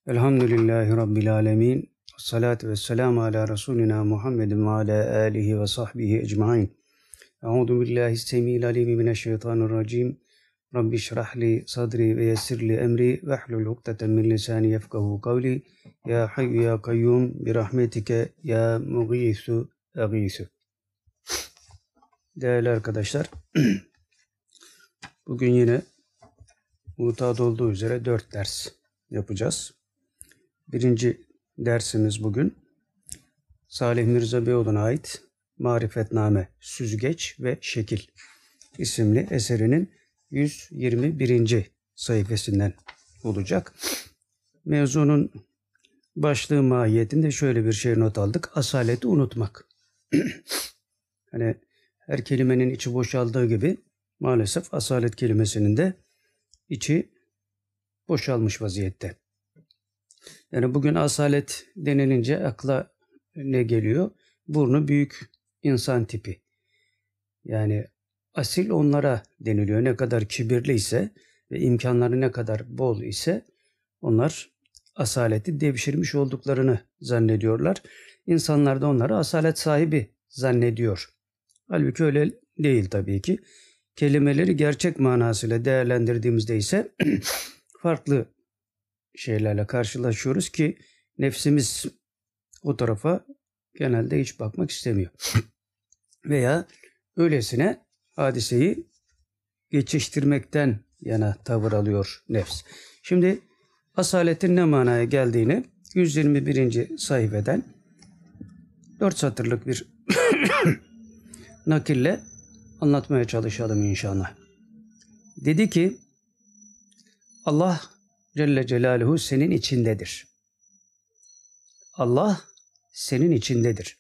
Elhamdülillahi Rabbil alemin. Salatu vesselamu ala Resulina Muhammedin ve ala alihi ve sahbihi ecmain. Euzu billahi semî'il alîmi mineşşeytanirracim. Rabbi şrah li sadri ve yessir li emri ve hlul ukdeten min lisani yefkahu kavli. Ya hayyu ya kayyum bi rahmetike ya mugîsu agîsu. Değerli arkadaşlar, bugün yine mutat olduğu üzere 4 ders yapacağız. Birinci dersimiz bugün Salih Mirza Beyoğlu'na ait Marifetname, Süzgeç ve Şekil isimli eserinin 121. sayfasından olacak. Mevzunun başlığı mahiyetinde şöyle bir şey not aldık. Asaleti unutmak. Hani her kelimenin içi boşaldığı gibi maalesef asalet kelimesinin de içi boşalmış vaziyette. Yani bugün asalet denilince akla ne geliyor? Burnu büyük insan tipi. Yani asil onlara deniliyor. Ne kadar kibirli ise ve imkanları ne kadar bol ise onlar asaleti devşirmiş olduklarını zannediyorlar. İnsanlar da onları asalet sahibi zannediyor. Halbuki öyle değil tabii ki. Kelimeleri gerçek manasıyla değerlendirdiğimizde ise farklı şeylerle karşılaşıyoruz ki nefsimiz o tarafa genelde hiç bakmak istemiyor. Veya öylesine hadiseyi geçiştirmekten yana tavır alıyor nefs. Şimdi asaletin ne manaya geldiğini 121. sayfeden 4 satırlık bir nakille anlatmaya çalışalım inşallah. Dedi ki Allah Celle Celaluhu senin içindedir. Allah senin içindedir.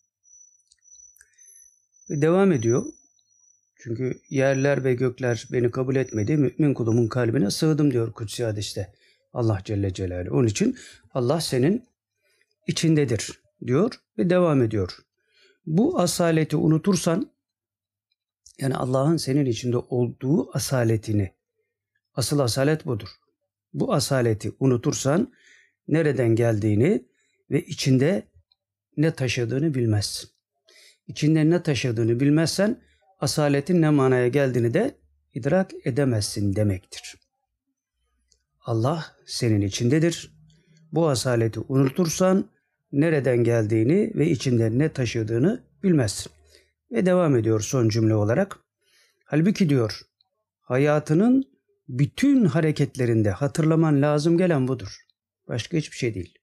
Ve devam ediyor. Çünkü yerler ve gökler beni kabul etmedi. Mümin kulumun kalbine sığdım diyor Kutsi hadiste. Allah Celle Celaluhu. Onun için Allah senin içindedir diyor ve devam ediyor. Bu asaleti unutursan, yani Allah'ın senin içinde olduğu asaletini, asıl asalet budur. Bu asaleti unutursan nereden geldiğini ve içinde ne taşıdığını bilmezsin. İçinde ne taşıdığını bilmezsen asaletin ne manaya geldiğini de idrak edemezsin demektir. Allah senin içindedir. Bu asaleti unutursan nereden geldiğini ve içinde ne taşıdığını bilmezsin. Ve devam ediyor son cümle olarak. Halbuki diyor, hayatının bütün hareketlerinde hatırlaman lazım gelen budur. Başka hiçbir şey değil.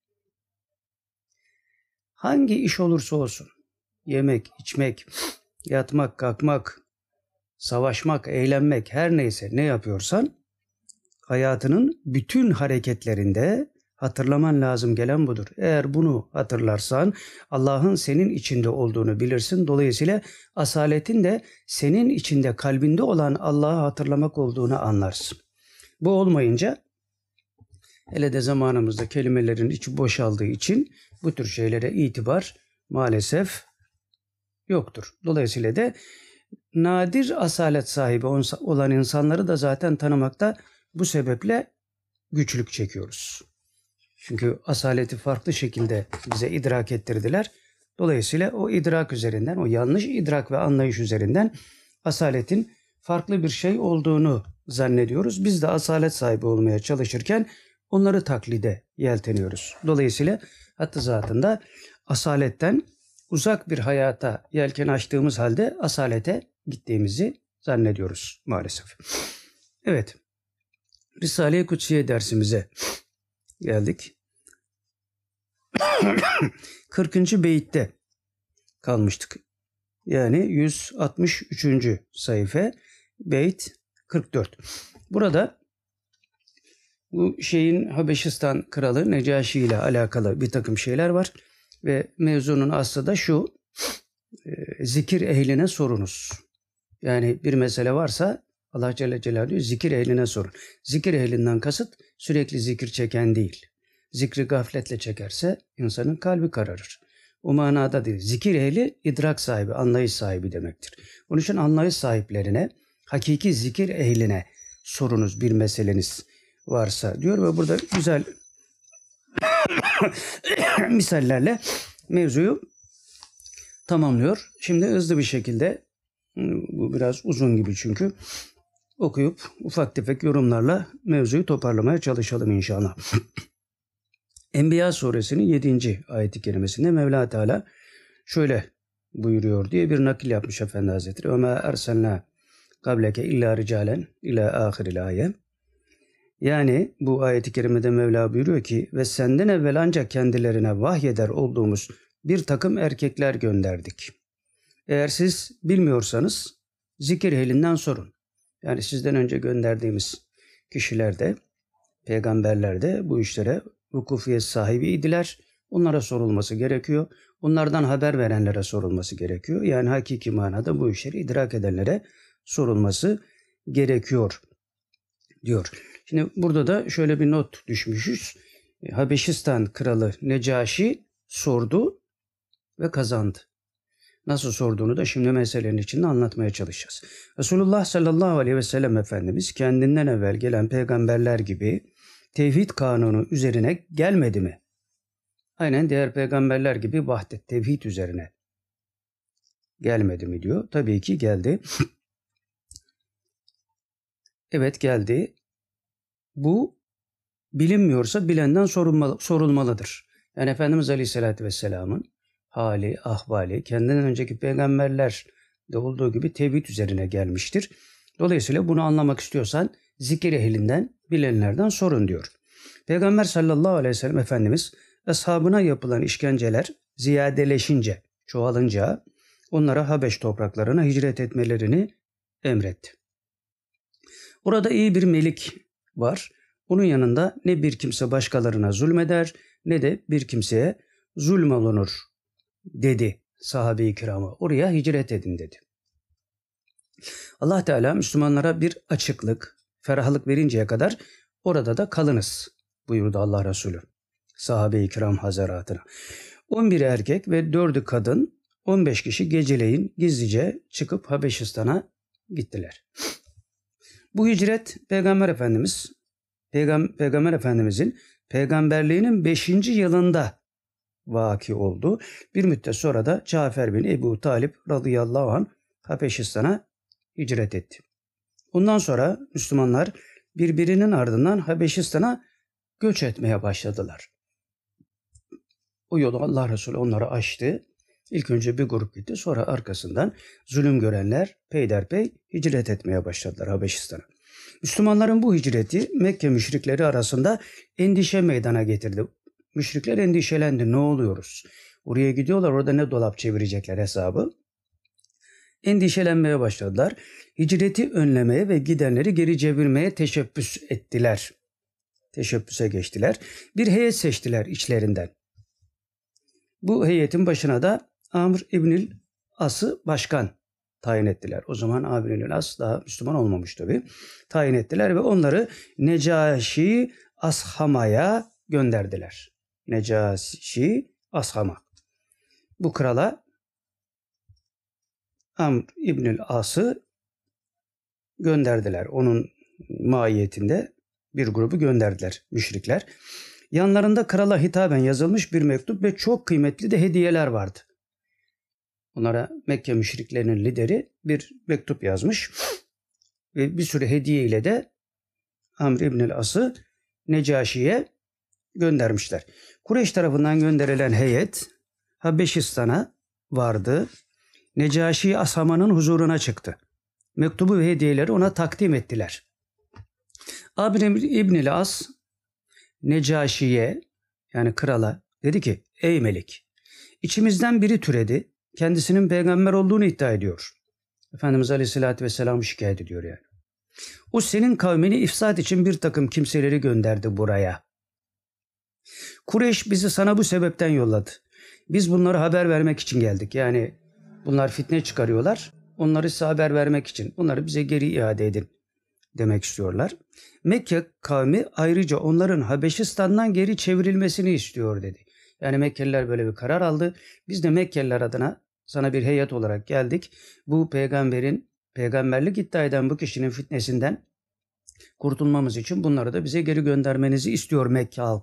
Hangi iş olursa olsun, yemek, içmek, yatmak, kalkmak, savaşmak, eğlenmek, her neyse ne yapıyorsan, hayatının bütün hareketlerinde hatırlaman lazım gelen budur. Eğer bunu hatırlarsan Allah'ın senin içinde olduğunu bilirsin. Dolayısıyla asaletin de senin içinde, kalbinde olan Allah'ı hatırlamak olduğunu anlarsın. Bu olmayınca, hele de zamanımızda kelimelerin içi boşaldığı için bu tür şeylere itibar maalesef yoktur. Dolayısıyla da nadir asalet sahibi olan insanları da zaten tanımakta bu sebeple güçlük çekiyoruz. Çünkü asaleti farklı şekilde bize idrak ettirdiler. Dolayısıyla o idrak üzerinden, o yanlış idrak ve anlayış üzerinden asaletin farklı bir şey olduğunu zannediyoruz. Biz de asalet sahibi olmaya çalışırken onları taklide yelteniyoruz. Dolayısıyla hattı zatında asaletten uzak bir hayata yelken açtığımız halde asalete gittiğimizi zannediyoruz maalesef. Evet, Risale-i Kutsiye dersimize geldik. 40. beyitte kalmıştık. Yani 163. sayfa, beyt 44. Burada bu şeyin Habeşistan kralı Necaşi ile alakalı bir takım şeyler var. Ve mevzunun aslı da şu: zikir ehline sorunuz. Yani bir mesele varsa Allah Celle Celaluhu zikir ehline sorun. Zikir ehlinden kasıt sürekli zikir çeken değil. Zikri gafletle çekerse insanın kalbi kararır. O manada değil. Zikir ehli idrak sahibi, anlayış sahibi demektir. Onun için anlayış sahiplerine, hakiki zikir ehline sorunuz bir meseleniz varsa diyor ve burada güzel misallerle mevzuyu tamamlıyor. Şimdi hızlı bir şekilde, bu biraz uzun gibi çünkü, okuyup ufak tefek yorumlarla mevzuyu toparlamaya çalışalım inşallah. Enbiya suresinin 7. ayeti kerimesinde Mevla Teala şöyle buyuruyor diye bir nakil yapmış Efendi Hazretleri. وَمَا اَرْسَلْنَا قَبْلَكَ اِلَّا رِجَالًا اِلَى آخِرِ الْآيَةِ. Yani bu ayeti kerimede Mevla buyuruyor ki ve senden evvel ancak kendilerine vahyeder olduğumuz bir takım erkekler gönderdik. Eğer siz bilmiyorsanız zikir ehlinden sorun. Yani sizden önce gönderdiğimiz kişiler de, peygamberler de bu işlere vukufiyet sahibiydiler. Onlara sorulması gerekiyor. Onlardan haber verenlere sorulması gerekiyor. Yani hakiki manada bu işleri idrak edenlere sorulması gerekiyor diyor. Şimdi burada da şöyle bir not düşmüşüz. Habeşistan kralı Necaşi sordu ve kazandı. Nasıl sorduğunu da şimdi meselenin içinde anlatmaya çalışacağız. Resulullah sallallahu aleyhi ve sellem Efendimiz kendinden evvel gelen peygamberler gibi tevhid kanunu üzerine gelmedi mi? Aynen diğer peygamberler gibi vahdet, tevhid üzerine gelmedi mi diyor. Tabii ki geldi. Evet geldi. Bu bilinmiyorsa bilenden sorulmalıdır. Yani Efendimiz Aleyhisselatü Vesselam'ın hali, ahvali kendinden önceki peygamberler de olduğu gibi tevhid üzerine gelmiştir. Dolayısıyla bunu anlamak istiyorsan zikir ehlinden, bilenlerden sorun diyor. Peygamber sallallahu aleyhi ve sellem Efendimiz ashabına yapılan işkenceler ziyadeleşince, çoğalınca onlara Habeş topraklarına hicret etmelerini emretti. Orada iyi bir melik var. Onun yanında ne bir kimse başkalarına zulmeder ne de bir kimseye zulmolunur dedi sahabe-i kirama. Oraya hicret edin dedi. Allah Teala Müslümanlara bir açıklık, ferahlık verinceye kadar orada da kalınız buyurdu Allah Resulü sahabe-i kiram hazaratına. 11 erkek ve 4'ü kadın, 15 kişi geceleyin gizlice çıkıp Habeşistan'a gittiler. Bu hicret Peygamber Efendimizin peygamberliğinin 5. yılında vaki oldu. Bir müddet sonra da Cafer bin Ebu Talip radıyallahu anh Habeşistan'a hicret etti. Ondan sonra Müslümanlar birbirinin ardından Habeşistan'a göç etmeye başladılar. O yolu Allah Resulü onları açtı. İlk önce bir grup gitti. Sonra arkasından zulüm görenler peyderpey hicret etmeye başladılar Habeşistan'a. Müslümanların bu hicreti Mekke müşrikleri arasında endişe meydana getirdi. Müşrikler endişelendi. Ne oluyoruz? Oraya gidiyorlar. Orada ne dolap çevirecekler hesabı. Endişelenmeye başladılar. Hicreti önlemeye ve gidenleri geri çevirmeye teşebbüs ettiler. Teşebbüse geçtiler. Bir heyet seçtiler içlerinden. Bu heyetin başına da Amr İbnül As'ı başkan tayin ettiler. O zaman Amr İbnül As daha Müslüman olmamış tabii. Tayin ettiler ve onları Necaşi Ashama'ya gönderdiler. Necaşi Ashama. Bu krala Amr İbnül As'ı gönderdiler. Onun mahiyetinde bir grubu gönderdiler müşrikler. Yanlarında krala hitaben yazılmış bir mektup ve çok kıymetli de hediyeler vardı. Onlara Mekke müşriklerinin lideri bir mektup yazmış ve bir sürü hediye ile de Amr İbnül As'ı Necaşi'ye göndermişler. Kureyş tarafından gönderilen heyet Habeşistan'a vardı. Necaşi Ashama'nın huzuruna çıktı. Mektubu ve hediyeleri ona takdim ettiler. Amr İbnül As Necaşi'ye yani krala dedi ki ey melik içimizden biri türedi kendisinin peygamber olduğunu iddia ediyor. Efendimiz Aleyhisselatü Vesselam'ı şikayet ediyor yani. O senin kavmini ifsad için bir takım kimseleri gönderdi buraya. Kureyş bizi sana bu sebepten yolladı. Biz bunları haber vermek için geldik. Yani bunlar fitne çıkarıyorlar. Onları size haber vermek için. Bunları bize geri iade edin demek istiyorlar. Mekke kavmi ayrıca onların Habeşistan'dan geri çevrilmesini istiyor dedi. Yani Mekkeliler böyle bir karar aldı. Biz de Mekkeliler adına sana bir heyet olarak geldik. Bu peygamberlik iddia eden bu kişinin fitnesinden kurtulmamız için bunları da bize geri göndermenizi istiyor Mekke halkı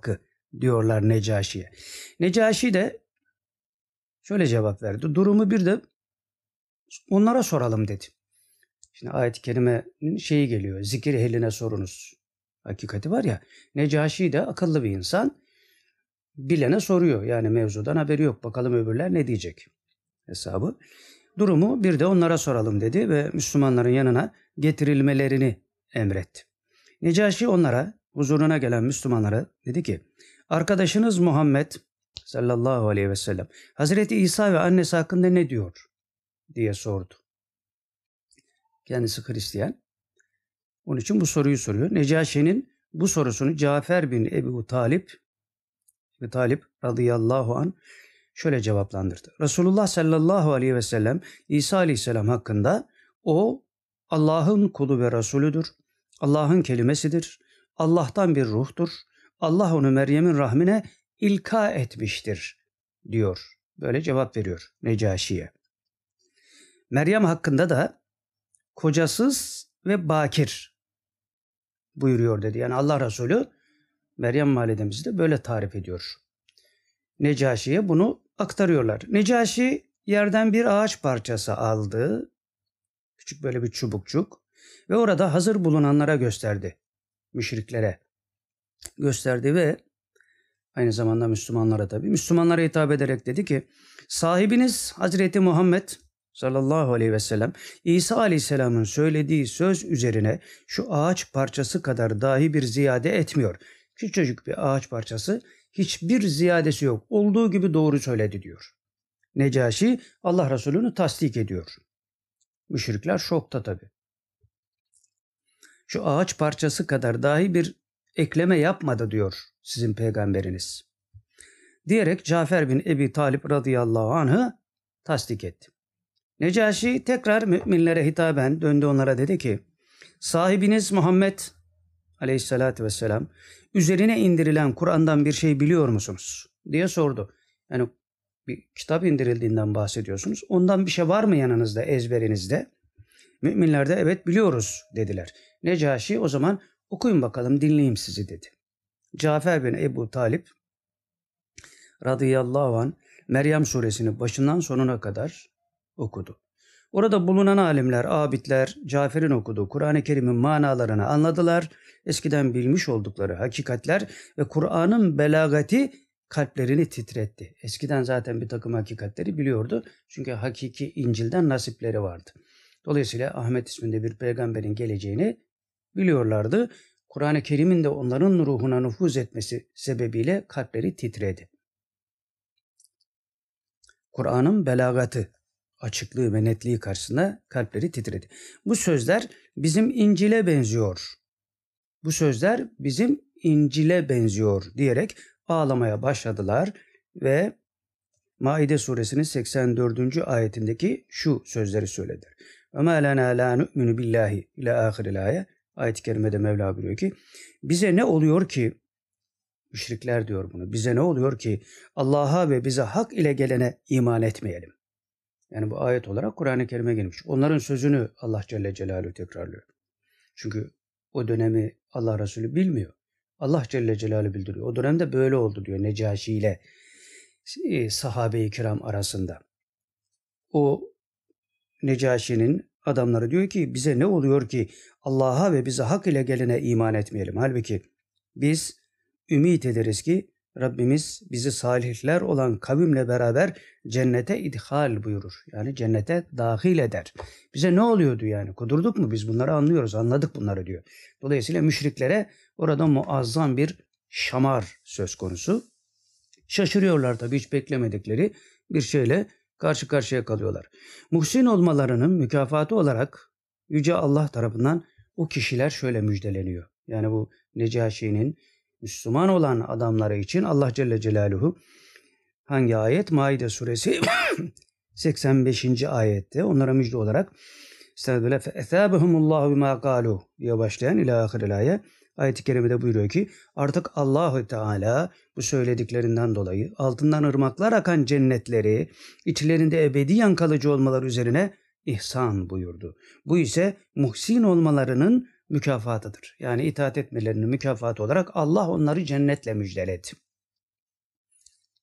diyorlar Necaşi'ye. Necaşi de şöyle cevap verdi. Durumu bir de onlara soralım dedi. Şimdi ayet-i kerimenin şeyi geliyor. Zikir ehline sorunuz. Hakikati var ya. Necaşi de akıllı bir insan. Bilene soruyor. Yani mevzudan haberi yok. Bakalım öbürler ne diyecek hesabı. Durumu bir de onlara soralım dedi ve Müslümanların yanına getirilmelerini emretti. Necaşi onlara, huzuruna gelen Müslümanlara dedi ki, arkadaşınız Muhammed sallallahu aleyhi ve sellem Hazreti İsa ve annesi hakkında ne diyor diye sordu. Kendisi Hristiyan. Onun için bu soruyu soruyor. Necaşi'nin bu sorusunu Cafer bin Ebu Talip radıyallahu anh şöyle cevaplandırdı. Resulullah sallallahu aleyhi ve sellem İsa aleyhisselam hakkında o Allah'ın kulu ve Resulüdür. Allah'ın kelimesidir. Allah'tan bir ruhtur. Allah onu Meryem'in rahmine ilka etmiştir diyor. Böyle cevap veriyor Necaşi'ye. Meryem hakkında da kocasız ve bakir buyuruyor dedi. Yani Allah Resulü Meryem validemizi de böyle tarif ediyor. Necaşi'ye bunu aktarıyorlar. Necaşi yerden bir ağaç parçası aldı. Küçük böyle bir çubukçuk. Ve orada hazır bulunanlara gösterdi. Müşriklere gösterdi ve aynı zamanda Müslümanlara tabii. Müslümanlara hitap ederek dedi ki, sahibiniz Hazreti Muhammed sallallahu aleyhi ve sellem İsa aleyhisselamın söylediği söz üzerine şu ağaç parçası kadar dahi bir ziyade etmiyor. Küçücük bir ağaç parçası, hiçbir ziyadesi yok. Olduğu gibi doğru söyledi diyor. Necaşi Allah Resulü'nü tasdik ediyor. Müşrikler şokta tabii. Şu ağaç parçası kadar dahi bir ekleme yapmadı diyor sizin peygamberiniz. Diyerek Cafer bin Ebi Talip radıyallahu anh'ı tasdik etti. Necaşi tekrar müminlere hitaben döndü, onlara dedi ki, sahibiniz Muhammed aleyhissalatü vesselam üzerine indirilen Kur'an'dan bir şey biliyor musunuz diye sordu. Yani bir kitap indirildiğinden bahsediyorsunuz. Ondan bir şey var mı yanınızda, ezberinizde? Müminler de evet biliyoruz dediler. Necaşi o zaman okuyun bakalım, dinleyeyim sizi dedi. Cafer bin Ebu Talip radıyallahu anh Meryem suresini başından sonuna kadar okudu. Orada bulunan alimler, abidler Cafer'in okuduğu Kur'an-ı Kerim'in manalarını anladılar. Eskiden bilmiş oldukları hakikatler ve Kur'an'ın belagati kalplerini titretti. Eskiden zaten bir takım hakikatleri biliyordu. Çünkü hakiki İncil'den nasipleri vardı. Dolayısıyla Ahmet isminde bir peygamberin geleceğini biliyorlardı. Kur'an-ı Kerim'in de onların ruhuna nüfuz etmesi sebebiyle kalpleri titredi. Kur'an'ın belagatı, açıklığı ve netliği karşısında kalpleri titredi. Bu sözler bizim İncil'e benziyor. Bu sözler bizim İncil'e benziyor diyerek ağlamaya başladılar ve Maide suresinin 84. ayetindeki şu sözleri söylediler. وَمَا لَنَا لَا نُؤْمِنُ بِاللّٰهِ اِلَى آخِرِ الْآيَةِ Ayet-i kerimede Mevla buyuruyor ki, bize ne oluyor ki, müşrikler diyor bunu, bize ne oluyor ki Allah'a ve bize hak ile gelene iman etmeyelim. Yani bu ayet olarak Kur'an-ı Kerim'e gelmiş. Onların sözünü Allah Celle Celaluhu tekrarlıyor. Çünkü o dönemi Allah Resulü bilmiyor. Allah Celle Celaluhu bildiriyor. O dönemde böyle oldu diyor Necaşi ile sahabe-i kiram arasında. O Necaşi'nin adamları diyor ki bize ne oluyor ki Allah'a ve bize hak ile gelene iman etmeyelim. Halbuki biz ümit ederiz ki Rabbimiz bizi salihler olan kavimle beraber cennete idhal buyurur. Yani cennete dahil eder. Bize ne oluyordu yani? Kudurduk mu? Biz bunları anlıyoruz, anladık bunları diyor. Dolayısıyla müşriklere orada muazzam bir şamar söz konusu. Şaşırıyorlar tabii, hiç beklemedikleri bir şeyle karşı karşıya kalıyorlar. Muhsin olmalarının mükafatı olarak Yüce Allah tarafından o kişiler şöyle müjdeleniyor. Yani bu Necaşi'nin Müslüman olan adamları için Allah Celle Celaluhu hangi ayet? Maide suresi 85. ayette onlara müjde olarak Estağfirullah fe'ethâbehumullahu bimâ kâluh diye başlayan ila ahiril ayet. Ayet-i kerimede buyuruyor ki artık Allahu Teala bu söylediklerinden dolayı altından ırmaklar akan cennetleri içlerinde ebediyen kalıcı olmaları üzerine ihsan buyurdu. Bu ise muhsin olmalarının mükafatıdır. Yani itaat etmelerinin mükafatı olarak Allah onları cennetle müjdeledi.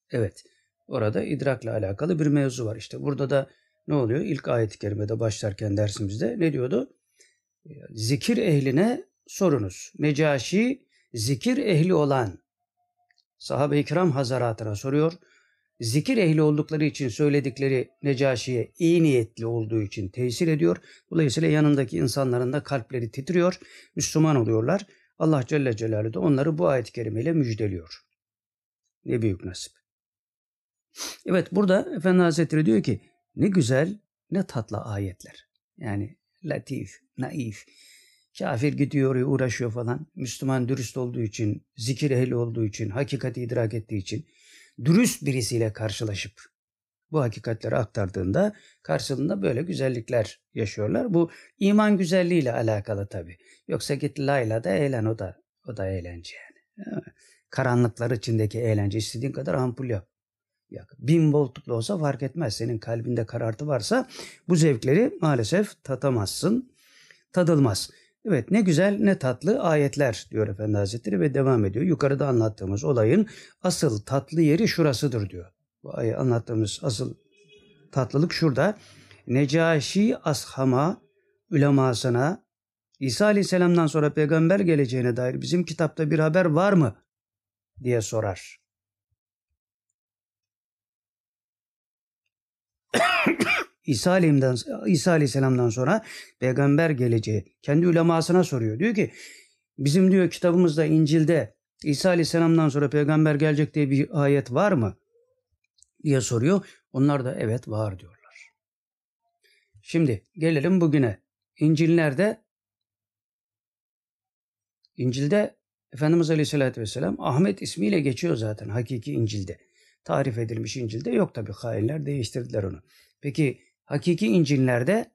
Evet, orada idrakla alakalı bir mevzu var. İşte burada da ne oluyor? İlk ayet-i kerimede başlarken dersimizde ne diyordu? Zikir ehline sorunuz. Necaşi zikir ehli olan sahabe-i kiram hazaratına soruyor. Zikir ehli oldukları için söyledikleri Necaşi'ye iyi niyetli olduğu için tesir ediyor. Dolayısıyla yanındaki insanların da kalpleri titriyor. Müslüman oluyorlar. Allah Celle Celaluhu da onları bu ayet-i kerimeyle müjdeliyor. Ne büyük nasip. Evet, burada Efendi Hazretleri diyor ki ne güzel ne tatlı ayetler. Yani latif, naif. Kafir gidiyor, uğraşıyor falan. Müslüman dürüst olduğu için, zikir ehli olduğu için, hakikati idrak ettiği için dürüst birisiyle karşılaşıp bu hakikatleri aktardığında karşılığında böyle güzellikler yaşıyorlar. Bu iman güzelliğiyle alakalı tabii. Yoksa git layla da eğlen, o da eğlence yani. Karanlıklar içindeki eğlence, istediğin kadar ampul yap. 1000 voltluk olsa fark etmez. Senin kalbinde karartı varsa bu zevkleri maalesef tatamazsın, tadılmaz. Evet, ne güzel ne tatlı ayetler diyor Efendi Hazretleri ve devam ediyor. Yukarıda anlattığımız olayın asıl tatlı yeri şurasıdır diyor. Bu anlattığımız asıl tatlılık şurada. Necaşi ashama ulemasına İsa Aleyhisselam'dan sonra peygamber geleceğine dair bizim kitapta bir haber var mı diye sorar. İsa Aleyhisselam'dan sonra peygamber geleceği kendi ulemasına soruyor. Diyor ki bizim diyor kitabımızda İncil'de İsa Aleyhisselam'dan sonra peygamber gelecek diye bir ayet var mı diye soruyor. Onlar da evet var diyorlar. Şimdi gelelim bugüne. İncil'de Efendimiz Aleyhisselatü Vesselam Ahmet ismiyle geçiyor zaten hakiki İncil'de. Tarif edilmiş İncil'de yok tabii, hainler değiştirdiler onu. Peki hakiki İncil'lerde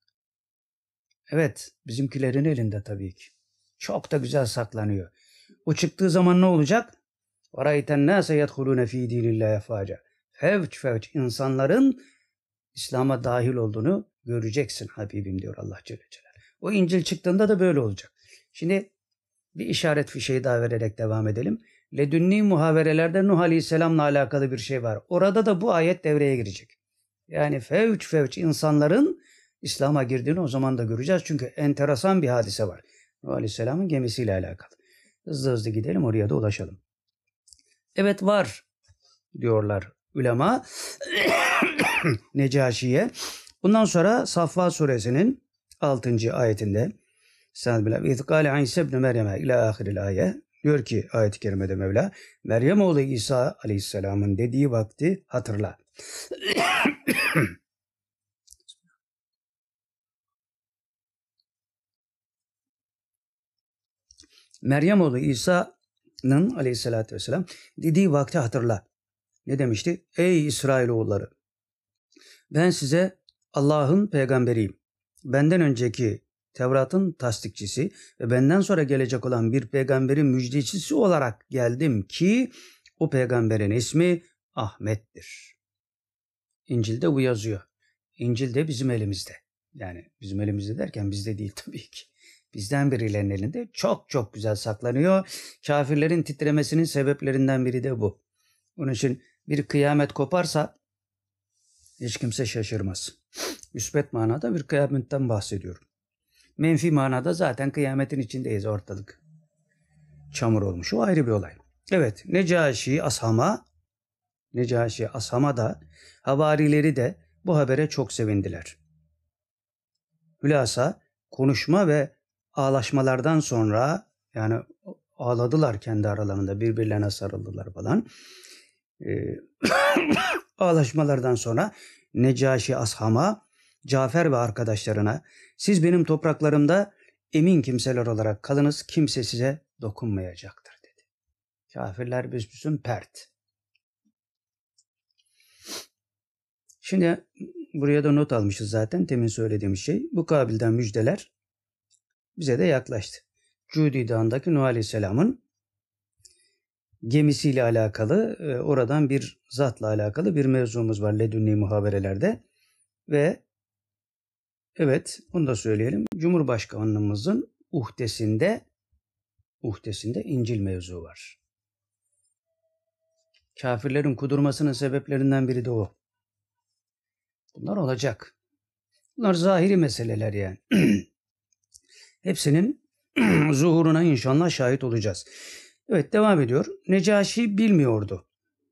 evet bizimkilerin elinde tabii ki. Çok da güzel saklanıyor. O çıktığı zaman ne olacak? وَرَيْتَ النَّاسَ يَدْخُلُونَ ف۪ي د۪ينِ اللّٰهِ فَاجًا Fevç fevç insanların İslam'a dahil olduğunu göreceksin Habibim diyor Allah Celle Celaluhu. O İncil çıktığında da böyle olacak. Şimdi bir işaret fişeği daha vererek devam edelim. Ledünni muhaverelerde Nuh Aleyhisselam'la alakalı bir şey var. Orada da bu ayet devreye girecek. Yani fevç fevç insanların İslam'a girdiğini o zaman da göreceğiz. Çünkü enteresan bir hadise var. Nuh Aleyhisselam'ın gemisiyle alakalı. Hızlı hızlı gidelim, oraya da ulaşalım. Evet var diyorlar ulema Necaşi'ye. Bundan sonra Saffat suresinin 6. ayetinde Estağfirullah. İz kâle İsa ibn Meryem'e ila ahiril ayet. Diyor ki ayet-i kerimede Mevla, Meryem oğlu İsa Aleyhisselam'ın dediği vakti hatırla. Meryem oğlu İsa'nın Aleyhisselatü Vesselam dediği vakti hatırla. Ne demişti? Ey İsrailoğulları, ben size Allah'ın peygamberiyim. Benden önceki Tevrat'ın tasdikçisi ve benden sonra gelecek olan bir peygamberin müjdecisi olarak geldim ki o peygamberin ismi Ahmet'tir. İncil'de bu yazıyor. İncil de bizim elimizde. Yani bizim elimizde derken bizde değil tabii ki. Bizden birilerinin elinde çok çok güzel saklanıyor. Kafirlerin titremesinin sebeplerinden biri de bu. Onun için bir kıyamet koparsa hiç kimse şaşırmaz. Müsbet manada bir kıyametten bahsediyorum. Menfi manada zaten kıyametin içindeyiz, ortalık çamur olmuş. O ayrı bir olay. Evet, Necaşi Ashama da havarileri de bu habere çok sevindiler. Hülasa konuşma ve ağlaşmalardan sonra, yani ağladılar kendi aralarında, birbirlerine sarıldılar falan. Ağlaşmalardan sonra Necaşi Ashama, Cafer ve arkadaşlarına siz benim topraklarımda emin kimseler olarak kalınız, kimse size dokunmayacaktır dedi. Kafirler büsbüsün pert. Şimdi buraya da not almışız zaten, temin söylediğimiz şey. Bu kabilden müjdeler bize de yaklaştı. Cudi Dağı'ndaki Nuh Aleyhisselam'ın gemisiyle alakalı, oradan bir zatla alakalı bir mevzumuz var ledünni muhaberelerde. Ve evet, bunu da söyleyelim. Cumhurbaşkanlığımızın uhdesinde İncil mevzu var. Kafirlerin kudurmasının sebeplerinden biri de o. Bunlar olacak. Bunlar zahiri meseleler yani. Hepsinin zuhuruna inşallah şahit olacağız. Evet, devam ediyor. Necaşi bilmiyordu.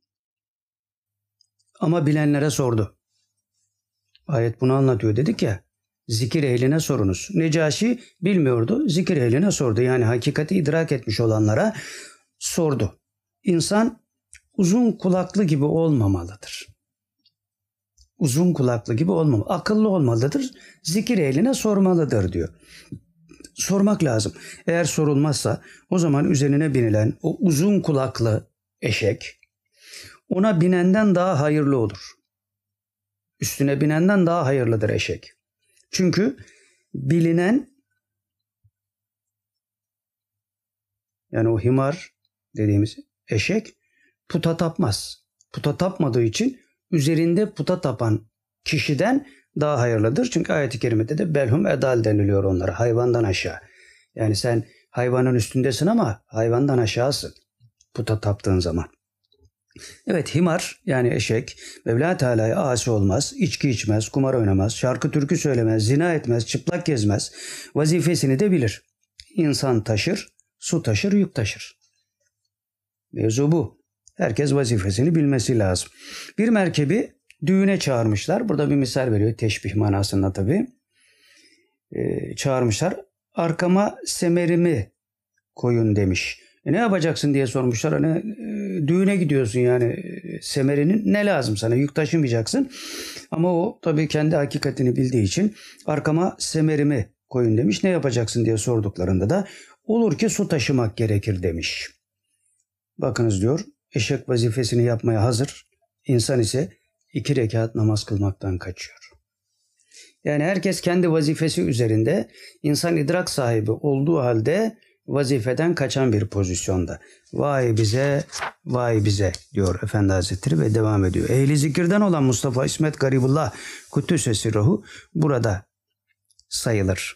Ama bilenlere sordu. Ayet bunu anlatıyor, dedik ya. Zikir ehline sorunuz. Necaşi bilmiyordu. Zikir ehline sordu. Yani hakikati idrak etmiş olanlara sordu. İnsan uzun kulaklı gibi olmamalıdır. Uzun kulaklı gibi olmamalı. Akıllı olmalıdır. Zikir ehline sormalıdır diyor. Sormak lazım. Eğer sorulmazsa o zaman üzerine binilen o uzun kulaklı eşek ona binenden daha hayırlı olur. Üstüne binenden daha hayırlıdır eşek. Çünkü bilinen, yani o himar dediğimiz eşek puta tapmaz. Puta tapmadığı için üzerinde puta tapan kişiden daha hayırlıdır. Çünkü ayet-i kerimede de belhum edal deniliyor onlara. Hayvandan aşağı. Yani sen hayvanın üstündesin ama hayvandan aşağısın puta taptığın zaman. Evet, himar yani eşek Mevla Teala'ya asi olmaz, içki içmez, kumar oynamaz, şarkı türkü söylemez, zina etmez, çıplak gezmez. Vazifesini de bilir. İnsan taşır, su taşır, yük taşır. Mevzu bu. Herkes vazifesini bilmesi lazım. Bir merkebi düğüne çağırmışlar. Burada bir misal veriyor. Teşbih manasında tabii. Çağırmışlar. Arkama semerimi koyun demiş. Ne yapacaksın diye sormuşlar. Hani düğüne gidiyorsun yani, semerinin ne lazım sana? Yük taşımayacaksın. Ama o tabii kendi hakikatini bildiği için arkama semerimi koyun demiş. Ne yapacaksın diye sorduklarında da olur ki su taşımak gerekir demiş. Bakınız diyor, eşek vazifesini yapmaya hazır. İnsan ise 2 rekat namaz kılmaktan kaçıyor. Yani herkes kendi vazifesi üzerinde, insan idrak sahibi olduğu halde vazifeden kaçan bir pozisyonda. Vay bize, vay bize diyor Efendi Hazretleri ve devam ediyor. Ehli zikirden olan Mustafa İsmet Garibullah Kuddüs'e sirruhu burada sayılır.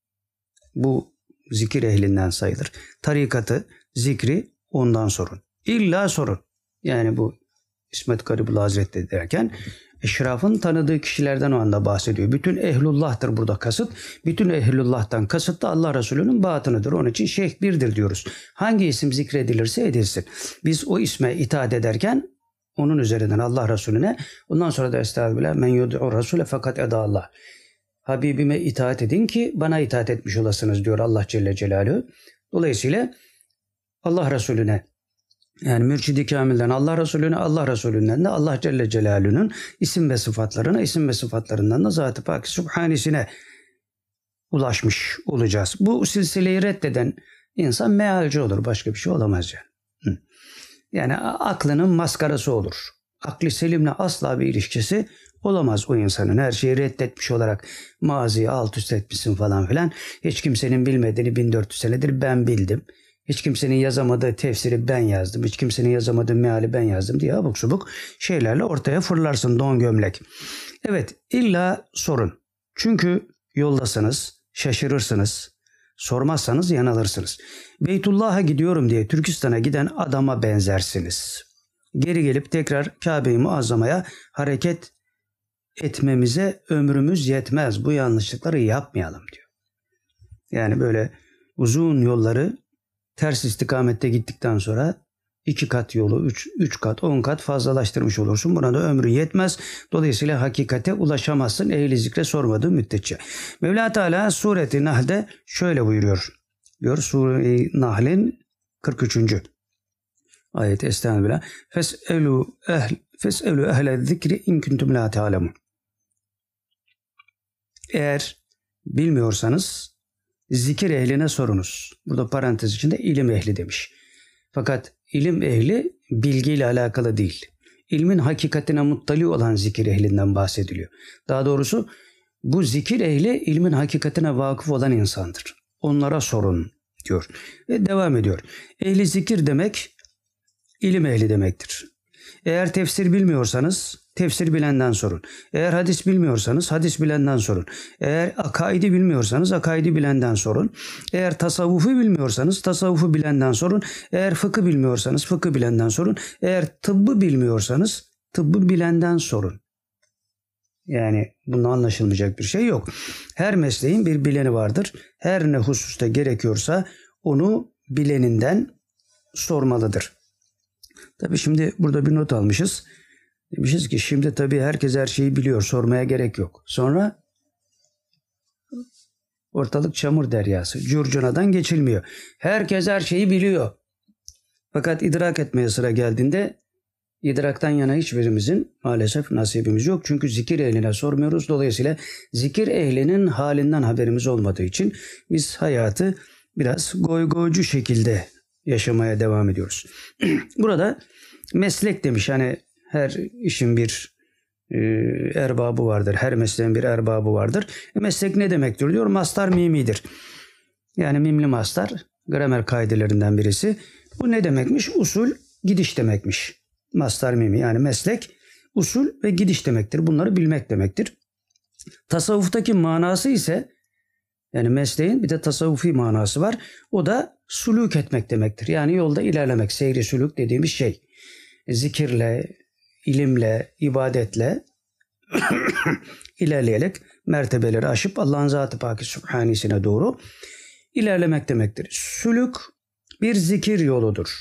Bu zikir ehlinden sayılır. Tarikatı, zikri ondan sorun. İlla sorun. Yani bu İsmet Garibullah Hazretleri derken eşrafın tanıdığı kişilerden o anda bahsediyor. Bütün ehlullah'tır burada kasıt. Bütün ehlullah'tan kasıt da Allah Resulü'nün batınıdır. Onun için şeyh birdir diyoruz. Hangi isim zikredilirse edilsin. Biz o isme itaat ederken onun üzerinden Allah Resulüne, ondan sonra da estağfirullah men yud'u Rasule fakat eda Allah. Habibime itaat edin ki bana itaat etmiş olasınız diyor Allah Celle Celaluhu. Dolayısıyla Allah Resulüne, yani mürşid-i kamilden Allah Resulüne, Allah Resulünden de Allah Celle Celaluhu'nun isim ve sıfatlarına, isim ve sıfatlarından da Zat-ı Pak Sübhanisine ulaşmış olacağız. Bu silsileyi reddeden insan mealci olur. Başka bir şey olamaz yani. Yani aklının maskarası olur. Aklı selimle asla bir ilişkisi olamaz o insanın. Her şeyi reddetmiş olarak maziyi alt üst etmişsin falan filan. Hiç kimsenin bilmediğini 1400 senedir ben bildim. Hiç kimsenin yazamadığı tefsiri ben yazdım. Hiç kimsenin yazamadığı meali ben yazdım diye abuk subuk şeylerle ortaya fırlarsın don gömlek. Evet, illa sorun. Çünkü yoldasınız, şaşırırsınız. Sormazsanız yanılırsınız. Beytullah'a gidiyorum diye Türkistan'a giden adama benzersiniz. Geri gelip tekrar Kabe-i Muazzama'ya hareket etmemize ömrümüz yetmez. Bu yanlışlıkları yapmayalım diyor. Yani böyle uzun yolları ters istikamette gittikten sonra 2 kat yolu 3 kat 10 kat fazlalaştırmış olursun. Buna da ömrü yetmez. Dolayısıyla hakikate ulaşamazsın ehli zikre sormadığı müddetçe. Mevla Teala Sure-i Nahl'de şöyle buyuruyor. Diyor Sure-i Nahl'in 43. ayet estağfirullah. Fes'elu ehle zikri in kuntum la ta'lemun. Eğer bilmiyorsanız zikir ehline sorunuz. Burada parantez içinde ilim ehli demiş. Fakat ilim ehli bilgiyle alakalı değil. İlmin hakikatine muttali olan zikir ehlinden bahsediliyor. Daha doğrusu bu zikir ehli ilmin hakikatine vakıf olan insandır. Onlara sorun diyor. Ve devam ediyor. Ehli zikir demek ilim ehli demektir. Eğer tefsir bilmiyorsanız tefsir bilenden sorun. Eğer hadis bilmiyorsanız hadis bilenden sorun. Eğer akaidi bilmiyorsanız akaidi bilenden sorun. Eğer tasavvufu bilmiyorsanız tasavvufu bilenden sorun. Eğer fıkıh bilmiyorsanız fıkıh bilenden sorun. Eğer tıbbı bilmiyorsanız tıbbı bilenden sorun. Yani bundan anlaşılmayacak bir şey yok. Her mesleğin bir bileni vardır. Her ne hususta gerekiyorsa onu bileninden sormalıdır. Tabii şimdi burada bir not almışız. Demişiz ki şimdi tabii herkes her şeyi biliyor. Sormaya gerek yok. Sonra ortalık çamur deryası. Curcunadan geçilmiyor. Herkes her şeyi biliyor. Fakat idrak etmeye sıra geldiğinde idraktan yana hiçbirimizin maalesef nasibimiz yok. Çünkü zikir ehline sormuyoruz. Dolayısıyla zikir ehlinin halinden haberimiz olmadığı için biz hayatı biraz goygoycu şekilde yaşamaya devam ediyoruz. Burada meslek demiş. Hani her işin bir erbabı vardır. Her mesleğin bir erbabı vardır. Meslek ne demektir diyor. Mastar mimidir. Yani mimli mastar gramer kaidelerinden birisi. Bu ne demekmiş? Usul, gidiş demekmiş. Mastar mimi yani meslek, usul ve gidiş demektir. Bunları bilmek demektir. Tasavvuftaki manası ise yani mesleğin bir de tasavvufi manası var. O da suluk etmek demektir. Yani yolda ilerlemek, seyri suluk dediğimiz şey. Zikirle, ilimle, ibadetle ilerleyerek mertebeleri aşıp Allah'ın Zat-ı Pâk-ı Sübhanisine doğru ilerlemek demektir. Suluk bir zikir yoludur.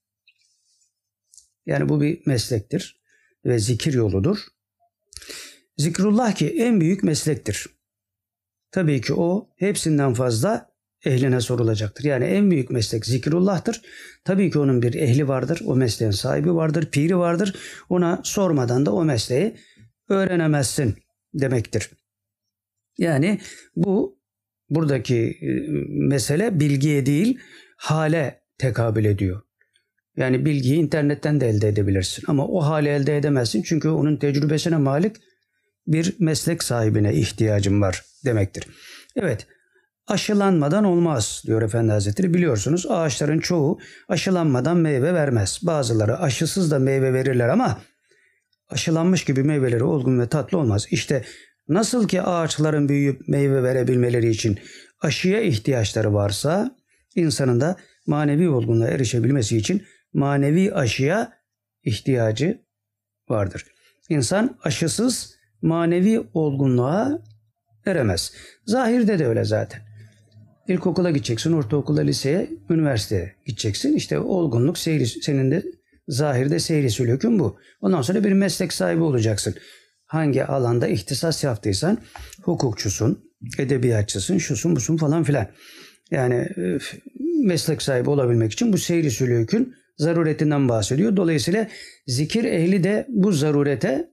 Yani bu bir meslektir ve zikir yoludur. Zikrullah ki en büyük meslektir. Tabii ki o hepsinden fazla ehline sorulacaktır. Yani en büyük meslek zikrullah'tır. Tabii ki onun bir ehli vardır. O mesleğin sahibi vardır, piri vardır. Ona sormadan da o mesleği öğrenemezsin demektir. Yani buradaki mesele bilgiye değil hale tekabül ediyor. Yani bilgiyi internetten de elde edebilirsin ama o hale elde edemezsin çünkü onun tecrübesine malik bir meslek sahibine ihtiyacın var demektir. Evet, aşılanmadan olmaz diyor Efendi Hazretleri. Biliyorsunuz ağaçların çoğu aşılanmadan meyve vermez. Bazıları aşısız da meyve verirler ama aşılanmış gibi meyveleri olgun ve tatlı olmaz. İşte nasıl ki ağaçların büyüyüp meyve verebilmeleri için aşıya ihtiyaçları varsa insanın da manevi olgunluğa erişebilmesi için manevi aşıya ihtiyacı vardır. İnsan aşısız manevi olgunluğa eremez. Zahirde de öyle zaten. İlkokula gideceksin, ortaokula, liseye, üniversiteye gideceksin. İşte olgunluk, seyri, senin de zahirde seyri sülükün bu. Ondan sonra bir meslek sahibi olacaksın. Hangi alanda ihtisas yaptıysan hukukçusun, edebiyatçısın, şusun, busun falan filan. Yani meslek sahibi olabilmek için bu seyri sülükün zaruretinden bahsediyor. Dolayısıyla zikir ehli de bu zarurete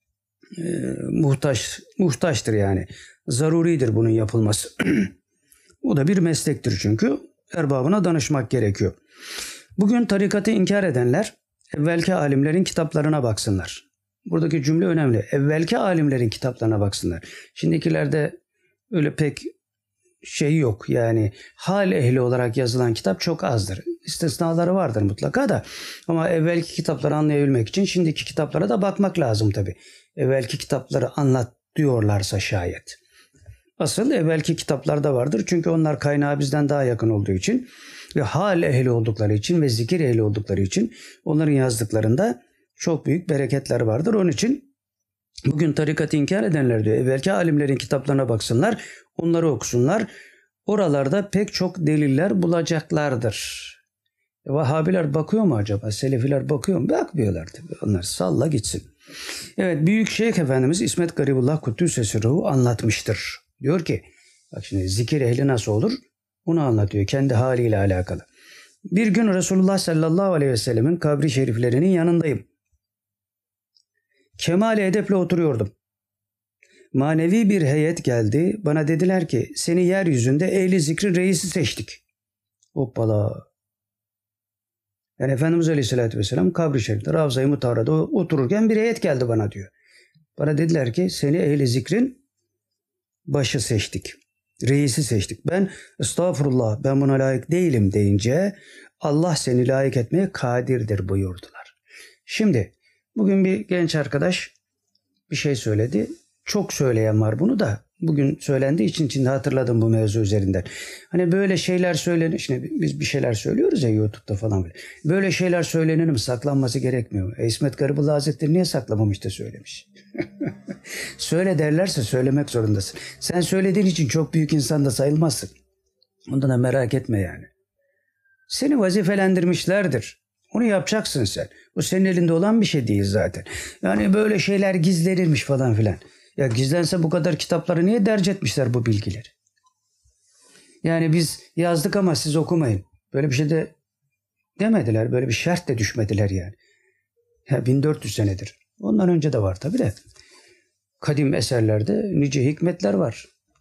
muhtaçtır yani. Zaruridir bunun yapılması. O da bir meslektir çünkü erbabına danışmak gerekiyor. Bugün tarikatı inkar edenler evvelki alimlerin kitaplarına baksınlar. Buradaki cümle önemli. Evvelki alimlerin kitaplarına baksınlar. Şimdikilerde öyle pek şey yok. Yani hal ehli olarak yazılan kitap çok azdır. İstisnaları vardır mutlaka da. Ama evvelki kitapları anlayabilmek için şimdiki kitaplara da bakmak lazım tabii. Evvelki kitapları anlat diyorlarsa şayet. Asıl evvelki kitaplarda vardır. Çünkü onlar kaynağı bizden daha yakın olduğu için ve hal ehli oldukları için ve zikir ehli oldukları için onların yazdıklarında çok büyük bereketler vardır. Onun için bugün tarikatı inkar edenler diyor. Evvelki alimlerin kitaplarına baksınlar, onları okusunlar. Oralarda pek çok deliller bulacaklardır. Vahhabiler bakıyor mu acaba? Selefiler bakıyor mu? Bakmıyorlar tabii. Onlar salla gitsin. Evet, Büyük Şeyh Efendimiz İsmet Garibullah Kuddüs'e sırrı anlatmıştır. Diyor ki, bak şimdi zikir ehli nasıl olur? Onu anlatıyor kendi haliyle alakalı. Bir gün Resulullah sallallahu aleyhi ve sellemin kabri şeriflerinin yanındayım. Kemal-i edeple oturuyordum. Manevi bir heyet geldi. Bana dediler ki seni yeryüzünde ehli zikrin reisi seçtik. Hoppala. Yani Efendimiz Aleyhisselatü Vesselam kabri şerifte Ravza-i Mutahhara'da otururken bir heyet geldi bana diyor. Bana dediler ki seni ehli zikrin başı seçtik. Reisi seçtik. Ben estağfurullah ben buna layık değilim deyince Allah seni layık etmeye kadirdir buyurdular. Şimdi bugün bir genç arkadaş bir şey söyledi. Çok söyleyen var bunu da. Bugün söylendiği için içinde hatırladım bu mevzu üzerinden. Hani böyle şeyler söylenir. Şimdi biz bir şeyler söylüyoruz ya YouTube'da falan böyle. Böyle şeyler söylenir mi? Saklanması gerekmiyor mu? İsmet Garibullah Hazretleri niye saklamamış da söylemiş? Söyle derlerse söylemek zorundasın. Sen söylediğin için çok büyük insan da sayılmazsın. Ondan da merak etme yani. Seni vazifelendirmişlerdir. Onu yapacaksın sen. O senin elinde olan bir şey değil zaten. Yani böyle şeyler gizlenirmiş falan filan. Ya gizlense bu kadar kitapları niye derc etmişler bu bilgileri? Yani biz yazdık ama siz okumayın. Böyle bir şey de demediler. Böyle bir şart de düşmediler yani. Ya 1400 senedir. Ondan önce de var tabii de. Kadim eserlerde nice hikmetler var.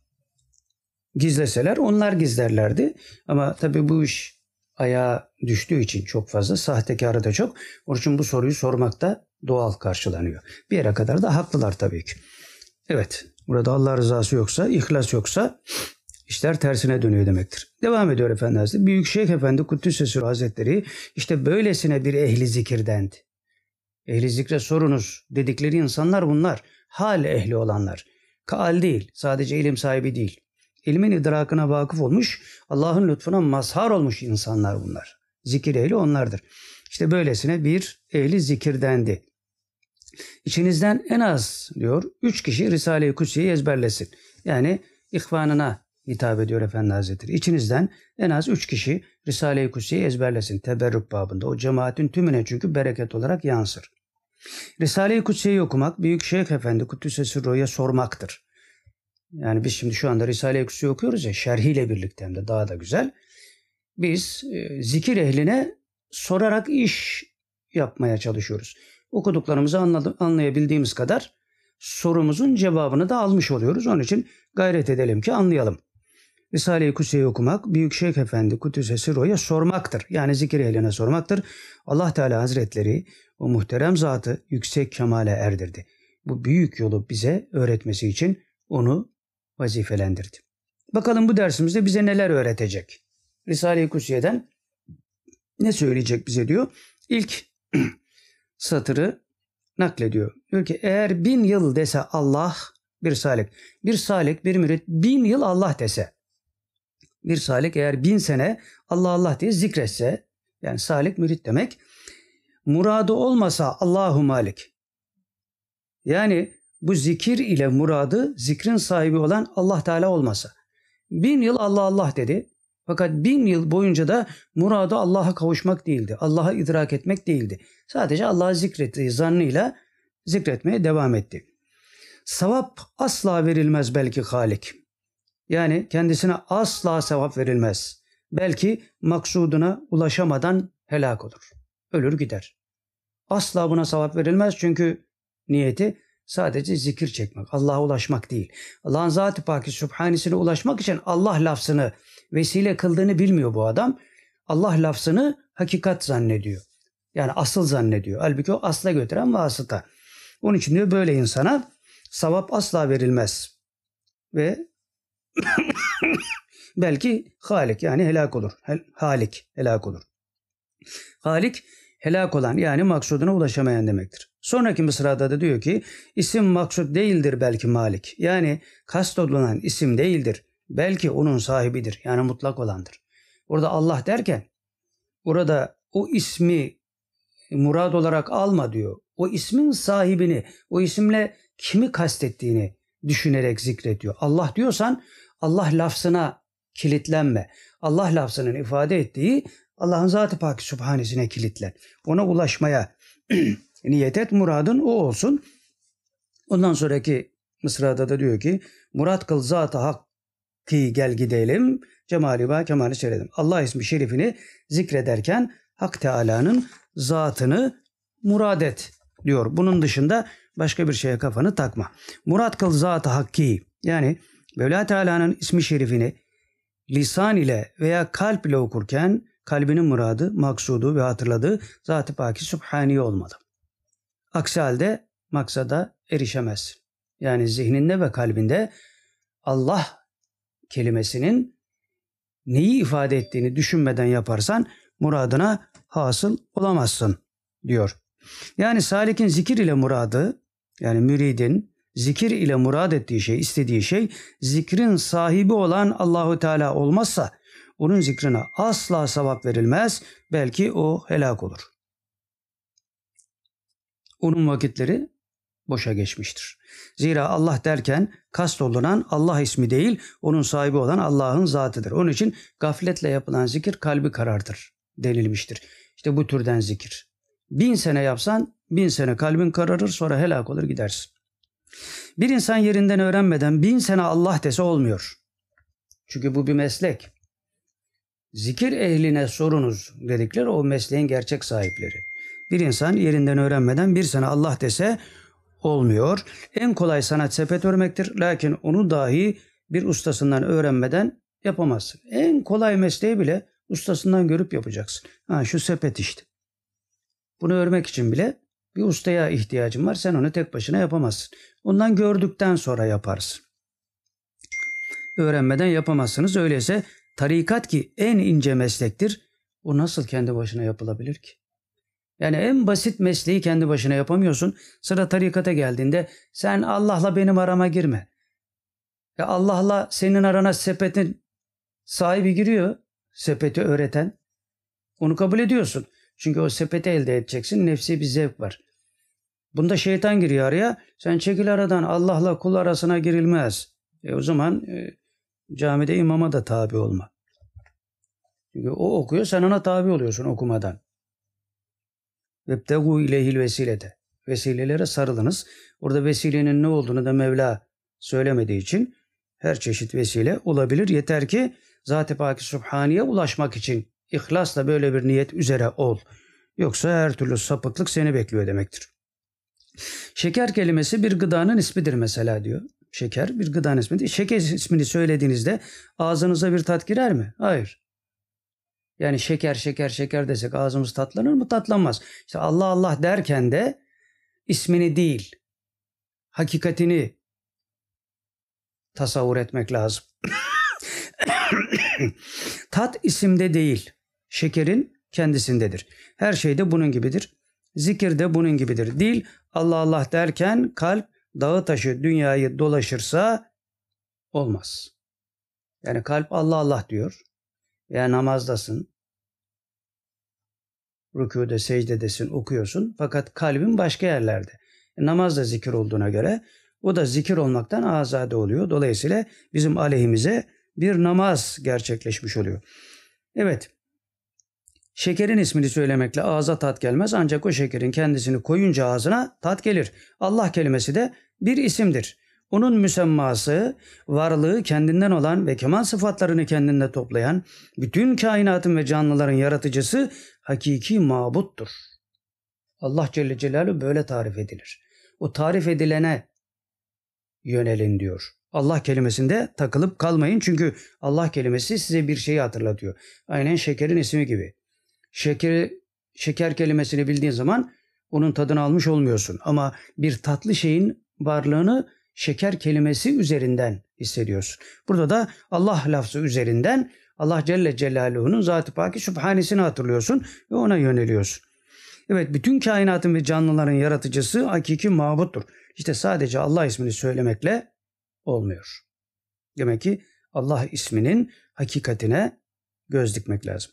Gizleseler onlar gizlerlerdi. Ama tabii bu iş ayağa düştüğü için çok fazla, sahtekarı da çok. Onun için bu soruyu sormak da doğal karşılanıyor. Bir yere kadar da haklılar tabii ki. Evet, burada Allah rızası yoksa, ihlas yoksa işler tersine dönüyor demektir. Devam ediyor Efendi Hazretleri. Büyük Şeyh Efendi Kuddüs'e Sürü Hazretleri işte böylesine bir ehli zikirdendi. Ehli zikre sorunuz dedikleri insanlar bunlar. Hal ehli olanlar. Kaal değil, sadece ilim sahibi değil. İlmin idrakına vakıf olmuş, Allah'ın lütfuna mazhar olmuş insanlar bunlar. Zikir ehli onlardır. İşte böylesine bir ehli zikirdendi. İçinizden en az diyor 3 kişi Risale-i Kutsi'yi ezberlesin. Yani ihvanına hitap ediyor Efendi Hazretleri. İçinizden en az 3 kişi Risale-i Kutsi'yi ezberlesin. Teberrük babında. O cemaatin tümüne çünkü bereket olarak yansır. Risale-i Kutsi'yi okumak Büyük Şeyh Efendi Kuddüs'e Sürru'ya sormaktır. Yani biz şimdi şu anda Risale-i Kutsi'yi okuyoruz ya şerhiyle birlikte hem de daha da güzel. Biz zikir ehline sorarak iş yapmaya çalışıyoruz. Okuduklarımızı anlayabildiğimiz kadar sorumuzun cevabını da almış oluyoruz. Onun için gayret edelim ki anlayalım. Risale-i Kutsi'yi okumak Büyük Şeyh Efendi Kuddüs'e Sirru'ya sormaktır. Yani zikir ehline sormaktır. Allah Teala Hazretleri o muhterem zatı yüksek kemale erdirdi. Bu büyük yolu bize öğretmesi için onu vazifelendirdi. Bakalım bu dersimizde bize neler öğretecek? Risale-i Kutsi'den ne söyleyecek bize diyor. İlk satırı naklediyor. Diyor ki eğer 1000 yıl dese Allah bir salik. Bir salik bir mürit 1000 yıl Allah dese. Bir salik eğer 1000 sene Allah Allah diye zikretse. Yani salik mürit demek. Muradı olmasa Allahu Malik. Yani bu zikir ile muradı zikrin sahibi olan Allah Teala olmasa. 1000 yıl Allah Allah dedi. Fakat 1000 yıl boyunca da muradı Allah'a kavuşmak değildi. Allah'a idrak etmek değildi. Sadece Allah'ı zikrettiği zannıyla zikretmeye devam etti. Sevap asla verilmez belki Halik. Yani kendisine asla sevap verilmez. Belki maksuduna ulaşamadan helak olur. Ölür gider. Asla buna sevap verilmez çünkü niyeti sadece zikir çekmek, Allah'a ulaşmak değil. Allah'ın Zat-ı Pâk-i Sübhanesine ulaşmak için Allah lafzını vesile kıldığını bilmiyor bu adam. Allah lafzını hakikat zannediyor. Yani asıl zannediyor. Halbuki o asla götüren vasıta. Onun için diyor böyle insana sevap asla verilmez. Ve belki halik yani helak olur. Halik helak olur. Halik helak olan yani maksuduna ulaşamayan demektir. Sonraki mısrada da diyor ki isim maksud değildir belki Malik. Yani kastedilen isim değildir. Belki onun sahibidir. Yani mutlak olandır. Orada Allah derken orada o ismi murad olarak alma diyor. O ismin sahibini, o isimle kimi kastettiğini düşünerek zikrediyor. Allah diyorsan Allah lafzına kilitlenme. Allah lafzının ifade ettiği Allah'ın Zat-ı Pâk Sübhanesine kilitlen. Ona ulaşmaya niyet et, muradın o olsun. Ondan sonraki mısrada da diyor ki murat kıl Zat-ı Hakk'ı gel gidelim, cemali ve kemali seyredelim. Allah ismi şerifini zikrederken Hak Teala'nın zatını murad et diyor. Bunun dışında başka bir şeye kafanı takma. Murat kıl Zat-ı Hakk'ı yani Mevla Teala'nın ismi şerifini lisan ile veya kalp ile okurken kalbinin muradı, maksudu ve hatırladığı Zat-ı Pâk-i Sübhaniye olmalı. Aksi halde maksada erişemez. Yani zihninde ve kalbinde Allah kelimesinin neyi ifade ettiğini düşünmeden yaparsan muradına hasıl olamazsın diyor. Yani salikin zikir ile muradı Yani müridin zikir ile murad ettiği şey, istediği şey zikrin sahibi olan Allahu Teala olmazsa onun zikrine asla sevap verilmez. Belki o helak olur. Onun vakitleri boşa geçmiştir. Zira Allah derken kastolunan Allah ismi değil, onun sahibi olan Allah'ın zatıdır. Onun için gafletle yapılan zikir kalbi karartır denilmiştir. İşte bu türden zikir. 1000 sene yapsan 1000 sene kalbin kararır, sonra helak olur gidersin. Bir insan yerinden öğrenmeden 1000 sene Allah dese olmuyor. Çünkü bu bir meslek. Zikir ehline sorunuz dedikleri o mesleğin gerçek sahipleri. Bir insan yerinden öğrenmeden 1 sene Allah dese olmuyor. En kolay sanat sepet örmektir. Lakin onu dahi bir ustasından öğrenmeden yapamazsın. En kolay mesleği bile ustasından görüp yapacaksın. Şu sepet işte. Bunu örmek için bile bir ustaya ihtiyacın var. Sen onu tek başına yapamazsın. Ondan gördükten sonra yaparsın. Öğrenmeden yapamazsınız. Öyleyse tarikat ki en ince meslektir. O nasıl kendi başına yapılabilir ki? Yani en basit mesleği kendi başına yapamıyorsun. Sıra tarikata geldiğinde sen Allah'la benim arama girme. Ya Allah'la senin arana sepetin sahibi giriyor. Sepeti öğreten. Onu kabul ediyorsun. Çünkü o sepeti elde edeceksin. Nefsi bir zevk var. Bunda şeytan giriyor araya. Sen çekil aradan, Allah'la kul arasına girilmez. O zaman camide imama da tabi olma. Çünkü o okuyor, sen ona tabi oluyorsun okumadan. وَبْتَغُوا اِلَيْهِ الْوَسِيلَةَ. Vesilelere sarılınız. Orada vesilenin ne olduğunu da Mevla söylemediği için her çeşit vesile olabilir. Yeter ki Zat-ı Pâk-ı Sübhaniye ulaşmak için ihlasla böyle bir niyet üzere ol. Yoksa her türlü sapıklık seni bekliyor demektir. Şeker kelimesi bir gıdanın ismidir mesela diyor. Şeker bir gıdanın ismidir. Şeker ismini söylediğinizde ağzınıza bir tat girer mi? Hayır. Yani şeker şeker şeker desek ağzımız tatlanır mı? Tatlanmaz. İşte Allah Allah derken de ismini değil, hakikatini tasavvur etmek lazım. Tat isimde değil, şekerin kendisindedir. Her şey de bunun gibidir. Zikir de bunun gibidir. Dil Allah Allah derken kalp dağı taşı dünyayı dolaşırsa olmaz. Yani kalp Allah Allah diyor. Ya namazdasın, rükûde, secdedesin, okuyorsun. Fakat kalbin başka yerlerde. Namaz da zikir olduğuna göre o da zikir olmaktan azade oluyor. Dolayısıyla bizim aleyhimize bir namaz gerçekleşmiş oluyor. Evet, şekerin ismini söylemekle ağza tat gelmez. Ancak o şekerin kendisini koyunca ağzına tat gelir. Allah kelimesi de bir isimdir. Onun müsemması, varlığı kendinden olan ve kemal sıfatlarını kendinde toplayan, bütün kainatın ve canlıların yaratıcısı hakiki mabuttur. Allah Celle Celaluhu böyle tarif edilir. O tarif edilene yönelin diyor. Allah kelimesinde takılıp kalmayın. Çünkü Allah kelimesi size bir şeyi hatırlatıyor. Aynen şekerin ismi gibi. Şeker kelimesini bildiğin zaman onun tadını almış olmuyorsun. Ama bir tatlı şeyin varlığını şeker kelimesi üzerinden hissediyorsun. Burada da Allah lafzı üzerinden Allah Celle Celaluhu'nun Zat-ı Pâk-ı Sübhanesini hatırlıyorsun ve ona yöneliyorsun. Evet, bütün kainatın ve canlıların yaratıcısı hakiki mabuttur. İşte sadece Allah ismini söylemekle olmuyor. Demek ki Allah isminin hakikatine göz dikmek lazım.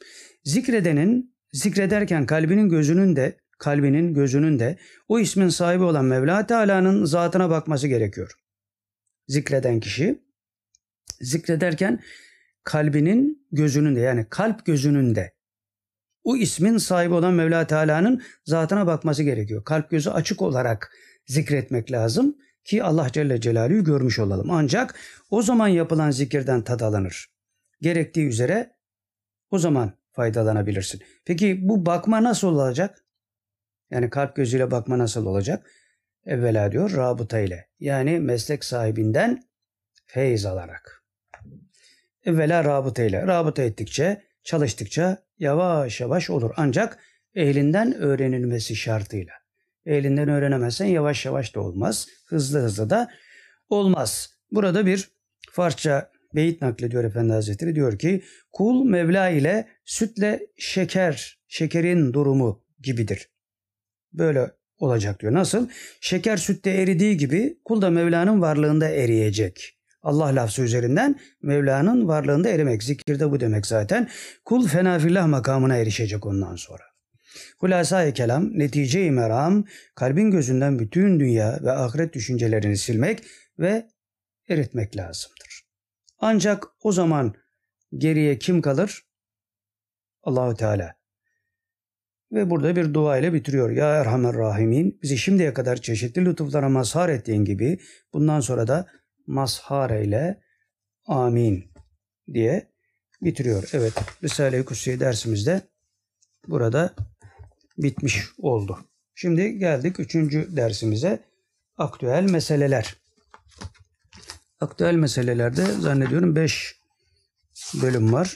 Zikrederken kalbinin gözünün de o ismin sahibi olan Mevla Teala'nın zatına bakması gerekiyor. Zikreden kişi zikrederken kalbinin gözünün de, yani kalp gözünün de o ismin sahibi olan Mevla Teala'nın zatına bakması gerekiyor. Kalp gözü açık olarak zikretmek lazım ki Allah Celle Celaluhu'yu görmüş olalım. Ancak o zaman yapılan zikirden tad alınır. Gerektiği üzere o zaman faydalanabilirsin. Peki bu bakma nasıl olacak? Yani kalp gözüyle bakma nasıl olacak? Evvela diyor rabıta ile. Yani meslek sahibinden feyz alarak. Evvela rabıta ile. Rabıta ettikçe, çalıştıkça yavaş yavaş olur. Ancak ehlinden öğrenilmesi şartıyla. Ehlinden öğrenemezsen yavaş yavaş da olmaz. Hızlı hızlı da olmaz. Burada bir Farsça beyit naklediyor Efendi Hazretleri. Diyor ki kul Mevla ile sütle şekerin durumu gibidir. Böyle olacak diyor. Nasıl? Şeker sütte eridiği gibi kul da Mevla'nın varlığında eriyecek. Allah lafzı üzerinden Mevla'nın varlığında erimek. Zikirde bu demek zaten. Kul fenafillah makamına erişecek ondan sonra. Hulasa-i kelam, netice-i meram, kalbin gözünden bütün dünya ve ahiret düşüncelerini silmek ve eritmek lazımdır. Ancak o zaman geriye kim kalır? Allahu Teala. Ve burada bir dua ile bitiriyor. Ya Erhamer Rahimin, bizi şimdiye kadar çeşitli lütuflara mazhar ettiğin gibi bundan sonra da mazhar eyle, amin diye bitiriyor. Evet, Risale-i Kutsiye dersimizde burada bitmiş oldu. Şimdi geldik 3. dersimize. Aktüel meseleler. Aktüel meselelerde zannediyorum 5 bölüm var.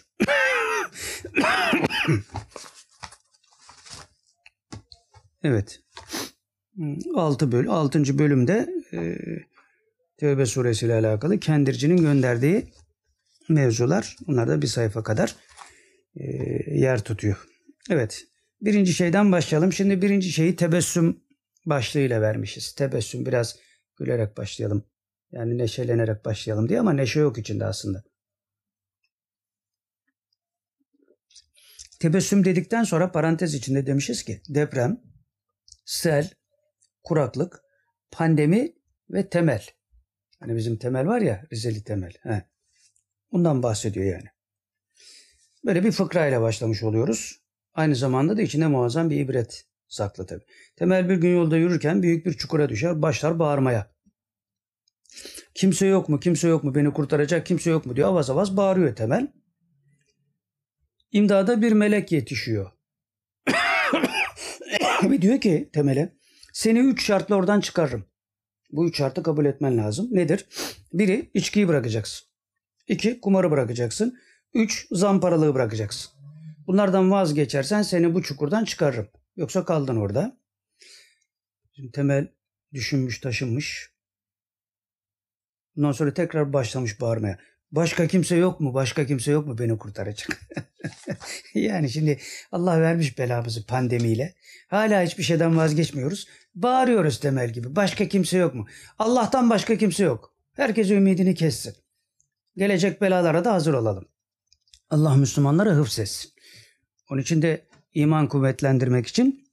Evet. 6. bölümde Tevbe suresi ile alakalı Kendirci'nin gönderdiği mevzular. Bunlar da bir sayfa kadar yer tutuyor. Evet. Birinci şeyden başlayalım. Şimdi birinci şeyi tebessüm başlığıyla vermişiz. Tebessüm, biraz gülerek başlayalım. Yani neşelenerek başlayalım diye, ama neşe yok içinde aslında. Tebessüm dedikten sonra parantez içinde demişiz ki deprem, sel, kuraklık, pandemi ve temel. Hani bizim temel var ya, Rizeli Temel. Bundan bahsediyor yani. Böyle bir fıkrayla başlamış oluyoruz. Aynı zamanda da içinde muazzam bir ibret saklı tabii. Temel bir gün yolda yürürken büyük bir çukura düşer, başlar bağırmaya. Kimse yok mu, kimse yok mu, beni kurtaracak kimse yok mu diyor. Avaz avaz bağırıyor Temel. İmdada bir melek yetişiyor. Ve diyor ki Temel'e, seni 3 şartla oradan çıkarırım. Bu 3 şartı kabul etmen lazım. Nedir? 1'i içkiyi bırakacaksın. 2 kumarı bırakacaksın. 3 zamparalığı bırakacaksın. Bunlardan vazgeçersen seni bu çukurdan çıkarırım. Yoksa kaldın orada. Şimdi Temel düşünmüş, taşınmış. Ondan sonra tekrar başlamış bağırmaya. Başka kimse yok mu? Başka kimse yok mu beni kurtaracak? Yani şimdi Allah vermiş belamızı pandemiyle. Hala hiçbir şeyden vazgeçmiyoruz. Bağırıyoruz Temel gibi. Başka kimse yok mu? Allah'tan başka kimse yok. Herkes ümidini kessin. Gelecek belalara da hazır olalım. Allah Müslümanları hıfzetsin. Onun için de iman kuvvetlendirmek için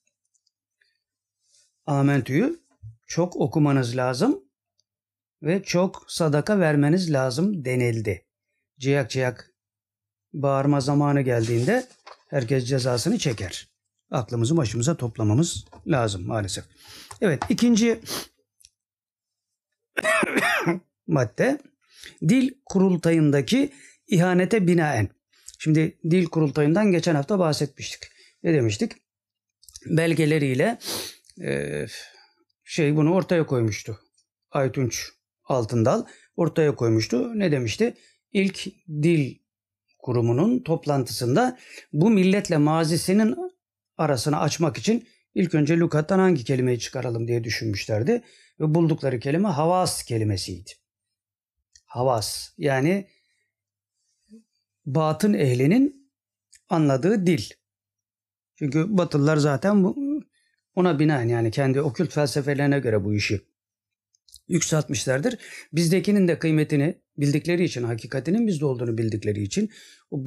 Amentü'yü çok okumanız lazım ve çok sadaka vermeniz lazım denildi. Ciyak ciyak bağırma zamanı geldiğinde herkes cezasını çeker. Aklımızı başımıza toplamamız lazım maalesef. Evet, ikinci madde dil kurultayındaki ihanete binaen. Şimdi dil kurultayından geçen hafta bahsetmiştik. Ne demiştik? Belgeleriyle bunu ortaya koymuştu. Aytunç Altındal ortaya koymuştu. Ne demişti? İlk dil kurumunun toplantısında bu milletle mazisinin arasını açmak için ilk önce lügattan hangi kelimeyi çıkaralım diye düşünmüşlerdi. Ve buldukları kelime havas kelimesiydi. Havas, yani batın ehlinin anladığı dil. Çünkü Batılılar zaten ona binaen, yani kendi okült felsefelerine göre bu işi yükseltmişlerdir. Bizdekinin de kıymetini bildikleri için, hakikatinin bizde olduğunu bildikleri için o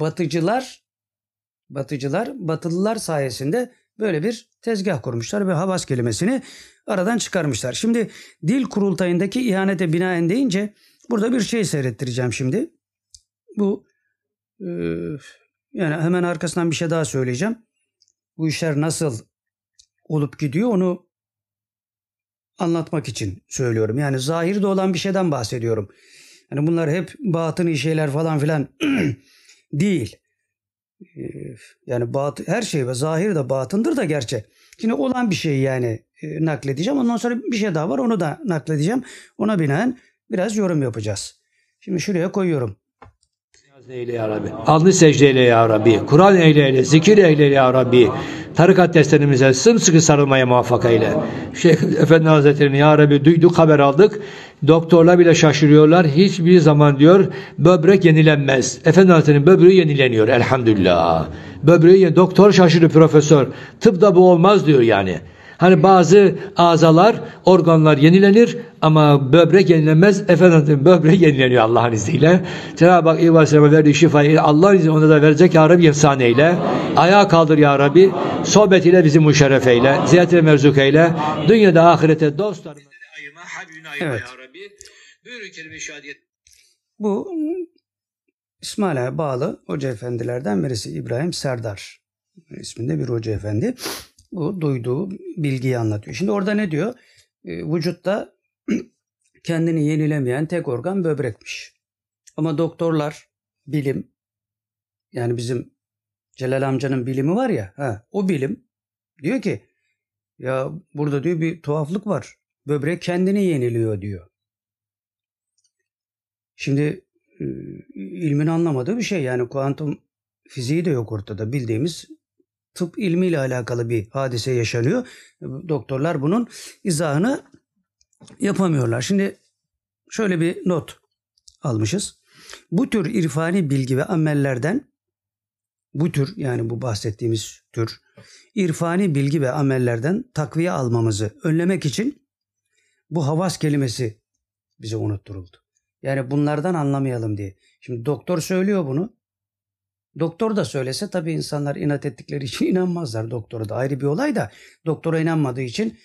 Batılılar sayesinde böyle bir tezgah kurmuşlar ve havas kelimesini aradan çıkarmışlar. Şimdi dil kurultayındaki ihanete binaen deyince burada bir şey seyrettireceğim şimdi. Bu yani hemen arkasından bir şey daha söyleyeceğim. Bu işler nasıl olup gidiyor onu anlatmak için söylüyorum. Yani zahirde olan bir şeyden bahsediyorum. Yani bunlar hep batıni şeyler falan filan değil. Yani her şey ve zahir de batındır da gerçi. Şimdi olan bir şeyi yani nakledeceğim. Ondan sonra bir şey daha var, onu da nakledeceğim. Ona binaen biraz yorum yapacağız. Şimdi şuraya koyuyorum. Eyle ya Rabbi. Alnı secde eyle ya Rabbi. Kur'an eyle, zikir eyle ya Rabbi. Tarikat derslerimize sımsıkı sarılmaya muvaffak eyle. Şeyh Efendi Hazretleri'ni ya Rabbi duyduk, haber aldık. Doktorlar bile şaşırıyorlar. Hiçbir zaman diyor böbrek yenilenmez. Efendi Hazretleri'nin böbreği yenileniyor elhamdülillah. Doktor şaşırıyor, profesör. Tıpta bu olmaz diyor yani. Hani bazı azalar, organlar yenilenir ama böbrek yenilenmez. Efendim böbrek yenileniyor Allah'ın izniyle. Cenab-ı Hak İyi Aleyhisselam'a verdiği şifayı Allah'ın izniyle ona da verecek ya Rabbi, ihsan eyle. Ayağa kaldır ya Rabbi. Sohbetiyle bizi müşerref eyle. Ziyaretine merzuk eyle. Dünyada ahirete dostlarına ayırma, habibine ayırma Evet. ya Rabbi. Buyurun kelime-i şehadiyet. Bu İsmaila'ya bağlı hoca efendilerden birisi İbrahim Serdar isminde bir hoca efendi. Bu duyduğu bilgiyi anlatıyor. Şimdi orada ne diyor? Vücutta kendini yenilemeyen tek organ böbrekmiş. Ama doktorlar, bilim, yani bizim Celal amcanın bilimi var ya, o bilim diyor ki ya burada diyor bir tuhaflık var. Böbrek kendini yeniliyor diyor. Şimdi ilmin anlamadığı bir şey, yani kuantum fiziği de yok ortada. Bildiğimiz tıp ilmiyle alakalı bir hadise yaşanıyor. Doktorlar bunun izahını yapamıyorlar. Şimdi şöyle bir not almışız. Bu tür irfani bilgi ve amellerden, bu tür yani bu bahsettiğimiz tür irfani bilgi ve amellerden takviye almamızı önlemek için bu havas kelimesi bize unutturuldu. Yani bunlardan anlamayalım diye. Şimdi doktor söylüyor bunu. Doktor da söylese tabii insanlar inat ettikleri için inanmazlar. Doktora da ayrı bir olay da, doktora inanmadığı için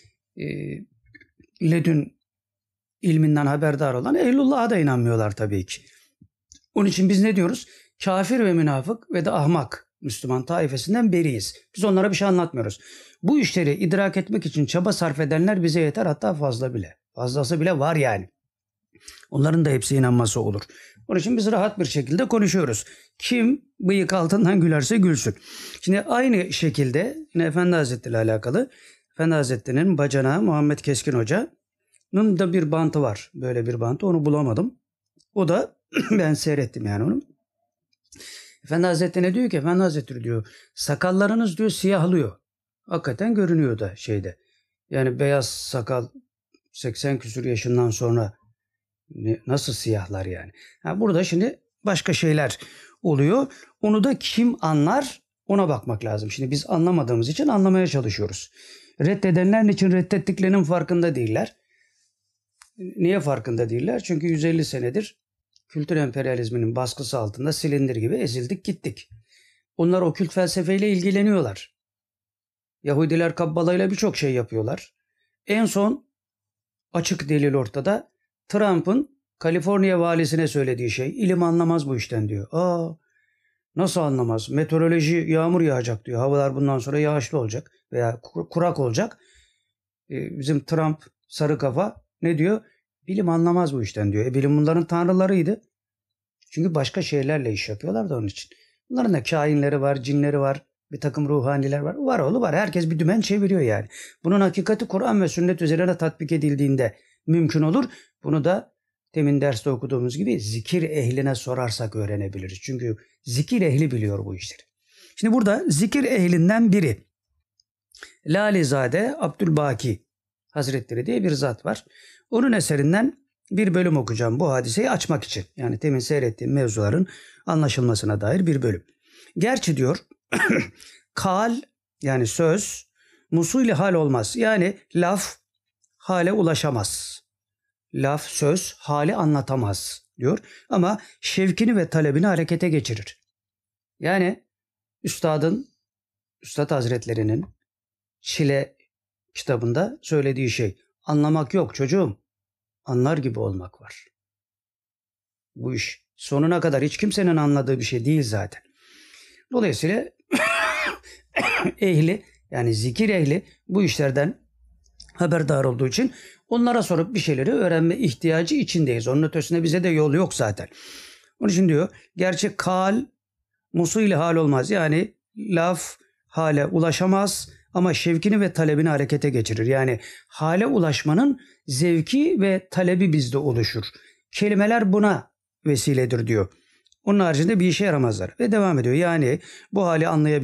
ledün ilminden haberdar olan ehlullah'a da inanmıyorlar tabii ki. Onun için biz ne diyoruz? Kafir ve münafık ve de ahmak Müslüman taifesinden beriyiz. Biz onlara bir şey anlatmıyoruz. Bu işleri idrak etmek için çaba sarf edenler bize yeter, hatta fazla bile. Fazlası bile var yani. Onların da hepsi inanması olur. Onun için biz rahat bir şekilde konuşuyoruz. Kim bıyık altından gülerse gülsün. Şimdi aynı şekilde yine Efendi Hazretleri ile alakalı, Efendi Hazretleri'nin bacanağı Muhammed Keskin Hoca'nın da bir bantı var. Böyle bir bantı, onu bulamadım. O da ben seyrettim yani onu. Efendi Hazretleri diyor ki, Efendi Hazretleri diyor, sakallarınız diyor siyahlıyor. Hakikaten görünüyor da şeyde. Yani beyaz sakal 80 küsur yaşından sonra nasıl siyahlar yani? Burada şimdi başka şeyler oluyor. Onu da kim anlar, ona bakmak lazım. Şimdi biz anlamadığımız için anlamaya çalışıyoruz. Reddedenler için reddettiklerinin farkında değiller. Niye farkında değiller? Çünkü 150 senedir kültür emperyalizminin baskısı altında silindir gibi ezildik gittik. Onlar okült felsefeyle ilgileniyorlar. Yahudiler Kabbala'yla birçok şey yapıyorlar. En son açık delil ortada. Trump'ın Kaliforniya valisine söylediği şey, ilim anlamaz bu işten diyor. Nasıl anlamaz? Meteoroloji, yağmur yağacak diyor. Havalar bundan sonra yağışlı olacak veya kurak olacak. Bizim Trump sarı kafa ne diyor? Bilim anlamaz bu işten diyor. Bilim bunların tanrılarıydı. Çünkü başka şeylerle iş yapıyorlar da onun için. Bunların da kainleri var, cinleri var, bir takım ruhaniler var. Var oğlu var. Herkes bir dümen çeviriyor yani. Bunun hakikati Kur'an ve sünnet üzerine tatbik edildiğinde mümkün olur. Bunu da demin derste okuduğumuz gibi zikir ehline sorarsak öğrenebiliriz. Çünkü zikir ehli biliyor bu işleri. Şimdi burada zikir ehlinden biri Lalezade Abdülbaki Hazretleri diye bir zat var. Onun eserinden bir bölüm okuyacağım bu hadiseyi açmak için. Yani temin seyrettiğim mevzuların anlaşılmasına dair bir bölüm. Gerçi diyor kal yani söz musul hal olmaz. Yani laf hale ulaşamaz. Laf, söz hali anlatamaz diyor. Ama şevkini ve talebini harekete geçirir. Yani Üstad Hazretleri'nin Çile kitabında söylediği şey, anlamak yok çocuğum, anlar gibi olmak var. Bu iş sonuna kadar hiç kimsenin anladığı bir şey değil zaten. Dolayısıyla ehli, yani zikir ehli bu işlerden haberdar olduğu için onlara sorup bir şeyleri öğrenme ihtiyacı içindeyiz. Onun ötesinde bize de yol yok zaten. Onun için diyor, gerçi kal musul hal olmaz. Yani laf hale ulaşamaz ama şevkini ve talebini harekete geçirir. Yani hale ulaşmanın zevki ve talebi bizde oluşur. Kelimeler buna vesiledir diyor. Onun haricinde bir işe yaramazlar. Ve devam ediyor. Yani bu hali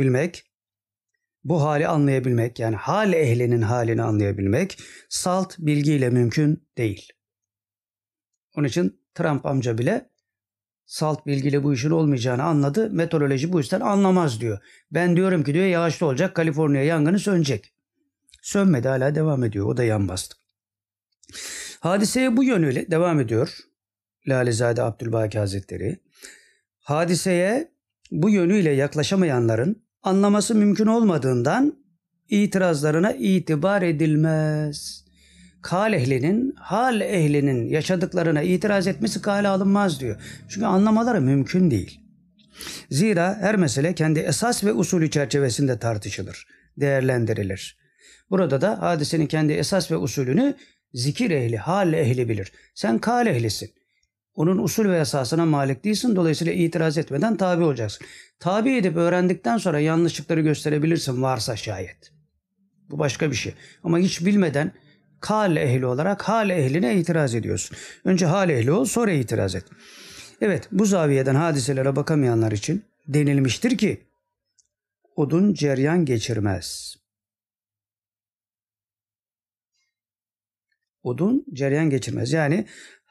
anlayabilmek yani hal ehlinin halini anlayabilmek salt bilgiyle mümkün değil. Onun için Trump amca bile salt bilgiyle bu işin olmayacağını anladı. Meteoroloji bu yüzden anlamaz diyor. Ben diyorum ki diyor yağışlı olacak, Kaliforniya yangını sönecek. Sönmedi, hala devam ediyor. O da yan bastı. Hadiseye bu yönüyle devam ediyor Lalezade Abdülbaki Hazretleri. Hadiseye bu yönüyle yaklaşamayanların anlaması mümkün olmadığından itirazlarına itibar edilmez. Hal ehlinin yaşadıklarına itiraz etmesi kale alınmaz diyor. Çünkü anlamaları mümkün değil. Zira her mesele kendi esas ve usulü çerçevesinde tartışılır, değerlendirilir. Burada da hadisenin kendi esas ve usulünü zikir ehli, hal ehli bilir. Sen kal ehlisin. Onun usul ve esasına malik değilsin. Dolayısıyla itiraz etmeden tabi olacaksın. Tabi edip öğrendikten sonra yanlışlıkları gösterebilirsin varsa şayet. Bu başka bir şey. Ama hiç bilmeden kal ehli olarak hal ehline itiraz ediyorsun. Önce hal ehli ol, sonra itiraz et. Evet, bu zaviyeden hadiselere bakamayanlar için denilmiştir ki odun ceryan geçirmez. Odun ceryan geçirmez. Yani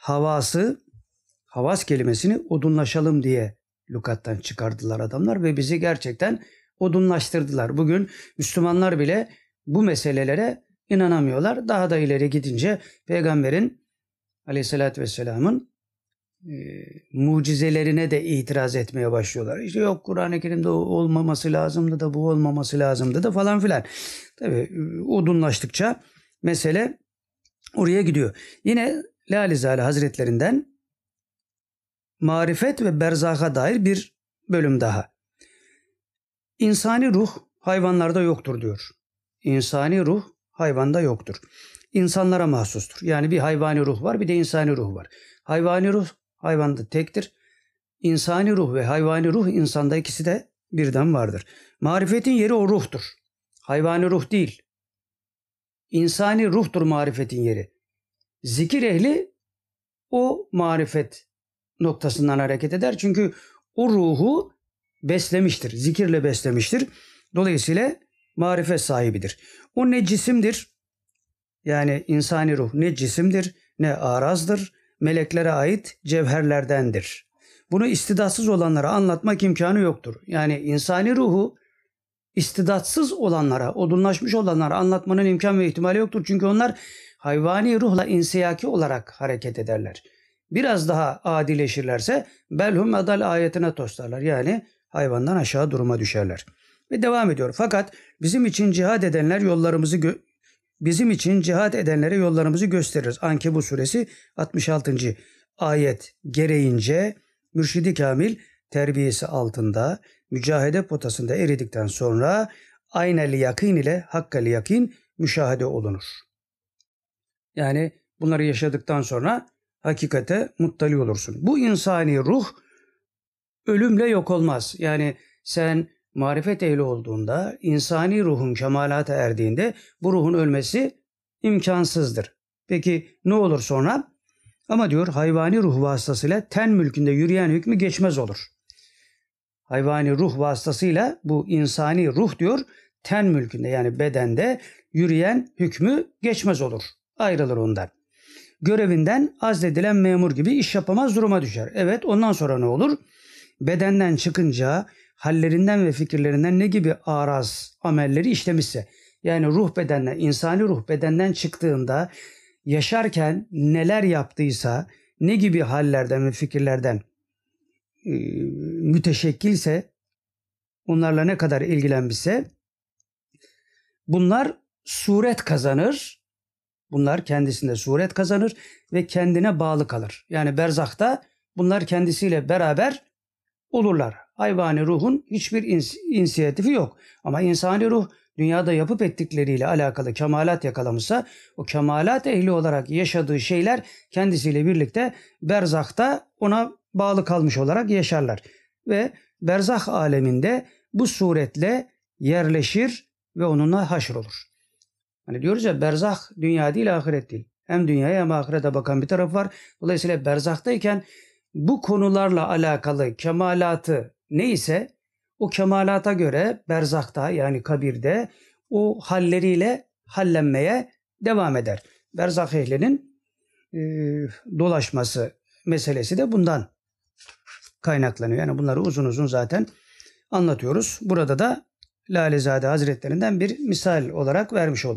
havas kelimesini odunlaşalım diye lügattan çıkardılar adamlar ve bizi gerçekten odunlaştırdılar. Bugün Müslümanlar bile bu meselelere inanamıyorlar. Daha da ileri gidince Peygamberin Aleyhisselatü Vesselam'ın mucizelerine de itiraz etmeye başlıyorlar. İşte yok Kur'an-ı Kerim'de olmaması lazımdı da bu olmaması lazımdı da falan filan. Tabii odunlaştıkça mesele oraya gidiyor. Yine Lalizade Hazretlerinden marifet ve berzaka dair bir bölüm daha. İnsani ruh hayvanlarda yoktur diyor. İnsani ruh hayvanda yoktur. İnsanlara mahsustur. Yani bir hayvani ruh var, bir de insani ruh var. Hayvani ruh hayvanda tektir. İnsani ruh ve hayvani ruh insanda ikisi de birden vardır. Marifetin yeri o ruhtur. Hayvani ruh değil. İnsani ruhtur marifetin yeri. Zikir ehli o marifet noktasından hareket eder. Çünkü o ruhu beslemiştir. Zikirle beslemiştir. Dolayısıyla marifet sahibidir. O ne cisimdir. Yani insani ruh ne cisimdir ne arazdır. Meleklere ait cevherlerdendir. Bunu istidatsız olanlara anlatmak imkanı yoktur. Yani insani ruhu istidatsız olanlara, odunlaşmış olanlara anlatmanın imkan ve ihtimali yoktur. Çünkü onlar hayvani ruhla insiyaki olarak hareket ederler. Biraz daha adileşirlerse belhum adal ayetine toslarlar. Yani hayvandan aşağı duruma düşerler. Ve devam ediyor. Fakat bizim için cihad edenlere yollarımızı gösteririz. Ankebut suresi 66. ayet gereğince Mürşid-i Kamil terbiyesi altında mücahede potasında eridikten sonra aynel yakin ile hakkal yakin müşahede olunur. Yani bunları yaşadıktan sonra hakikate muttali olursun. Bu insani ruh ölümle yok olmaz. Yani sen marifet ehli olduğunda, insani ruhun kemalata erdiğinde bu ruhun ölmesi imkansızdır. Peki ne olur sonra? Ama diyor hayvani ruh vasıtasıyla ten mülkünde yürüyen hükmü geçmez olur. Hayvani ruh vasıtasıyla bu insani ruh diyor ten mülkünde yani bedende yürüyen hükmü geçmez olur. Ayrılır ondan. Görevinden azledilen memur gibi iş yapamaz duruma düşer. Evet, ondan sonra ne olur? Bedenden çıkınca hallerinden ve fikirlerinden ne gibi araz amelleri işlemişse, yani ruh bedenden, insani ruh bedenden çıktığında yaşarken neler yaptıysa, ne gibi hallerden ve fikirlerden müteşekkilse, onlarla ne kadar ilgilenmişse bunlar suret kazanır. Bunlar kendisinde suret kazanır ve kendine bağlı kalır. Yani berzakta bunlar kendisiyle beraber olurlar. Hayvani ruhun hiçbir inisiyatifi yok. Ama insani ruh dünyada yapıp ettikleriyle alakalı kemalat yakalamışsa o kemalat ehli olarak yaşadığı şeyler kendisiyle birlikte berzakta ona bağlı kalmış olarak yaşarlar. Ve berzak aleminde bu suretle yerleşir ve onunla haşr olur. Hani diyoruz ya berzak dünya değil ahiret değil. Hem dünyaya hem ahirete bakan bir taraf var. Dolayısıyla berzaktayken bu konularla alakalı kemalatı neyse o kemalata göre berzakta yani kabirde o halleriyle hallenmeye devam eder. Berzak ehlinin dolaşması meselesi de bundan kaynaklanıyor. Yani bunları uzun uzun zaten anlatıyoruz. Burada da Lalezade Hazretlerinden bir misal olarak vermiş olduk.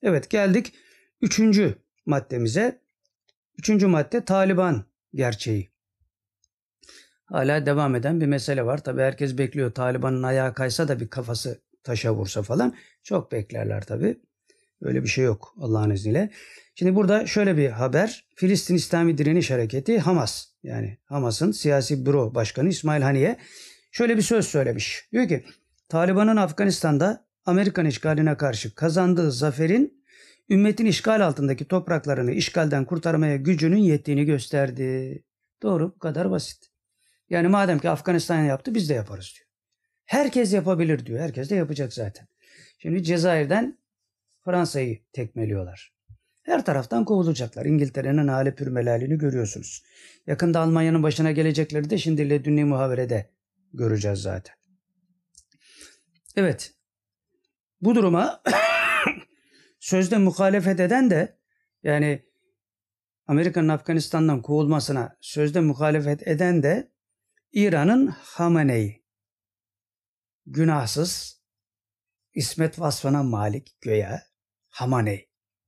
Evet, geldik 3. maddemize. 3. madde Taliban gerçeği. Hala devam eden bir mesele var. Tabii herkes bekliyor. Taliban'ın ayağı kaysa da bir kafası taşa vursa falan. Çok beklerler tabii. Öyle bir şey yok Allah'ın izniyle. Şimdi burada şöyle bir haber. Filistin İslami Direniş Hareketi Hamas, yani Hamas'ın siyasi büro başkanı İsmail Haniye şöyle bir söz söylemiş. Diyor ki Taliban'ın Afganistan'da Amerikan işgaline karşı kazandığı zaferin ümmetin işgal altındaki topraklarını işgalden kurtarmaya gücünün yettiğini gösterdi. Doğru, bu kadar basit. Yani madem ki Afganistan yaptı biz de yaparız diyor. Herkes yapabilir diyor. Herkes de yapacak zaten. Şimdi Cezayir'den Fransa'yı tekmeliyorlar. Her taraftan kovulacaklar. İngiltere'nin hali pürmelalini görüyorsunuz. Yakında Almanya'nın başına gelecekleri de şimdi ledünni muhaberede göreceğiz zaten. Evet. Bu duruma sözde muhalefet eden de, yani Amerika'nın Afganistan'dan kovulmasına sözde muhalefet eden de İran'ın Hamenei. Günahsız, İsmet vasfına malik göya Hamenei.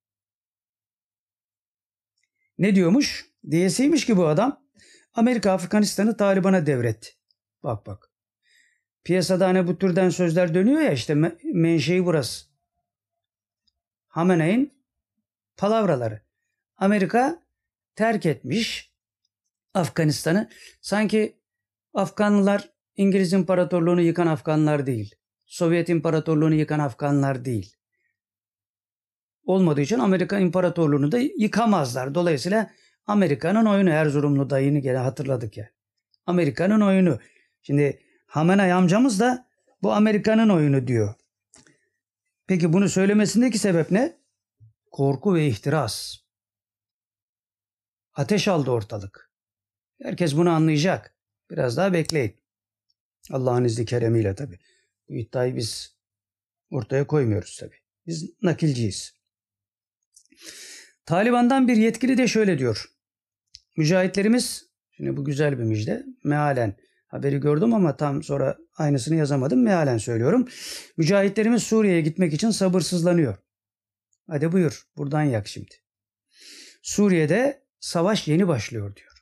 Ne diyormuş? Diyesiymiş ki bu adam Amerika Afganistan'ı Taliban'a devretti. Bak bak. Piyasada hani bu türden sözler dönüyor ya, işte menşei burası. Hamenei'nin palavraları. Amerika terk etmiş Afganistan'ı. Sanki Afganlılar İngiliz İmparatorluğunu yıkan Afganlar değil. Sovyet İmparatorluğunu yıkan Afganlar değil. Olmadığı için Amerika İmparatorluğunu da yıkamazlar. Dolayısıyla Amerika'nın oyunu, Erzurumlu dayını gene hatırladık ya. Amerika'nın oyunu. Şimdi Hamenei amcamız da bu Amerika'nın oyunu diyor. Peki bunu söylemesindeki sebep ne? Korku ve ihtiras. Ateş aldı ortalık. Herkes bunu anlayacak. Biraz daha bekleyin. Allah'ın izni keremiyle tabii. Bu iddiayı biz ortaya koymuyoruz tabii. Biz nakilciyiz. Taliban'dan bir yetkili de şöyle diyor. Mücahitlerimiz, şimdi bu güzel bir müjde, mealen haberi gördüm ama tam sonra aynısını yazamadım. Mealen söylüyorum. Mücahitlerimiz Suriye'ye gitmek için sabırsızlanıyor. Hadi buyur, buradan yak şimdi. Suriye'de savaş yeni başlıyor diyor.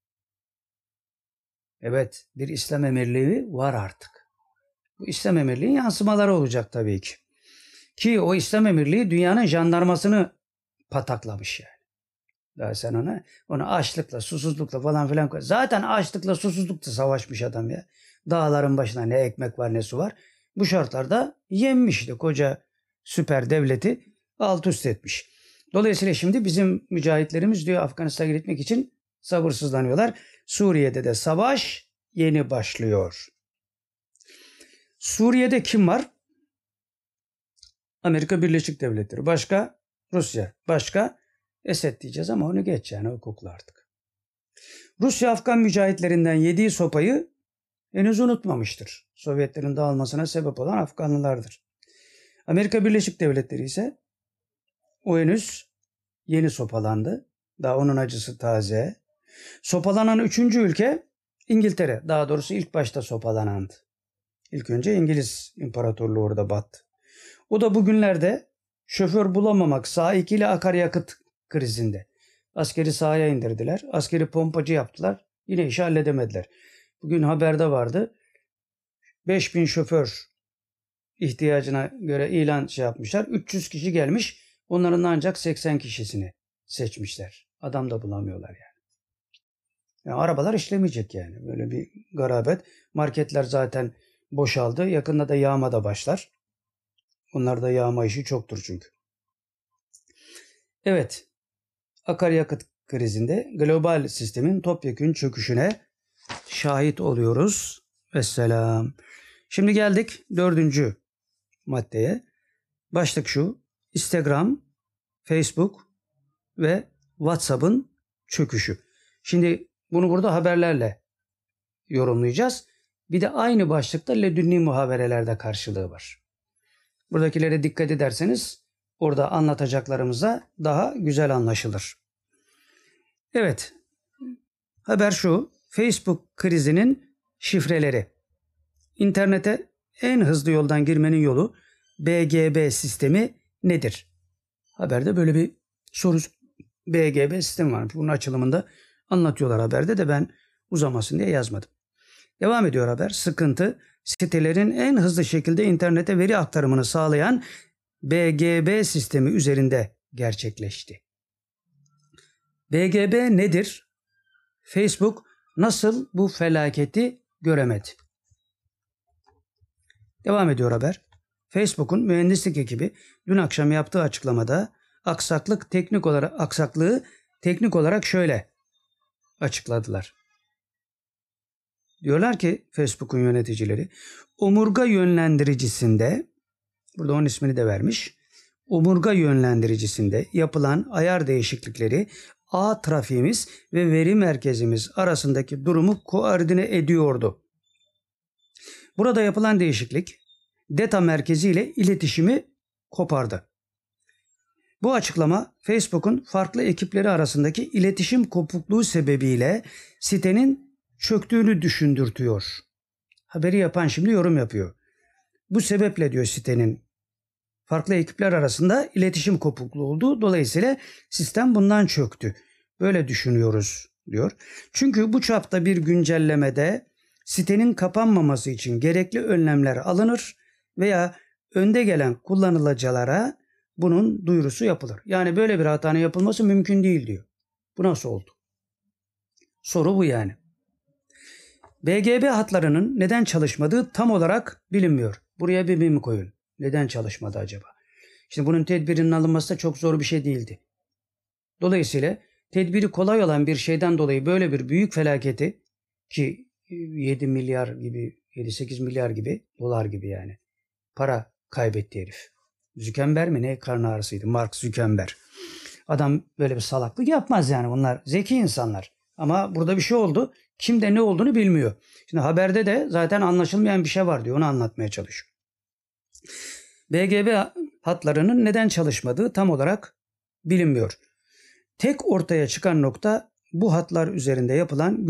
Evet, bir İslam emirliği var artık. Bu İslam emirliğinin yansımaları olacak tabii ki. Ki o İslam emirliği dünyanın jandarmasını pataklamış yani. Daha sen onu açlıkla, susuzlukla falan filan koy. Zaten açlıkla, susuzlukla savaşmış adam ya. Dağların başına ne ekmek var ne su var. Bu şartlarda yenmişti, koca süper devleti alt üst etmiş. Dolayısıyla şimdi bizim mücahitlerimiz diyor Afganistan'a gitmek için sabırsızlanıyorlar. Suriye'de de savaş yeni başlıyor. Suriye'de kim var? Amerika Birleşik Devletleri. Başka? Rusya. Başka? Esed diyeceğiz ama onu geç, yani hukuklu artık. Rusya Afgan mücahitlerinden yediği sopayı henüz unutmamıştır. Sovyetlerin dağılmasına sebep olan Afganlılardır. Amerika Birleşik Devletleri ise o henüz yeni sopalandı. Daha onun acısı taze. Sopalanan 3. ülke İngiltere. Daha doğrusu ilk başta sopalanandı. İlk önce İngiliz İmparatorluğu orada battı. O da bugünlerde şoför bulamamak sahikiyle akaryakıt krizinde. Askeri sahaya indirdiler. Askeri pompacı yaptılar. Yine işi halledemediler. Bugün haberde vardı. 5000 şoför ihtiyacına göre ilan yapmışlar. 300 kişi gelmiş. Onların ancak 80 kişisini seçmişler. Adam da bulamıyorlar yani. Yani arabalar işlemeyecek yani. Böyle bir garabet. Marketler zaten boşaldı. Yakında da yağma da başlar. Onlarda yağma işi çoktur çünkü. Evet. Akaryakıt krizinde global sistemin topyekün çöküşüne şahit oluyoruz. Vesselam. Şimdi geldik 4. maddeye. Başlık şu: Instagram, Facebook ve WhatsApp'ın çöküşü. Şimdi bunu burada haberlerle yorumlayacağız. Bir de aynı başlıkta ledünni muhaberelerde karşılığı var. Buradakilere dikkat ederseniz orada anlatacaklarımıza daha güzel anlaşılır. Evet, haber şu: Facebook krizinin şifreleri. İnternete en hızlı yoldan girmenin yolu BGB sistemi nedir? Haberde böyle bir soru BGB sistemi var. Bunun açılımında anlatıyorlar haberde de ben uzamasın diye yazmadım. Devam ediyor haber. Sıkıntı sitelerin en hızlı şekilde internete veri aktarımını sağlayan BGB sistemi üzerinde gerçekleşti. BGB nedir? Facebook nasıl bu felaketi göremedi? Devam ediyor haber. Facebook'un mühendislik ekibi dün akşam yaptığı açıklamada aksaklığı teknik olarak şöyle açıkladılar. Diyorlar ki Facebook'un yöneticileri omurga yönlendiricisinde, burada onun ismini de vermiş, omurga yönlendiricisinde yapılan ayar değişiklikleri ağ trafiğimiz ve veri merkezimiz arasındaki durumu koordine ediyordu. Burada yapılan değişiklik data merkezi ile iletişimi kopardı. Bu açıklama Facebook'un farklı ekipleri arasındaki iletişim kopukluğu sebebiyle sitenin çöktüğünü düşündürtüyor. Haberi yapan şimdi yorum yapıyor. Bu sebeple diyor sitenin farklı ekipler arasında iletişim kopukluğu oldu. Dolayısıyla sistem bundan çöktü. Böyle düşünüyoruz diyor. Çünkü bu çapta bir güncellemede sitenin kapanmaması için gerekli önlemler alınır veya önde gelen kullanıcılara bunun duyurusu yapılır. Yani böyle bir hatanın yapılması mümkün değil diyor. Bu nasıl oldu? Soru bu yani. BGB hatlarının neden çalışmadığı tam olarak bilinmiyor. Buraya bir mim koyun. Neden çalışmadı acaba? Şimdi bunun tedbirinin alınması da çok zor bir şey değildi. Dolayısıyla tedbiri kolay olan bir şeyden dolayı böyle bir büyük felaketi ki 7 milyar gibi 7-8 milyar gibi dolar gibi yani para kaybetti herif. Zuckerberg mi ne karnı ağrısıydı? Mark Zuckerberg. Adam böyle bir salaklık yapmaz yani, bunlar zeki insanlar. Ama burada bir şey oldu. Kimde ne olduğunu bilmiyor. Şimdi haberde de zaten anlaşılmayan bir şey var diyor. Onu anlatmaya çalışıyor. BGB hatlarının neden çalışmadığı tam olarak bilinmiyor. Tek ortaya çıkan nokta bu hatlar üzerinde yapılan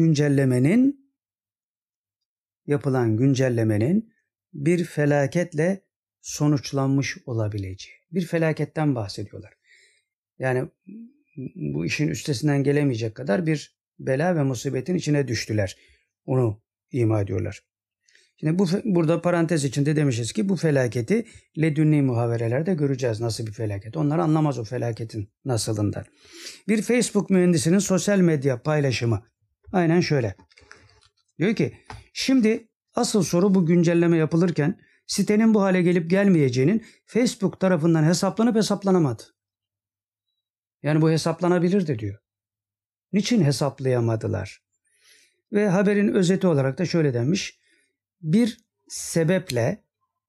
güncellemenin bir felaketle sonuçlanmış olabileceği. Bir felaketten bahsediyorlar. Yani bu işin üstesinden gelemeyecek kadar bir bela ve musibetin içine düştüler. Onu ima ediyorlar. Şimdi burada parantez içinde demişiz ki bu felaketi ledünni muhaverelerde göreceğiz. Nasıl bir felaket? Onlar anlamaz o felaketin nasılından. Bir Facebook mühendisinin sosyal medya paylaşımı. Aynen şöyle. Diyor ki şimdi asıl soru bu güncelleme yapılırken sitenin bu hale gelip gelmeyeceğinin Facebook tarafından hesaplanıp hesaplanamadı. Yani bu hesaplanabilirdi diyor. Niçin hesaplayamadılar? Ve haberin özeti olarak da şöyle denmiş. Bir sebeple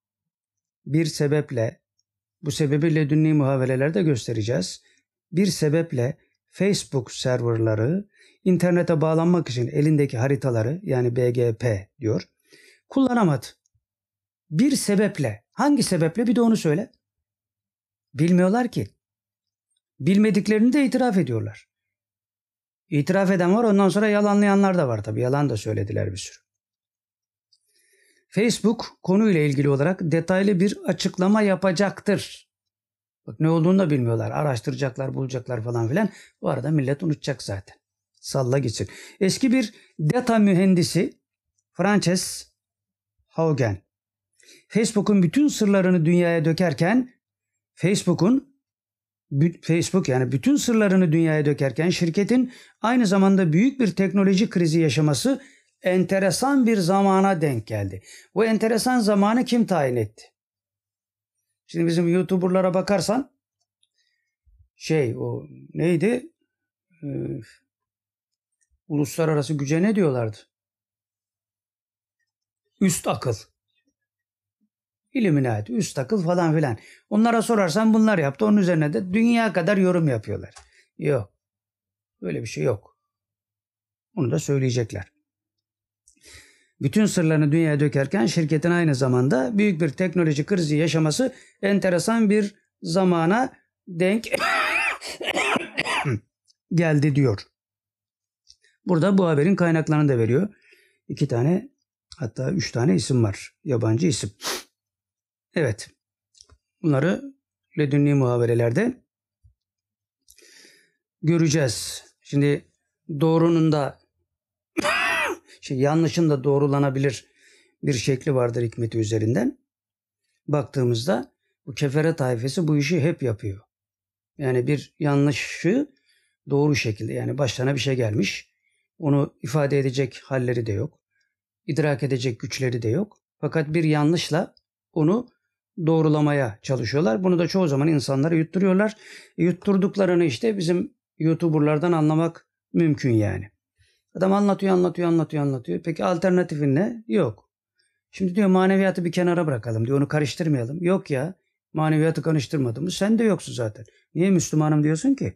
bu sebebi ledünni muhaverelerde göstereceğiz. Bir sebeple Facebook serverları internete bağlanmak için elindeki haritaları yani BGP diyor kullanamadı. Bir sebeple. Hangi sebeple? Bir de onu söyle. Bilmiyorlar ki. Bilmediklerini de itiraf ediyorlar. İtiraf eden var, ondan sonra yalanlayanlar da var tabii. Yalan da söylediler bir sürü. Facebook konuyla ilgili olarak detaylı bir açıklama yapacaktır. Bak ne olduğunu da bilmiyorlar. Araştıracaklar, bulacaklar falan filan. Bu arada millet unutacak zaten. Salla gitsin. Eski bir data mühendisi Frances Haugen Facebook'un bütün sırlarını dünyaya dökerken bütün sırlarını dünyaya dökerken şirketin aynı zamanda büyük bir teknoloji krizi yaşaması enteresan bir zamana denk geldi. Bu enteresan zamanı kim tayin etti? Şimdi bizim YouTuber'lara bakarsan o neydi? Uluslararası güce ne diyorlardı? Üst akıl. İlluminati, üst akıl falan filan. Onlara sorarsan bunlar yaptı. Onun üzerine de dünya kadar yorum yapıyorlar. Yok. Öyle bir şey yok. Onu da söyleyecekler. Bütün sırlarını dünyaya dökerken şirketin aynı zamanda büyük bir teknoloji krizi yaşaması enteresan bir zamana denk geldi diyor. Burada bu haberin kaynaklarını da veriyor. 2 tane hatta 3 tane isim var. Yabancı isim. Evet. Bunları ledünni muhaberelerde göreceğiz. Şimdi doğrunun da yanlışın da doğrulanabilir bir şekli vardır hikmeti üzerinden. Baktığımızda bu kefere taifesi bu işi hep yapıyor. Yani bir yanlışı doğru şekilde, yani başlarına bir şey gelmiş. Onu ifade edecek halleri de yok. İdrak edecek güçleri de yok. Fakat bir yanlışla onu doğrulamaya çalışıyorlar. Bunu da çoğu zaman insanlara yutturuyorlar. Yutturduklarını işte bizim YouTuber'lardan anlamak mümkün yani. Adam anlatıyor. Peki alternatifin ne? Yok. Şimdi diyor maneviyatı bir kenara bırakalım diyor. Onu karıştırmayalım. Yok ya. Maneviyatı karıştırmadım mı? Sen de yoksun zaten. Niye Müslümanım diyorsun ki?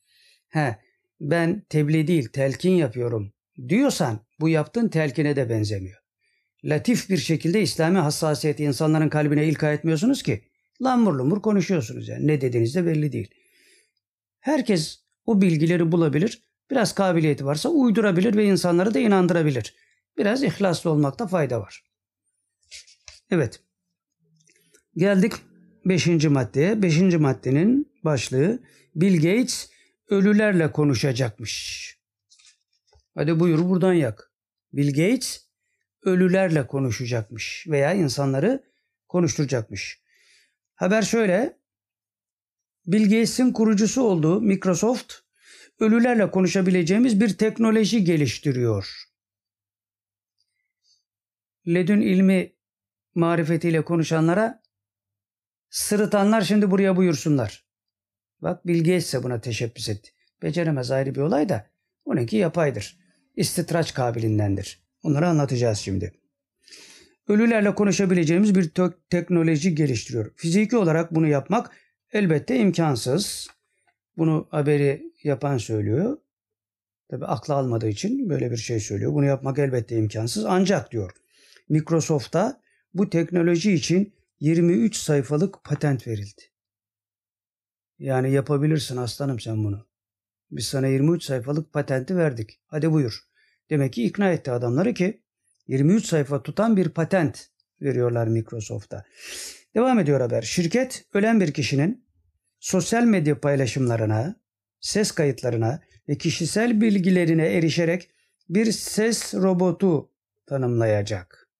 Ben tebliğ değil telkin yapıyorum diyorsan bu yaptığın telkine de benzemiyor. Latif bir şekilde İslami hassasiyeti insanların kalbine ilka etmiyorsunuz ki. Lambur lumbur konuşuyorsunuz yani. Ne dediğiniz de belli değil. Herkes o bilgileri bulabilir. Biraz kabiliyeti varsa uydurabilir ve insanları da inandırabilir. Biraz ihlaslı olmakta fayda var. Evet. Geldik 5. maddeye. 5. maddenin başlığı Bill Gates ölülerle konuşacakmış. Hadi buyur buradan yak. Bill Gates ölülerle konuşacakmış veya insanları konuşturacakmış. Haber şöyle. Bill Gates'in kurucusu olduğu Microsoft ölülerle konuşabileceğimiz bir teknoloji geliştiriyor. Ledün ilmi marifetiyle konuşanlara sırıtanlar şimdi buraya buyursunlar. Bak Bill Gates de buna teşebbüs etti. Beceremez ayrı bir olay da onunki yapaydır. İstitraç kabilindendir. Onları anlatacağız şimdi. Ölülerle konuşabileceğimiz bir teknoloji geliştiriyor. Fiziki olarak bunu yapmak elbette imkansız. Bunu haberi yapan söylüyor. Tabii aklı almadığı için böyle bir şey söylüyor. Bunu yapmak elbette imkansız. Ancak diyor Microsoft'a bu teknoloji için 23 sayfalık patent verildi. Yani yapabilirsin aslanım sen bunu. Biz sana 23 sayfalık patenti verdik. Hadi buyur. Demek ki ikna etti adamları ki 23 sayfa tutan bir patent veriyorlar Microsoft'a. Devam ediyor haber. Şirket ölen bir kişinin sosyal medya paylaşımlarına, ses kayıtlarına ve kişisel bilgilerine erişerek bir ses robotu tanımlayacak.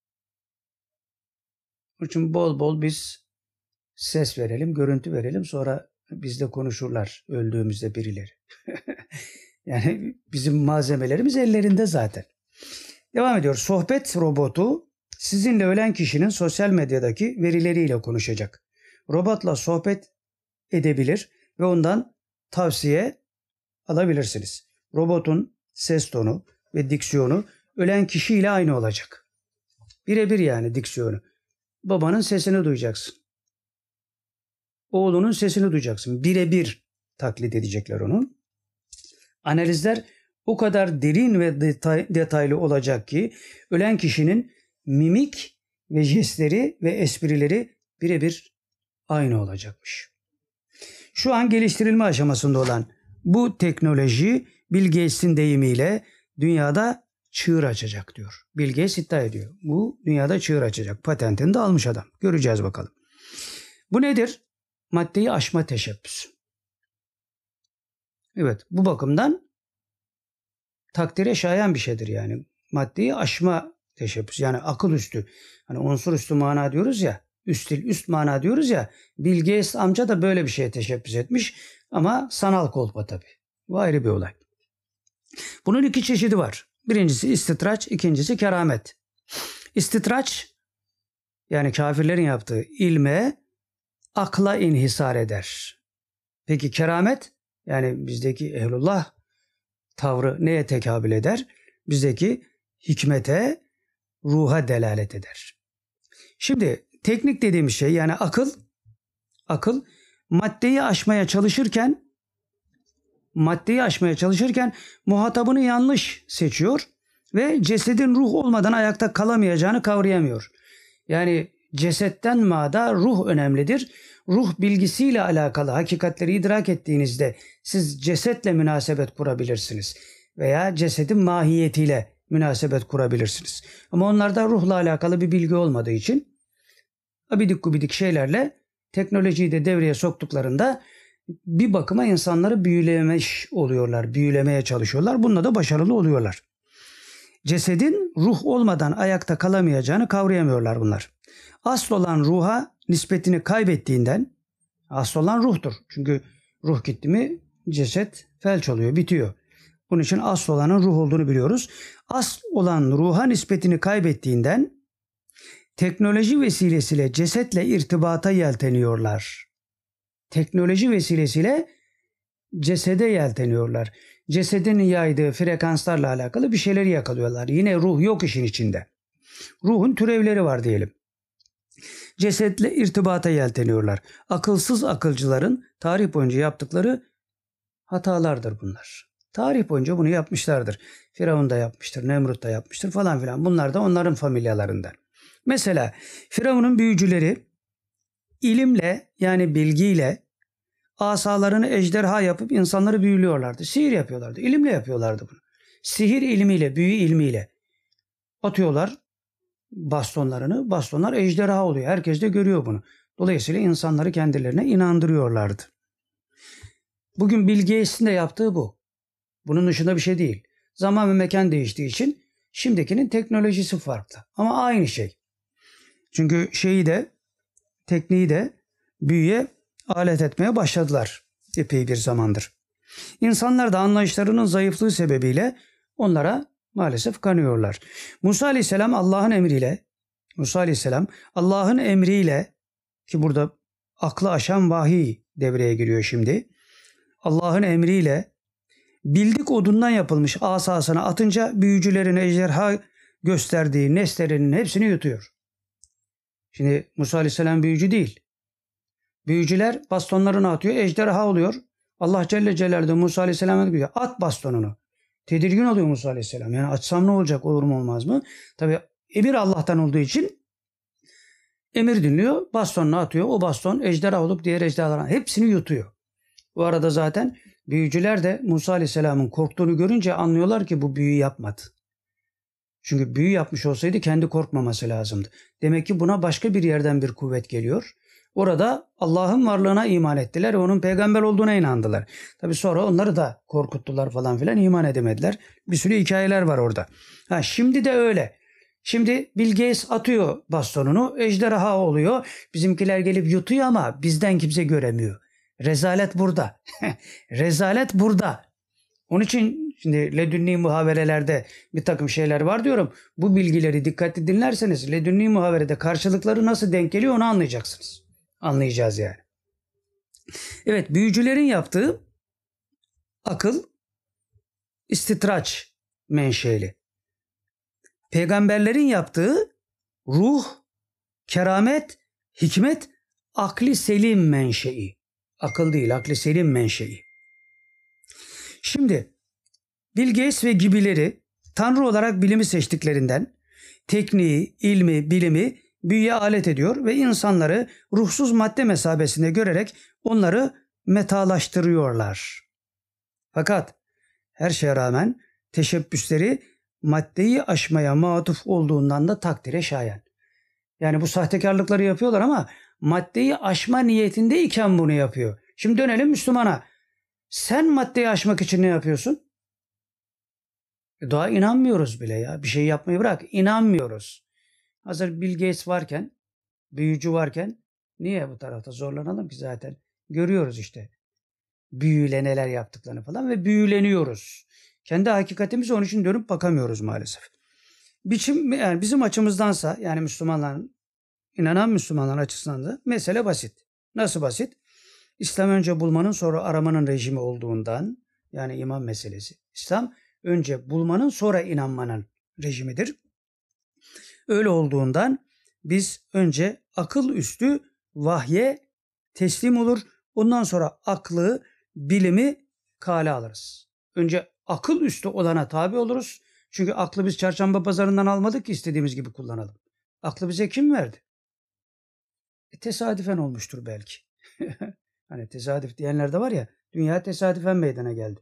Onun için bol bol biz ses verelim, görüntü verelim, sonra bizle konuşurlar öldüğümüzde birileri. Yani bizim malzemelerimiz ellerinde zaten. Devam ediyor. Sohbet robotu sizinle ölen kişinin sosyal medyadaki verileriyle konuşacak. Robotla sohbet edebilir ve ondan tavsiye alabilirsiniz. Robotun ses tonu ve diksiyonu ölen kişiyle aynı olacak. Birebir yani diksiyonu. Babanın sesini duyacaksın. Oğlunun sesini duyacaksın. Birebir taklit edecekler onu. Analizler o kadar derin ve detaylı olacak ki ölen kişinin mimik ve jestleri ve esprileri birebir aynı olacakmış. Şu an geliştirilme aşamasında olan bu teknoloji Bill Gates'in deyimiyle dünyada çığır açacak diyor. Bill Gates iddia ediyor. Bu dünyada çığır açacak. Patentini de almış adam. Göreceğiz bakalım. Bu nedir? Maddeyi aşma teşebbüsü. Evet, bu bakımdan takdire şayan bir şeydir yani. Maddeyi aşma teşebbüsü. Yani akıl üstü. Hani unsur üstü mana diyoruz ya. Üst dil, üst mana diyoruz ya. Bill Gates amca da böyle bir şeye teşebbüs etmiş. Ama sanal kolpa tabii. Bu ayrı bir olay. Bunun iki çeşidi var. Birincisi istitraç, ikincisi keramet. İstitraç yani kafirlerin yaptığı ilme akla inhisar eder. Peki keramet yani bizdeki ehlullah tavrı neye tekabül eder? Bizdeki hikmete, ruha delalet eder. Şimdi teknik dediğimiz şey yani akıl maddeyi aşmaya çalışırken muhatabını yanlış seçiyor ve cesedin ruh olmadan ayakta kalamayacağını kavrayamıyor. Yani cesetten mada ruh önemlidir. Ruh bilgisiyle alakalı hakikatleri idrak ettiğinizde siz cesetle münasebet kurabilirsiniz veya cesedin mahiyetiyle münasebet kurabilirsiniz. Ama onlarda ruhla alakalı bir bilgi olmadığı için abidik gubidik şeylerle teknolojiyi de devreye soktuklarında bir bakıma insanları büyülemiş oluyorlar, büyülemeye çalışıyorlar. Bununla da başarılı oluyorlar. Cesedin ruh olmadan ayakta kalamayacağını kavrayamıyorlar bunlar. Asıl olan ruha nispetini kaybettiğinden, asıl olan ruhtur. Çünkü ruh gitti mi ceset felç oluyor, bitiyor. Bunun için asıl olanın ruh olduğunu biliyoruz. Asıl olan ruha nispetini kaybettiğinden teknoloji vesilesiyle cesetle irtibata yelteniyorlar. Teknoloji vesilesiyle cesede yelteniyorlar. Cesedin yaydığı frekanslarla alakalı bir şeyleri yakalıyorlar. Yine ruh yok işin içinde. Ruhun türevleri var diyelim. Cesetle irtibata yelteniyorlar. Akılsız akılcıların tarih boyunca yaptıkları hatalardır bunlar. Tarih boyunca bunu yapmışlardır. Firavun da yapmıştır, Nemrut da yapmıştır falan filan. Bunlar da onların familyalarından. Mesela Firavun'un büyücüleri ilimle yani bilgiyle asalarını ejderha yapıp insanları büyülüyorlardı. Sihir yapıyorlardı. İlimle yapıyorlardı bunu. Sihir ilmiyle, büyü ilmiyle atıyorlar bastonlarını. Bastonlar ejderha oluyor. Herkes de görüyor bunu. Dolayısıyla insanları kendilerine inandırıyorlardı. Bugün Bill Gates'in de yaptığı bu. Bunun dışında bir şey değil. Zaman ve mekan değiştiği için şimdikinin teknolojisi farklı. Ama aynı şey. Çünkü tekniği de büyüye alet etmeye başladılar epey bir zamandır. İnsanlar da anlayışlarının zayıflığı sebebiyle onlara maalesef kanıyorlar. Musa Aleyhisselam Allah'ın emriyle ki burada aklı aşan vahiy devreye giriyor şimdi. Allah'ın emriyle bildik odundan yapılmış asasına atınca büyücülerin ejderha gösterdiği neslerinin hepsini yutuyor. Şimdi Musa Aleyhisselam büyücü değil. Büyücüler bastonlarını atıyor, ejderha oluyor. Allah Celle Celaluhu da Musa Aleyhisselam'a diyor, at bastonunu. Tedirgin oluyor Musa Aleyhisselam. Yani atsam ne olacak, olur mu olmaz mı? Tabi emir Allah'tan olduğu için emir dinliyor, bastonunu atıyor. O baston ejderha olup diğer ejderhaların hepsini yutuyor. Bu arada zaten büyücüler de Musa Aleyhisselam'ın korktuğunu görünce anlıyorlar ki bu büyü yapmadı. Çünkü büyü yapmış olsaydı kendi korkmaması lazımdı. Demek ki buna başka bir yerden bir kuvvet geliyor. Orada Allah'ın varlığına iman ettiler ve onun peygamber olduğuna inandılar. Tabi sonra onları da korkuttular falan filan, iman edemediler. Bir sürü hikayeler var orada. Şimdi de öyle. Şimdi Bill Gates atıyor bastonunu, ejderha oluyor. Bizimkiler gelip yutuyor ama bizden kimse göremiyor. Rezalet burada. Rezalet burada. Onun için şimdi ledünni muhaverelerde bir takım şeyler var diyorum. Bu bilgileri dikkatli dinlerseniz ledünni muhaverede karşılıkları nasıl denk geliyor onu anlayacaksınız. Anlayacağız yani. Evet, büyücülerin yaptığı akıl istitraç menşeli. Peygamberlerin yaptığı ruh, keramet, hikmet, akli selim menşei. Akıl değil, akli selim menşei. Şimdi Bill Gates ve gibileri Tanrı olarak bilimi seçtiklerinden tekniği, ilmi, bilimi büyüye alet ediyor ve insanları ruhsuz madde mesabesinde görerek onları metalaştırıyorlar. Fakat her şeye rağmen teşebbüsleri maddeyi aşmaya matuf olduğundan da takdire şayan. Yani bu sahtekarlıkları yapıyorlar ama maddeyi aşma niyetindeyken bunu yapıyor. Şimdi dönelim Müslümana. Sen maddeyi aşmak için ne yapıyorsun? Daha inanmıyoruz bile ya. Bir şey yapmayı bırak. İnanmıyoruz. Hazır Bill Gates varken, büyücü varken niye bu tarafta zorlanalım ki zaten? Görüyoruz işte. Büyüyle neler yaptıklarını falan ve büyüleniyoruz. Kendi hakikatimize onun için dönüp bakamıyoruz maalesef. Yani bizim açımızdansa yani Müslümanların, inanan Müslümanların açısından da mesele basit. Nasıl basit? İslam önce bulmanın sonra aramanın rejimi olduğundan, yani iman meselesi. İslam önce bulmanın sonra inanmanın rejimidir. Öyle olduğundan biz önce akıl üstü vahye teslim olur. Ondan sonra aklı, bilimi kale alırız. Önce akıl üstü olana tabi oluruz. Çünkü aklı biz çarşamba pazarından almadık ki istediğimiz gibi kullanalım. Aklı bize kim verdi? Tesadüfen olmuştur belki. Hani tesadüf diyenler de var ya, dünya tesadüfen meydana geldi.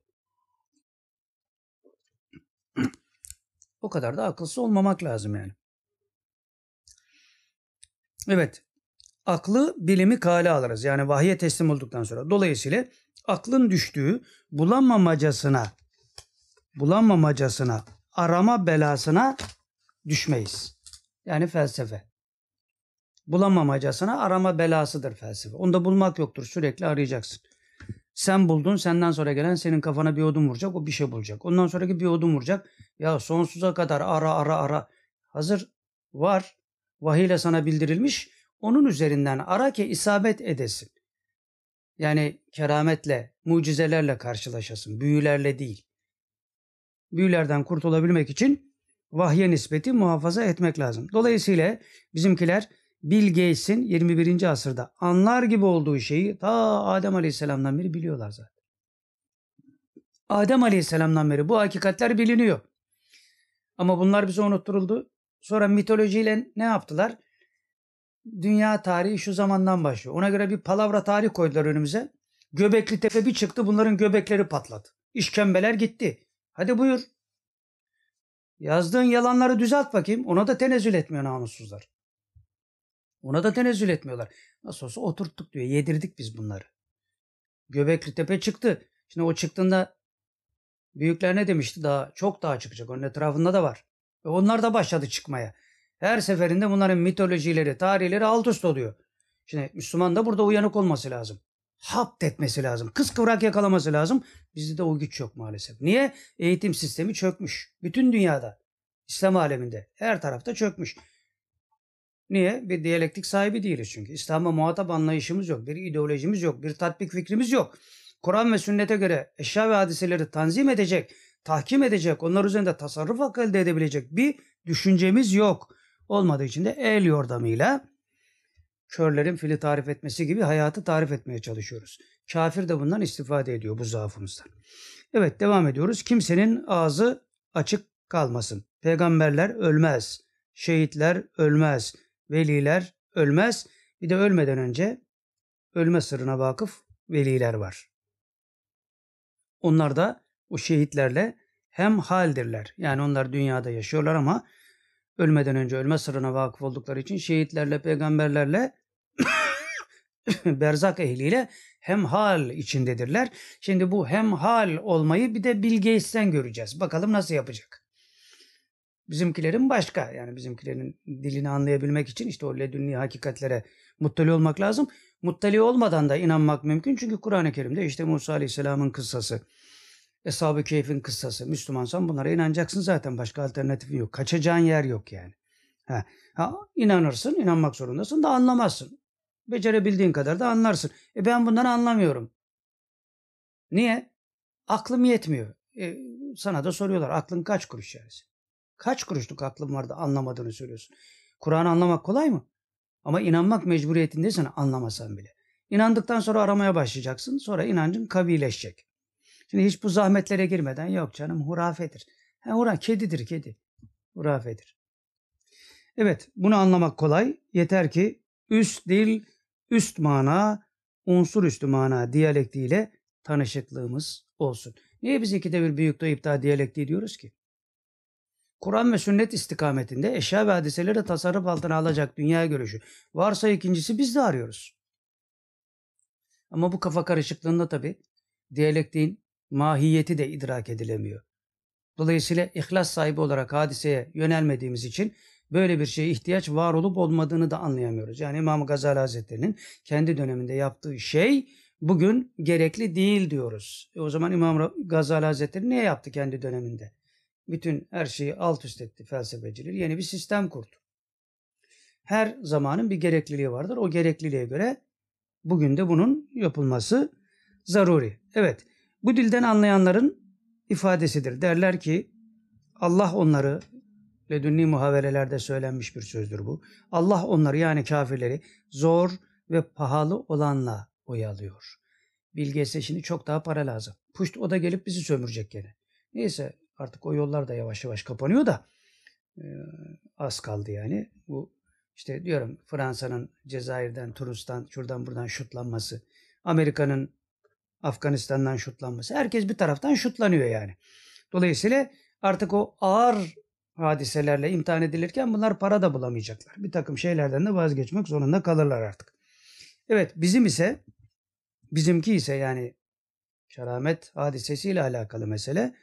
O kadar da akılsız olmamak lazım yani. Evet. aklı bilimi kale alırız. Yani vahye teslim olduktan sonra. Dolayısıyla aklın düştüğü bulanmamacasına, arama belasına düşmeyiz. Yani felsefe. Bulanmamacasına arama belasıdır felsefe. Onda bulmak yoktur. Sürekli arayacaksın. Sen buldun, senden sonra gelen senin kafana bir odun vuracak, o bir şey bulacak. Ondan sonraki bir odun vuracak. Ya sonsuza kadar ara. Hazır var. Vahiyle sana bildirilmiş. Onun üzerinden ara ki isabet edesin. Yani kerametle, mucizelerle karşılaşasın. Büyülerle değil. Büyülerden kurtulabilmek için vahye nispeti muhafaza etmek lazım. Dolayısıyla bizimkiler Bill Gates'in 21. asırda anlar gibi olduğu şeyi ta Adem Aleyhisselam'dan beri biliyorlar zaten. Adem Aleyhisselam'dan beri bu hakikatler biliniyor. Ama bunlar bize unutturuldu. Sonra mitolojiyle ne yaptılar? Dünya tarihi şu zamandan başlıyor. Ona göre bir palavra tarih koydular önümüze. Göbekli Tepe bir çıktı, bunların göbekleri patladı. İşkembeler gitti. Hadi buyur. Yazdığın yalanları düzelt bakayım. Ona da tenezzül etmiyor namussuzlar. Ona da tenezzül etmiyorlar. Nasıl olsa oturttuk diyor. Yedirdik biz bunları. Göbekli Tepe çıktı. Şimdi o çıktığında büyükler ne demişti? Çok daha çıkacak. Onun etrafında da var. Ve onlar da başladı çıkmaya. Her seferinde bunların mitolojileri, tarihleri alt üst oluyor. Şimdi Müslüman da burada uyanık olması lazım. Hapt etmesi lazım. Kıskıvrak yakalaması lazım. Bizde de o güç yok maalesef. Niye? Eğitim sistemi çökmüş. Bütün dünyada. İslam aleminde. Her tarafta çökmüş. Niye? Bir diyalektik sahibi değiliz çünkü. İslam'a muhatap anlayışımız yok. Bir ideolojimiz yok. Bir tatbik fikrimiz yok. Kur'an ve sünnete göre eşya ve hadiseleri tanzim edecek, tahkim edecek, onlar üzerinde tasarruf hakkı elde edebilecek bir düşüncemiz yok. Olmadığı için de el yordamıyla körlerin fili tarif etmesi gibi hayatı tarif etmeye çalışıyoruz. Kafir de bundan istifade ediyor, bu zaafımızdan. Evet, devam ediyoruz. Kimsenin ağzı açık kalmasın. Peygamberler ölmez. Şehitler ölmez. Veliler ölmez. Bir de ölmeden önce ölme sırrına vakıf veliler var. Onlar da o şehitlerle hem haldirler. Yani onlar dünyada yaşıyorlar ama ölmeden önce ölme sırrına vakıf oldukları için şehitlerle, peygamberlerle berzak ehliyle hemhal içindedirler. Şimdi bu hemhal olmayı bir de Bill Gates'ten göreceğiz. Bakalım nasıl yapacak. Bizimkilerin başka. Yani bizimkilerin dilini anlayabilmek için işte o ledünni hakikatlere muttali olmak lazım. Muttali olmadan da inanmak mümkün. Çünkü Kur'an-ı Kerim'de işte Musa Aleyhisselam'ın kıssası, Eshab-ı Kehf'in kıssası. Müslümansan bunlara inanacaksın zaten. Başka alternatifin yok. Kaçacağın yer yok yani. İnanırsın, inanmak zorundasın da anlamazsın. Becerebildiğin kadar da anlarsın. Ben bundan anlamıyorum. Niye? Aklım yetmiyor. Sana da soruyorlar. Aklın kaç kuruş yani? Kaç kuruşluk aklın vardı anlamadığını söylüyorsun. Kur'an'ı anlamak kolay mı? Ama inanmak mecburiyetindesin anlamasan bile. İnandıktan sonra aramaya başlayacaksın. Sonra inancın kavileşecek. Şimdi hiç bu zahmetlere girmeden yok canım hurafedir. Kedidir kedi. Hurafedir. Evet, bunu anlamak kolay. Yeter ki üst dil, üst mana, unsur üstü mana diyalektiyle tanışıklığımız olsun. Niye biz ikide bir büyük doyup diyalektiği diyoruz ki? Kur'an ve sünnet istikametinde eşya ve hadiseleri tasarruf altına alacak dünya görüşü varsa ikincisi biz de arıyoruz. Ama bu kafa karışıklığında tabii diyalektiğin mahiyeti de idrak edilemiyor. Dolayısıyla ihlas sahibi olarak hadiseye yönelmediğimiz için böyle bir şeye ihtiyaç var olup olmadığını da anlayamıyoruz. Yani İmam Gazali Hazretleri'nin kendi döneminde yaptığı şey bugün gerekli değil diyoruz. O zaman İmam Gazali Hazretleri ne yaptı kendi döneminde? Bütün her şeyi alt üst etti felsefeciler. Yeni bir sistem kurdu. Her zamanın bir gerekliliği vardır. O gerekliliğe göre bugün de bunun yapılması zaruri. Evet, bu dilden anlayanların ifadesidir. Derler ki Allah onları, ledünni muhaverelerde söylenmiş bir sözdür bu. Allah onları yani kafirleri zor ve pahalı olanla oyalıyor. Bilgese şimdi çok daha para lazım. Puşt o da gelip bizi sömürecek gene. Neyse artık o yollar da yavaş yavaş kapanıyor da az kaldı yani. Bu işte diyorum Fransa'nın Cezayir'den, Tunus'tan, şuradan buradan şutlanması, Amerika'nın Afganistan'dan şutlanması. Herkes bir taraftan şutlanıyor yani. Dolayısıyla artık o ağır hadiselerle imtihan edilirken bunlar para da bulamayacaklar. Bir takım şeylerden de vazgeçmek zorunda kalırlar artık. Evet, bizimki ise yani keramet hadisesiyle alakalı mesele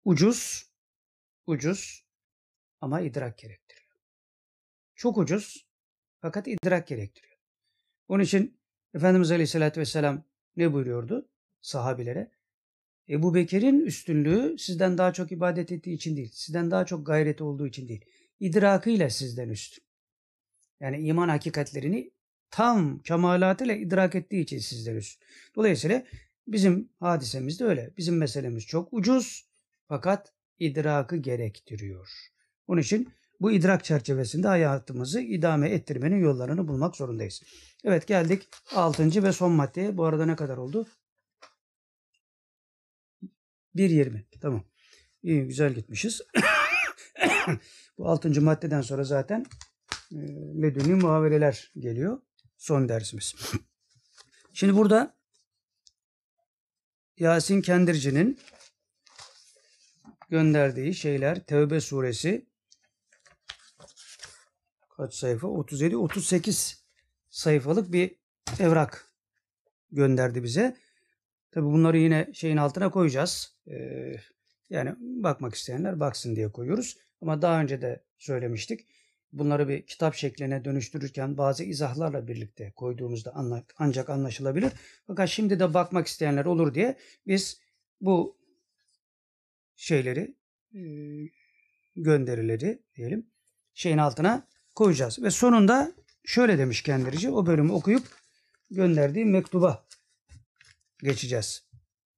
ucuz ama idrak gerektiriyor. Çok ucuz fakat idrak gerektiriyor. Onun için Efendimiz Aleyhisselatü Vesselam ne buyuruyordu sahabilere? Ebu Bekir'in üstünlüğü sizden daha çok ibadet ettiği için değil, sizden daha çok gayreti olduğu için değil, idrakıyla sizden üstün. Yani iman hakikatlerini tam kemalatıyla idrak ettiği için sizden üstün. Dolayısıyla bizim hadisemiz de öyle. Bizim meselemiz çok ucuz fakat idrakı gerektiriyor. Onun için bu idrak çerçevesinde hayatımızı idame ettirmenin yollarını bulmak zorundayız. Evet, geldik 6. ve son maddeye. Bu arada ne kadar oldu? 1.20. Tamam. İyi, güzel gitmişiz. Bu 6. maddeden sonra zaten ledünni muhavereler geliyor. Son dersimiz. Şimdi burada Yasin Kendirci'nin gönderdiği şeyler, Tevbe suresi kaç sayfa? 37-38 sayfalık bir evrak gönderdi bize. Tabi bunları yine şeyin altına koyacağız. Yani bakmak isteyenler baksın diye koyuyoruz. Ama daha önce de söylemiştik. Bunları bir kitap şekline dönüştürürken bazı izahlarla birlikte koyduğumuzda ancak anlaşılabilir. Fakat şimdi de bakmak isteyenler olur diye biz bu şeyleri, gönderileri diyelim, şeyin altına koyacağız. Ve sonunda şöyle demiş Kendirici, o bölümü okuyup gönderdiği mektuba geçeceğiz.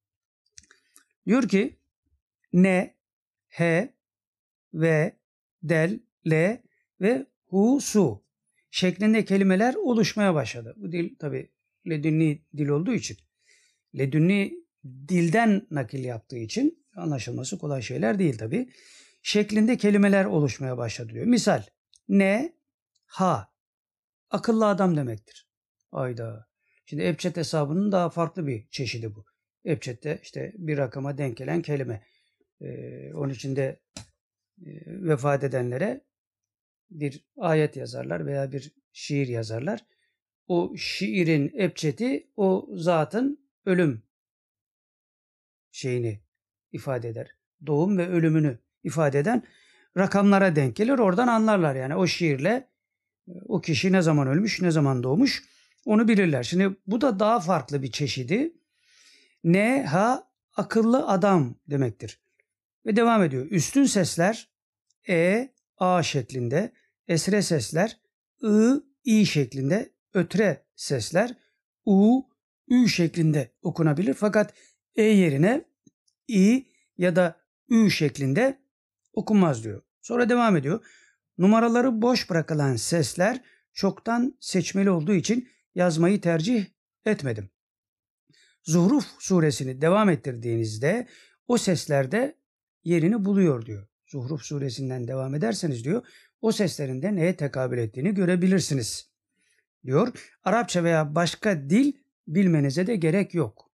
Diyor ki ne, he, ve, del, le ve hu, su şeklinde kelimeler oluşmaya başladı. Bu dil tabi ledünni dil olduğu için, ledünni dilden nakil yaptığı için anlaşılması kolay şeyler değil tabi. Şeklinde kelimeler oluşmaya başladı diyor. Misal ne, ha akıllı adam demektir. Ayda. Şimdi Ebced hesabının daha farklı bir çeşidi bu. Ebced'de işte bir rakama denk gelen kelime. Onun içinde vefat edenlere bir ayet yazarlar veya bir şiir yazarlar. O şiirin ebcedi o zatın ölüm şeyini ifade eder. Doğum ve ölümünü ifade eden rakamlara denk gelir. Oradan anlarlar yani o şiirle o kişi ne zaman ölmüş, ne zaman doğmuş onu bilirler. Şimdi bu da daha farklı bir çeşidi. Ne, ha akıllı adam demektir. Ve devam ediyor. Üstün sesler a şeklinde, esre sesler i şeklinde, ötre sesler ü şeklinde okunabilir. Fakat yerine i ya da ü şeklinde okunmaz diyor. Sonra devam ediyor. Numaraları boş bırakılan sesler çoktan seçmeli olduğu için yazmayı tercih etmedim. Zuhruf suresini devam ettirdiğinizde o seslerde yerini buluyor diyor. Zuhruf suresinden devam ederseniz diyor o seslerin de neye tekabül ettiğini görebilirsiniz diyor. Arapça veya başka dil bilmenize de gerek yok.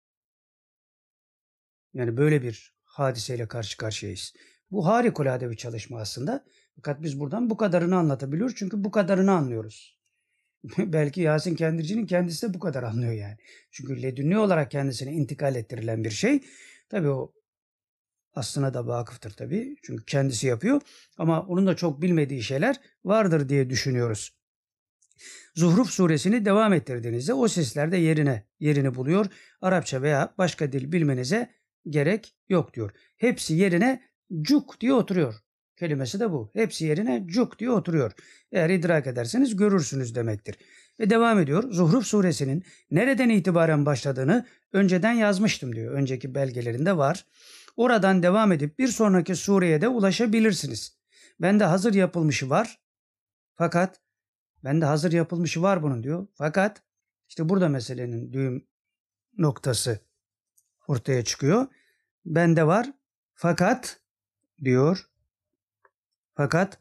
Yani böyle bir hadiseyle karşı karşıyayız. Bu harikulade bir çalışma aslında. Fakat biz buradan bu kadarını anlatabiliyoruz çünkü bu kadarını anlıyoruz. Belki Yasin Kendirci'nin kendisi de bu kadar anlıyor yani. Çünkü ledünni olarak kendisine intikal ettirilen bir şey. Tabii o aslına da vakıftır tabii. Çünkü kendisi yapıyor. Ama onun da çok bilmediği şeyler vardır diye düşünüyoruz. Zuhruf suresini devam ettirdiğinizde o sesler de yerini buluyor. Arapça veya başka dil bilmenize gerek yok diyor. Hepsi yerine cuk diye oturuyor. Kelimesi de bu. Hepsi yerine cuk diye oturuyor. Eğer idrak ederseniz görürsünüz demektir. Ve devam ediyor. Zuhruf suresinin nereden itibaren başladığını önceden yazmıştım diyor. Önceki belgelerinde var. Oradan devam edip bir sonraki sureye de ulaşabilirsiniz. Bende hazır yapılmışı var. Bende hazır yapılmışı var bunun diyor. Fakat işte burada meselenin düğüm noktası ortaya çıkıyor. Bende var. Fakat diyor. Fakat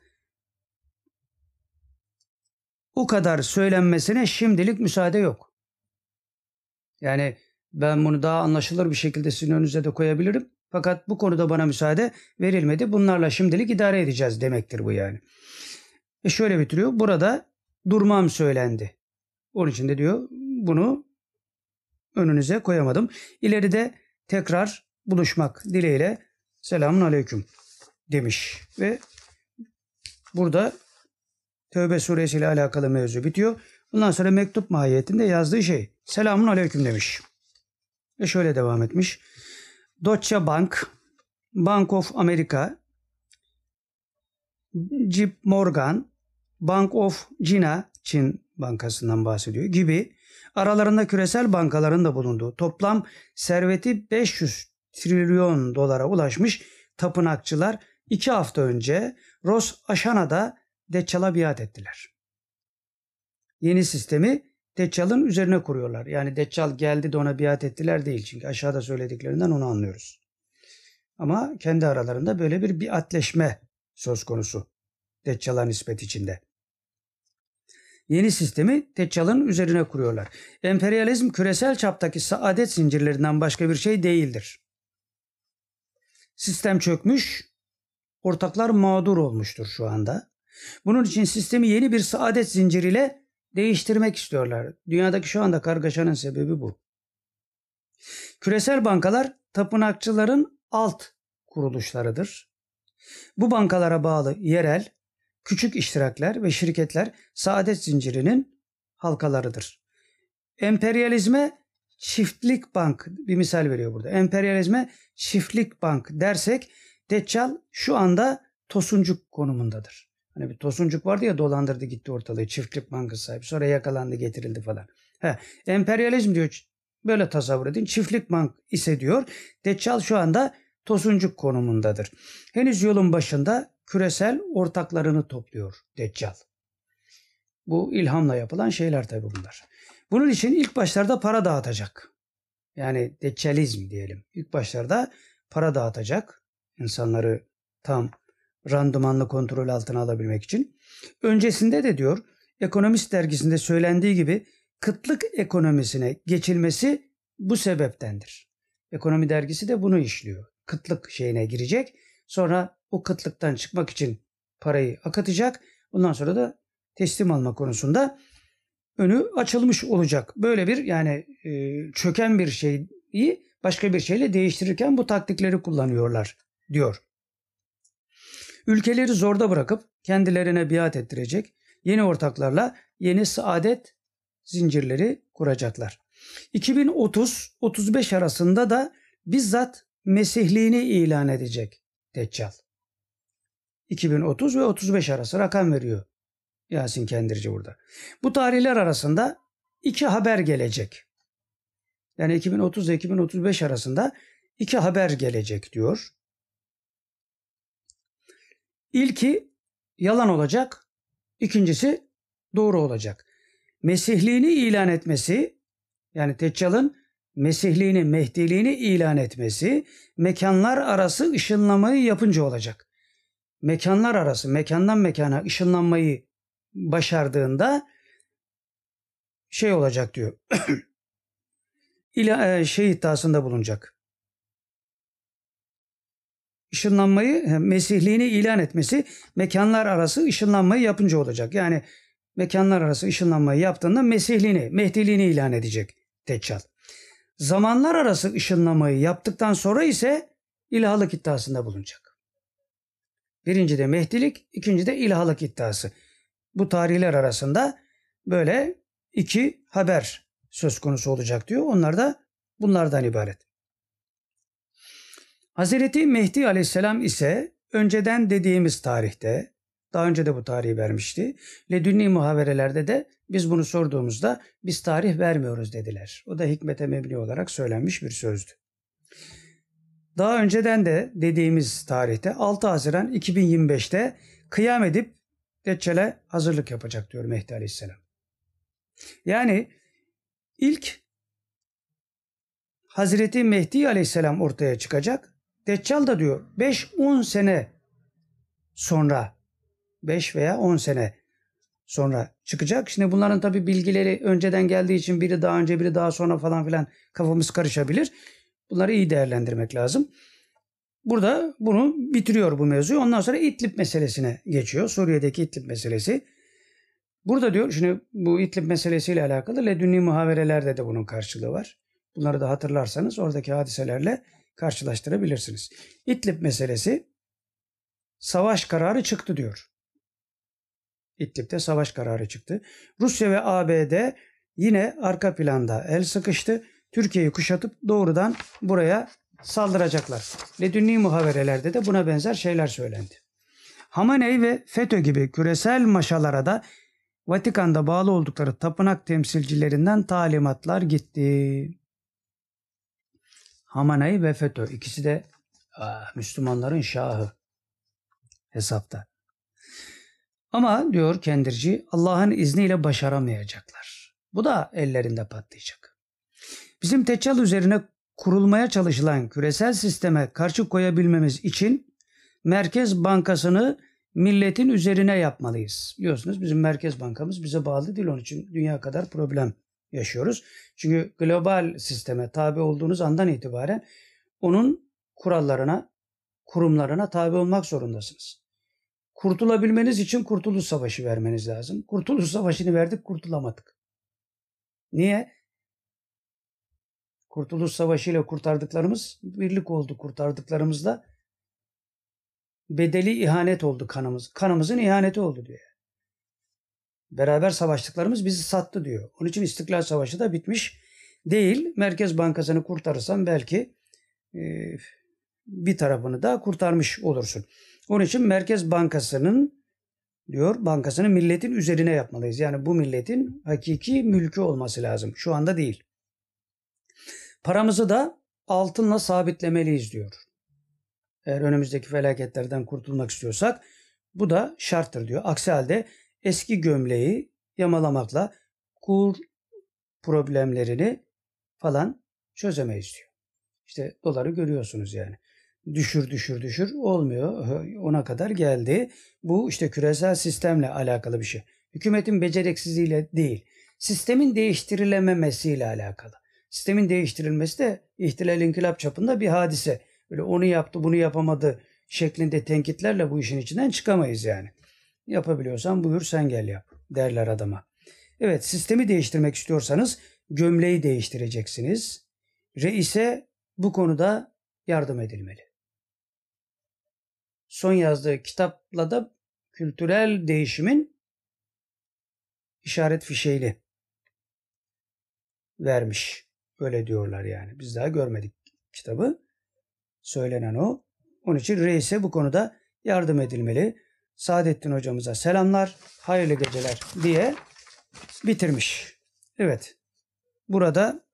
o kadar söylenmesine şimdilik müsaade yok. Yani ben bunu daha anlaşılır bir şekilde sizin önünüze de koyabilirim. Fakat bu konuda bana müsaade verilmedi. Bunlarla şimdilik idare edeceğiz demektir bu yani. Şöyle bitiriyor. Burada durmam söylendi. Onun için de diyor bunu önünüze koyamadım. İleride tekrar buluşmak dileğiyle selamun aleyküm demiş ve burada Tevbe suresi ile alakalı mevzu bitiyor. Bundan sonra mektup mahiyetinde yazdığı şey selamun aleyküm demiş. Ve şöyle devam etmiş. Deutsche Bank, Bank of America, JP Morgan, Bank of China, Çin bankasından bahsediyor gibi aralarında küresel bankaların da bulunduğu toplam serveti 500 trilyon dolara ulaşmış tapınakçılar 2 hafta önce Rosh Hashanah'da Deccal'a biat ettiler. Yeni sistemi Deccal'ın üzerine kuruyorlar. Yani Deccal geldi de ona biat ettiler değil. Çünkü aşağıda söylediklerinden onu anlıyoruz. Ama kendi aralarında böyle bir biatleşme söz konusu Deccal'a nispet içinde. Yeni sistemi Deccal'ın üzerine kuruyorlar. Emperyalizm küresel çaptaki saadet zincirlerinden başka bir şey değildir. Sistem çökmüş, ortaklar mağdur olmuştur şu anda. Bunun için sistemi yeni bir saadet zinciriyle değiştirmek istiyorlar. Dünyadaki şu anda kargaşanın sebebi bu. Küresel bankalar tapınakçıların alt kuruluşlarıdır. Bu bankalara bağlı yerel, küçük iştirakler ve şirketler saadet zincirinin halkalarıdır. Emperyalizme çiftlik bank, bir misal veriyor burada. Emperyalizme çiftlik bank dersek Deccal şu anda tosuncuk konumundadır. Hani bir tosuncuk vardı ya, dolandırdı gitti ortalığı, çiftlik bankası sahibi, sonra yakalandı getirildi falan. Emperyalizm diyor, böyle tasavvur edin, çiftlik bank ise diyor Deccal şu anda tosuncuk konumundadır. Henüz yolun başında küresel ortaklarını topluyor Deccal. Bu ilhamla yapılan şeyler tabii bunlar. Bunun için ilk başlarda para dağıtacak. Yani Deccalizm diyelim. İlk başlarda para dağıtacak. İnsanları tam randımanlı kontrol altına alabilmek için. Öncesinde de diyor Ekonomist dergisinde söylendiği gibi kıtlık ekonomisine geçilmesi bu sebeptendir. Ekonomi dergisi de bunu işliyor. Kıtlık şeyine girecek. Sonra o kıtlıktan çıkmak için parayı akıtacak. Ondan sonra da teslim alma konusunda önü açılmış olacak. Böyle bir yani çöken bir şeyi başka bir şeyle değiştirirken bu taktikleri kullanıyorlar diyor. Ülkeleri zorda bırakıp kendilerine biat ettirecek yeni ortaklarla yeni saadet zincirleri kuracaklar. 2030-35 arasında da bizzat Mesihliğini ilan edecek Deccal. 2030 ve 35 arası rakam veriyor Yasin Kendirci burada. Bu tarihler arasında iki haber gelecek. Yani 2030 ile 2035 arasında iki haber gelecek diyor. İlki yalan olacak, ikincisi doğru olacak. Mesihliğini ilan etmesi, yani Deccal'ın Mesihliğini, Mehdiliğini ilan etmesi mekanlar arası ışınlamayı yapınca olacak. Mekanlar arası, mekandan mekana ışınlanmayı başardığında şey olacak diyor. İddiasında bulunacak. Işınlanmayı, Mesihliğini ilan etmesi mekanlar arası ışınlanmayı yapınca olacak. Yani mekanlar arası ışınlanmayı yaptığında Mesihliğini, Mehdiliğini ilan edecek Deccal. Zamanlar arası ışınlamayı yaptıktan sonra ise ilahlık iddiasında bulunacak. Birinci de Mehdilik, ikinci de ilahlık iddiası. Bu tarihler arasında böyle iki haber söz konusu olacak diyor. Onlar da bunlardan ibaret. Hazreti Mehdi Aleyhisselam ise önceden dediğimiz tarihte, daha önce de bu tarihi vermişti. Ledünni muhaberelerde de biz bunu sorduğumuzda biz tarih vermiyoruz dediler. O da hikmete mebni olarak söylenmiş bir sözdü. Daha önceden de dediğimiz tarihte 6 Haziran 2025'te kıyam edip Deccal'e hazırlık yapacak diyor Mehdi Aleyhisselam. Yani ilk Hazreti Mehdi Aleyhisselam ortaya çıkacak. Deccal da diyor 5-10 sene sonra, 5 veya 10 sene sonra çıkacak. Şimdi bunların tabi bilgileri önceden geldiği için biri daha önce biri daha sonra falan filan kafamız karışabilir. Bunları iyi değerlendirmek lazım. Burada bunu bitiriyor bu mevzuyu. Ondan sonra İdlib meselesine geçiyor. Suriye'deki İdlib meselesi. Burada diyor, şimdi bu İdlib meselesiyle alakalı ledünni muhaverelerde de bunun karşılığı var. Bunları da hatırlarsanız oradaki hadiselerle karşılaştırabilirsiniz. İdlib meselesi, savaş kararı çıktı diyor. İdlib'de savaş kararı çıktı. Rusya ve ABD yine arka planda el sıkıştı. Türkiye'yi kuşatıp doğrudan buraya saldıracaklar. Ledünni muhaverelerde de buna benzer şeyler söylendi. Hamenei ve FETÖ gibi küresel maşalara da Vatikan'da bağlı oldukları tapınak temsilcilerinden talimatlar gitti. Hamenei ve FETÖ, ikisi de Müslümanların şahı hesapta. Ama diyor Kendirci, Allah'ın izniyle başaramayacaklar. Bu da ellerinde patlayacak. Bizim Teçal üzerine kurulmaya çalışılan küresel sisteme karşı koyabilmemiz için Merkez Bankası'nı milletin üzerine yapmalıyız. Biliyorsunuz bizim Merkez Bankamız bize bağlı değil, onun için dünya kadar problem yaşıyoruz. Çünkü global sisteme tabi olduğunuz andan itibaren onun kurallarına, kurumlarına tabi olmak zorundasınız. Kurtulabilmeniz için Kurtuluş Savaşı vermeniz lazım. Kurtuluş Savaşı'nı verdik, kurtulamadık. Niye? Kurtuluş Savaşı ile kurtardıklarımız birlik oldu. Kurtardıklarımızla bedeli ihanet oldu kanımız. Kanımızın ihaneti oldu diyor. Beraber savaştıklarımız bizi sattı diyor. Onun için İstiklal Savaşı da bitmiş değil. Merkez Bankası'nı kurtarırsan belki bir tarafını da kurtarmış olursun. Onun için Merkez Bankası'nın diyor, bankasını milletin üzerine yapmalıyız. Yani bu milletin hakiki mülkü olması lazım. Şu anda değil. Paramızı da altınla sabitlemeliyiz diyor. Eğer önümüzdeki felaketlerden kurtulmak istiyorsak bu da şarttır diyor. Aksi halde eski gömleği yamalamakla kur problemlerini falan çözemeyiz diyor. İşte doları görüyorsunuz yani. Düşür olmuyor. Ona kadar geldi. Bu işte küresel sistemle alakalı bir şey. Hükümetin beceriksizliğiyle değil. Sistemin değiştirilememesiyle alakalı. Sistemin değiştirilmesi de ihtilal inkılap çapında bir hadise. Böyle onu yaptı, bunu yapamadı şeklinde tenkitlerle bu işin içinden çıkamayız yani. Yapabiliyorsan buyur sen gel yap derler adama. Evet, sistemi değiştirmek istiyorsanız gömleği değiştireceksiniz. Reise bu konuda yardım edilmeli. Son yazdığı kitapla da kültürel değişimin işaret fişeğini vermiş. Öyle diyorlar yani. Biz daha görmedik kitabı. Söylenen o. Onun için reise bu konuda yardım edilmeli. Saadettin hocamıza selamlar, hayırlı geceler diye bitirmiş. Evet. Burada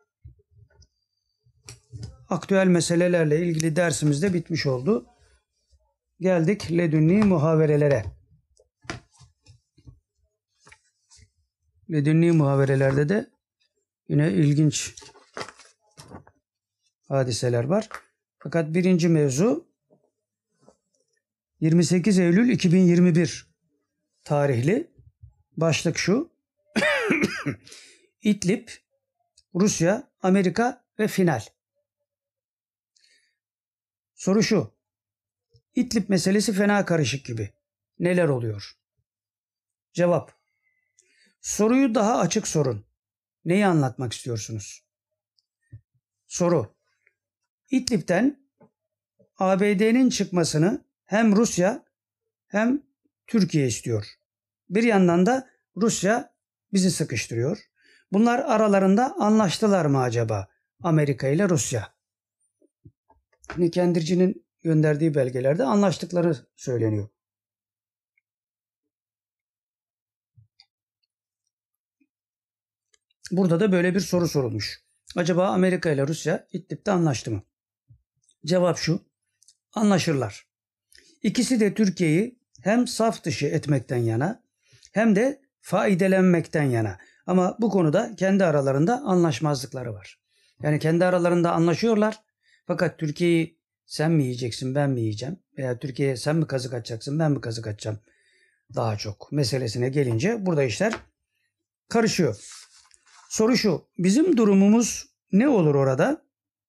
aktüel meselelerle ilgili dersimiz de bitmiş oldu. Geldik ledünni muhaverelere. Ledünni muhaverelerde de yine ilginç hadiseler var. Fakat birinci mevzu 28 Eylül 2021 tarihli. Başlık şu. İdlib, Rusya, Amerika ve final. Soru şu. İdlib meselesi fena karışık gibi. Neler oluyor? Cevap. Soruyu daha açık sorun. Neyi anlatmak istiyorsunuz? Soru. İdlib'den ABD'nin çıkmasını hem Rusya hem Türkiye istiyor. Bir yandan da Rusya bizi sıkıştırıyor. Bunlar aralarında anlaştılar mı acaba? Amerika ile Rusya. Kendirci'nin gönderdiği belgelerde anlaştıkları söyleniyor. Burada da böyle bir soru sorulmuş. Acaba Amerika ile Rusya İdlib'de anlaştı mı? Cevap şu. Anlaşırlar. İkisi de Türkiye'yi hem saf dışı etmekten yana hem de faydelenmekten yana. Ama bu konuda kendi aralarında anlaşmazlıkları var. Yani kendi aralarında anlaşıyorlar. Fakat Türkiye'yi sen mi yiyeceksin, ben mi yiyeceğim? Veya Türkiye'ye sen mi kazık atacaksın, ben mi kazık atacağım? Daha çok meselesine gelince burada işler karışıyor. Soru şu. Bizim durumumuz ne olur orada?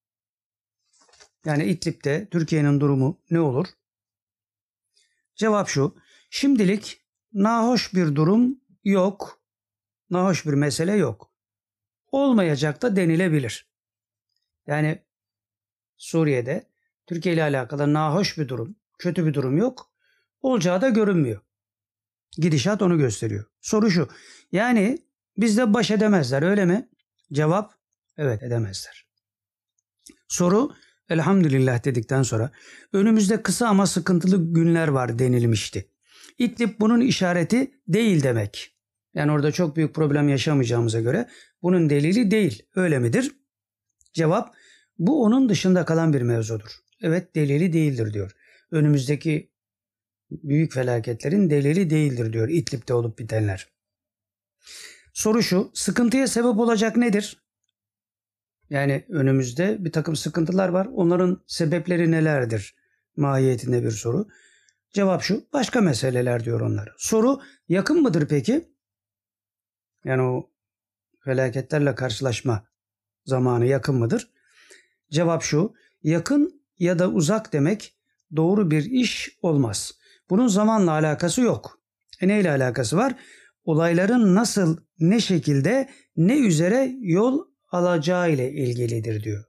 Yani İdlib'de Türkiye'nin durumu ne olur? Cevap şu. Şimdilik nahoş bir durum yok. Nahoş bir mesele yok. Olmayacak da denilebilir. Yani Suriye'de Türkiye ile alakalı nahoş bir durum, kötü bir durum yok. Olacağı da görünmüyor. Gidişat onu gösteriyor. Soru şu. Yani bizle baş edemezler öyle mi? Cevap evet edemezler. Soru elhamdülillah dedikten sonra önümüzde kısa ama sıkıntılı günler var denilmişti. İdlib bunun işareti değil demek. Yani orada çok büyük problem yaşamayacağımıza göre bunun delili değil. Öyle midir? Cevap bu onun dışında kalan bir mevzudur. Evet delili değildir diyor. Önümüzdeki büyük felaketlerin delili değildir diyor İdlib'de olup bitenler. Soru şu, sıkıntıya sebep olacak nedir? Yani önümüzde bir takım sıkıntılar var. Onların sebepleri nelerdir? Mahiyetinde bir soru. Cevap şu, başka meseleler diyor onlar. Soru yakın mıdır peki? Yani o felaketlerle karşılaşma zamanı yakın mıdır? Cevap şu, yakın ya da uzak demek doğru bir iş olmaz. Bunun zamanla alakası yok. Neyle alakası var? Olayların nasıl, ne şekilde, ne üzere yol alacağı ile ilgilidir diyor.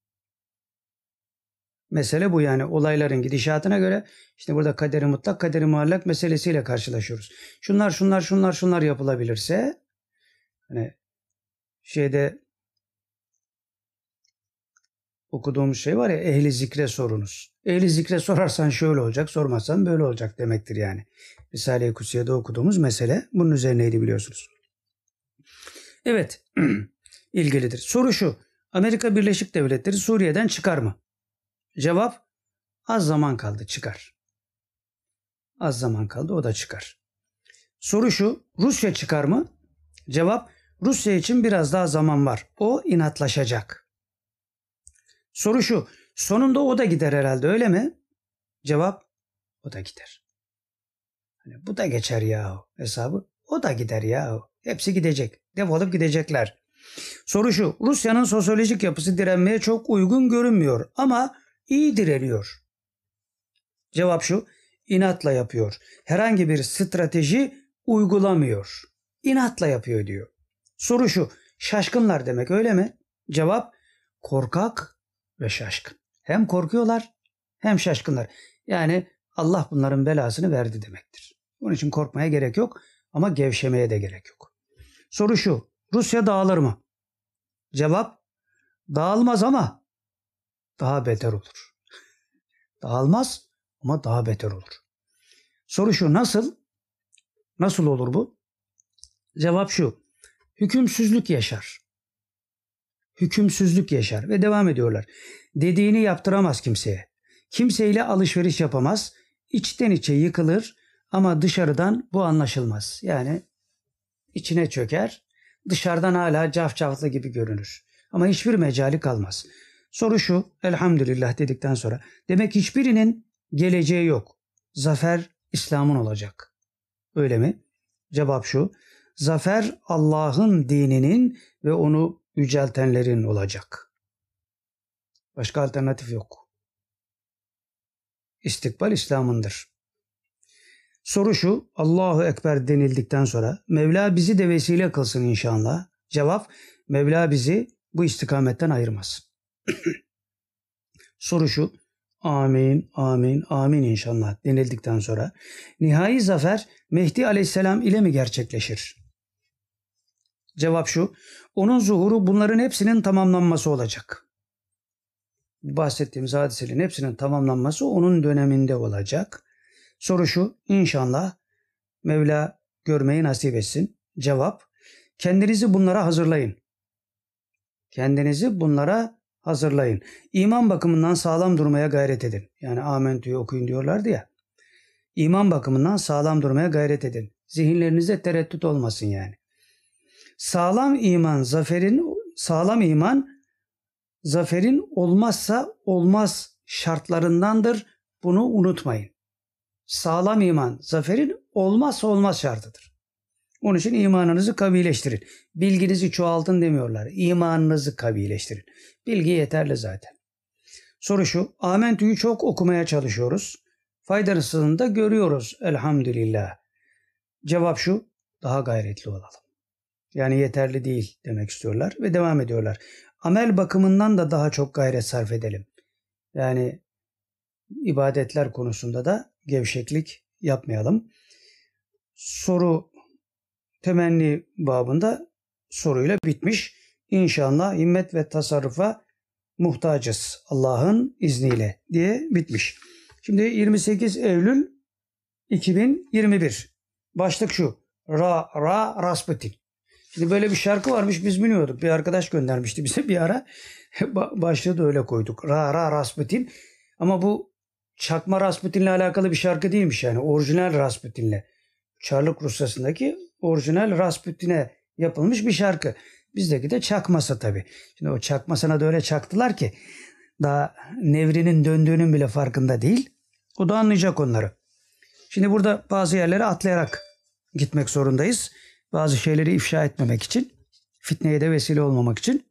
Mesele bu yani olayların gidişatına göre işte burada kaderi mutlak, kaderi muallak meselesiyle karşılaşıyoruz. Şunlar yapılabilirse hani şeyde okuduğumuz şey var ya ehli zikre sorunuz. Ehli zikre sorarsan şöyle olacak, sormazsan böyle olacak demektir yani. Risale-i Kutsiye'de okuduğumuz mesele bunun üzerineydi biliyorsunuz. Evet, ilgilidir. Soru şu, Amerika Birleşik Devletleri Suriye'den çıkar mı? Cevap, az zaman kaldı çıkar. Az zaman kaldı o da çıkar. Soru şu, Rusya çıkar mı? Cevap, Rusya için biraz daha zaman var. O inatlaşacak. Soru şu, sonunda o da gider herhalde öyle mi? Cevap, o da gider. Hani bu da geçer yahu hesabı. O da gider yahu. Hepsi gidecek. Defolup gidecekler. Soru şu, Rusya'nın sosyolojik yapısı direnmeye çok uygun görünmüyor ama iyi direniyor. Cevap şu, inatla yapıyor. Herhangi bir strateji uygulamıyor. İnatla yapıyor diyor. Soru şu, şaşkınlar demek öyle mi? Cevap, korkak ve şaşkın. Hem korkuyorlar hem şaşkınlar. Yani Allah bunların belasını verdi demektir. Onun için korkmaya gerek yok ama gevşemeye de gerek yok. Soru şu, Rusya dağılır mı? Cevap, dağılmaz ama daha beter olur. Dağılmaz ama daha beter olur. Soru şu, nasıl? Nasıl olur bu? Cevap şu, hükümsüzlük yaşar. Hükümsüzlük yaşar ve devam ediyorlar. Dediğini yaptıramaz kimseye. Kimseyle alışveriş yapamaz. İçten içe yıkılır ama dışarıdan bu anlaşılmaz. Yani içine çöker, dışarıdan hala cafcaflı gibi görünür. Ama hiçbir mecali kalmaz. Soru şu, elhamdülillah dedikten sonra, demek hiçbirinin geleceği yok. Zafer İslam'ın olacak. Öyle mi? Cevap şu, zafer Allah'ın dininin ve onu yüceltenlerin olacak. Başka alternatif yok. İstikbal İslam'ındır. Soru şu, Allahu Ekber denildikten sonra Mevla bizi de vesile kılsın inşallah. Cevap, Mevla bizi bu istikametten ayırmasın. Soru şu, amin, amin, amin inşallah denildikten sonra nihai zafer Mehdi Aleyhisselam ile mi gerçekleşir? Cevap şu, onun zuhuru bunların hepsinin tamamlanması olacak. Bahsettiğimiz hadiselerin hepsinin tamamlanması onun döneminde olacak. Soru şu, inşallah Mevla görmeyi nasip etsin. Cevap, kendinizi bunlara hazırlayın. Kendinizi bunlara hazırlayın. İman bakımından sağlam durmaya gayret edin. Yani Amentü'yü okuyun diyorlardı ya. İman bakımından sağlam durmaya gayret edin. Zihinlerinizde tereddüt olmasın yani. Sağlam iman zaferin olmazsa olmaz şartlarındandır. Bunu unutmayın. Sağlam iman zaferin olmazsa olmaz şartıdır. Onun için imanınızı kavileştirin. Bilginizi çoğaltın demiyorlar. İmanınızı kavileştirin. Bilgi yeterli zaten. Soru şu, Amentü'yü çok okumaya çalışıyoruz. Faydasını da görüyoruz elhamdülillah. Cevap şu, daha gayretli olalım. Yani yeterli değil demek istiyorlar ve devam ediyorlar. Amel bakımından da daha çok gayret sarf edelim. Yani ibadetler konusunda da gevşeklik yapmayalım. Soru temenni babında soruyla bitmiş. İnşallah himmet ve tasarrufa muhtacız Allah'ın izniyle diye bitmiş. Şimdi 28 Eylül 2021. Başlık şu. Rasputin. Şimdi böyle bir şarkı varmış, biz bilmiyorduk. Bir arkadaş göndermişti bize bir ara. Başlığı da öyle koyduk. Rasputin. Ama bu çakma Rasputin'le alakalı bir şarkı değilmiş yani. Orijinal Rasputin'le. Çarlık Rusyası'ndaki orijinal Rasputin'e yapılmış bir şarkı. Bizdeki de çakması tabii. Şimdi o çakmasına da öyle çaktılar ki daha nevrinin döndüğünün bile farkında değil. O da anlayacak onları. Şimdi burada bazı yerlere atlayarak gitmek zorundayız. Bazı şeyleri ifşa etmemek için, fitneye de vesile olmamak için.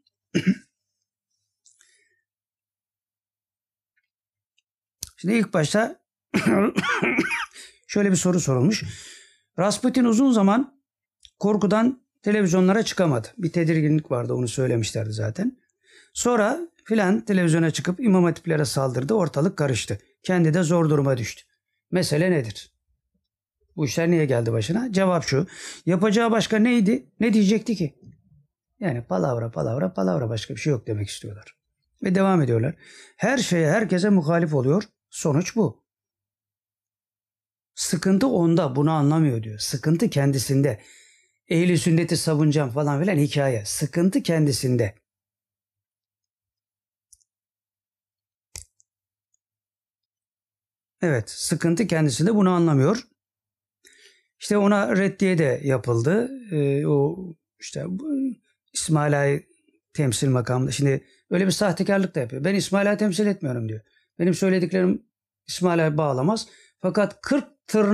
Şimdi ilk başta şöyle bir soru sorulmuş. Rasputin uzun zaman korkudan televizyonlara çıkamadı. Bir tedirginlik vardı, onu söylemişlerdi zaten. Sonra filan televizyona çıkıp İmam Hatiplere saldırdı, ortalık karıştı. Kendi de zor duruma düştü. Mesele nedir? Bu işler niye geldi başına? Cevap şu. Yapacağı başka neydi? Ne diyecekti ki? Yani palavra başka bir şey yok demek istiyorlar. Ve devam ediyorlar. Her şeye herkese muhalif oluyor. Sonuç bu. Sıkıntı onda, bunu anlamıyor diyor. Sıkıntı kendisinde. Ehl-i sünneti savunacağım falan filan hikaye. Sıkıntı kendisinde. Evet, sıkıntı kendisinde, bunu anlamıyor. İşte ona reddiye de yapıldı. O işte İsmail Ağa temsil makamında. Şimdi öyle bir sahtekarlık da yapıyor. Ben İsmail Ağa temsil etmiyorum diyor. Benim söylediklerim İsmail Ağa bağlamaz. Fakat 40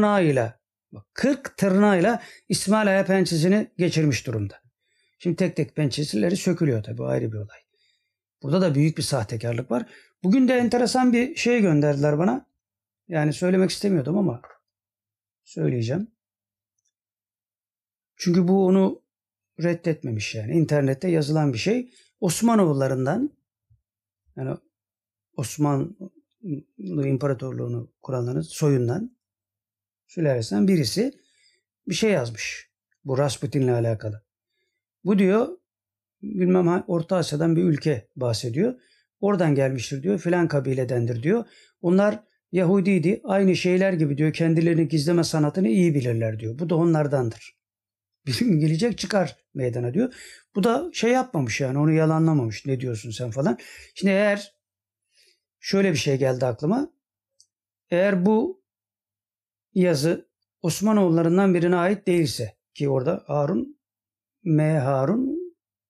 tırnağıyla İsmail Ağa pençesini geçirmiş durumda. Şimdi tek tek pençeleri sökülüyor tabii, ayrı bir olay. Burada da büyük bir sahtekarlık var. Bugün de enteresan bir şey gönderdiler bana. Yani söylemek istemiyordum ama söyleyeceğim. Çünkü bu onu reddetmemiş yani. İnternette yazılan bir şey. Osmanoğullarından, yani Osmanlı İmparatorluğunu kuranların soyundan, sülalesinden birisi bir şey yazmış. Bu Rasputin'le alakalı. Bu diyor bilmem Orta Asya'dan bir ülke bahsediyor. Oradan gelmiştir diyor. Filan kabiledendir diyor. Onlar Yahudiydi. Aynı şeyler gibi diyor. Kendilerini gizleme sanatını iyi bilirler diyor. Bu da onlardandır. Bir gün gelecek çıkar meydana diyor. Bu da şey yapmamış yani, onu yalanlamamış. Ne diyorsun sen falan. Şimdi eğer şöyle bir şey geldi aklıma. Eğer bu yazı Osmanoğullarından birine ait değilse, ki orada Harun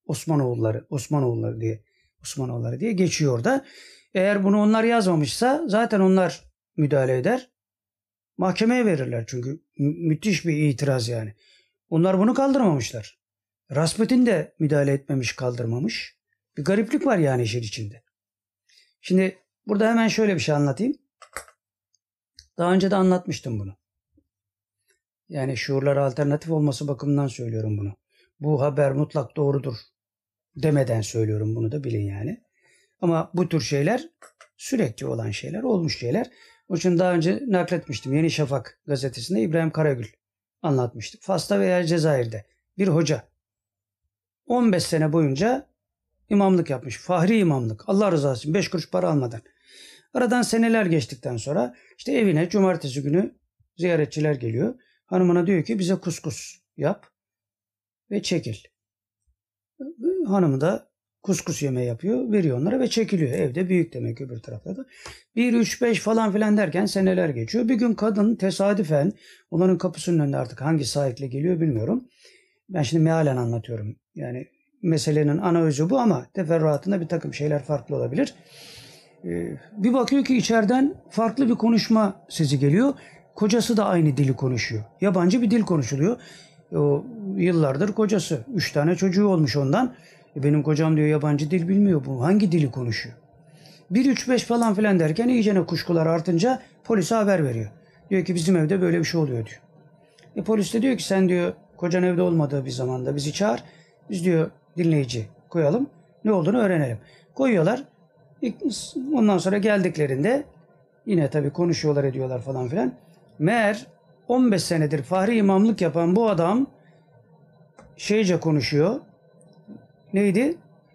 Osmanoğulları diye geçiyor orada. Eğer bunu onlar yazmamışsa zaten onlar müdahale eder. Mahkemeye verirler çünkü müthiş bir itiraz yani. Onlar bunu kaldırmamışlar. Rasputin de müdahale etmemiş, kaldırmamış. Bir gariplik var yani işin içinde. Şimdi burada hemen şöyle bir şey anlatayım. Daha önce de anlatmıştım bunu. Yani şuurlara alternatif olması bakımından söylüyorum bunu. Bu haber mutlak doğrudur demeden söylüyorum, bunu da bilin yani. Ama bu tür şeyler sürekli olan şeyler, olmuş şeyler. Onun için daha önce nakletmiştim. Yeni Şafak gazetesinde İbrahim Karagül anlatmıştık. Fas'ta veya Cezayir'de bir hoca 15 sene boyunca imamlık yapmış. Fahri imamlık. Allah rızası için 5 kuruş para almadan. Aradan seneler geçtikten sonra işte evine cumartesi günü ziyaretçiler geliyor. Hanımına diyor ki bize kuskus yap ve çekil. Hanımı da kuskus yemeği yapıyor, veriyor onlara ve çekiliyor. Evde büyük demek öbür tarafta da. 1, 3, 5 falan filan derken seneler geçiyor. Bir gün kadın tesadüfen onların kapısının önünde, artık hangi sahiple geliyor bilmiyorum. Ben şimdi mealen anlatıyorum. Yani meselenin ana özü bu ama teferruatında bir takım şeyler farklı olabilir. Bir bakıyor ki içeriden farklı bir konuşma sesi geliyor. Kocası da aynı dili konuşuyor. Yabancı bir dil konuşuluyor. O yıllardır kocası. 3 tane çocuğu olmuş ondan. Benim kocam diyor yabancı dil bilmiyor, bu hangi dili konuşuyor? 1, 3, 5 falan filan derken iyicene kuşkular artınca polise haber veriyor. Diyor ki bizim evde böyle bir şey oluyor diyor. Polis de diyor ki sen diyor Kocan evde olmadığı bir zamanda bizi çağır. Biz diyor dinleyici koyalım. Ne olduğunu öğrenelim. Koyuyorlar. Ondan sonra geldiklerinde yine tabii konuşuyorlar ediyorlar falan filan. Meğer 15 senedir Fahri imamlık yapan bu adam şeyce konuşuyor. Neydi?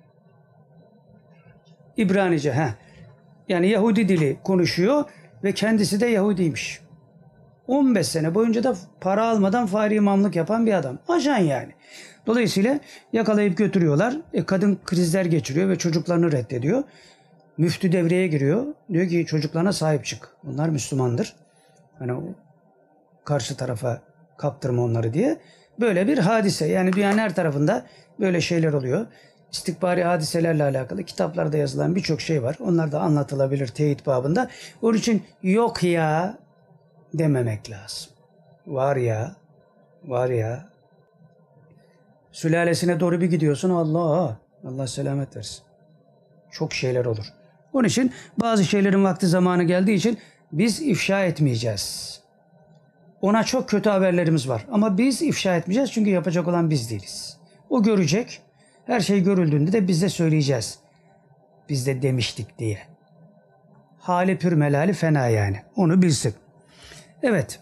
İbranice. Yani Yahudi dili konuşuyor ve kendisi de Yahudiymiş. 15 sene boyunca da para almadan Fahri imamlık yapan bir adam. Ajan yani. Dolayısıyla yakalayıp götürüyorlar. Kadın krizler geçiriyor ve çocuklarını reddediyor. Müftü devreye giriyor. Diyor ki çocuklarına sahip çık. Bunlar Müslümandır. Hani karşı tarafa kaptırma onları diye. Böyle bir hadise. Yani dünyanın her tarafında böyle şeyler oluyor. İstikbari hadiselerle alakalı kitaplarda yazılan birçok şey var. Onlar da anlatılabilir teyit babında. Onun için yok ya dememek lazım. Var ya, var ya. Sülalesine doğru bir gidiyorsun. Allah selamet versin. Çok şeyler olur. Onun için bazı şeylerin vakti zamanı geldiği için biz ifşa etmeyeceğiz. Ona çok kötü haberlerimiz var. Ama biz ifşa etmeyeceğiz çünkü yapacak olan biz değiliz. O görecek. Her şey görüldüğünde de biz de söyleyeceğiz. Biz de demiştik diye. Hali pür melali fena yani. Onu bilsin. Evet.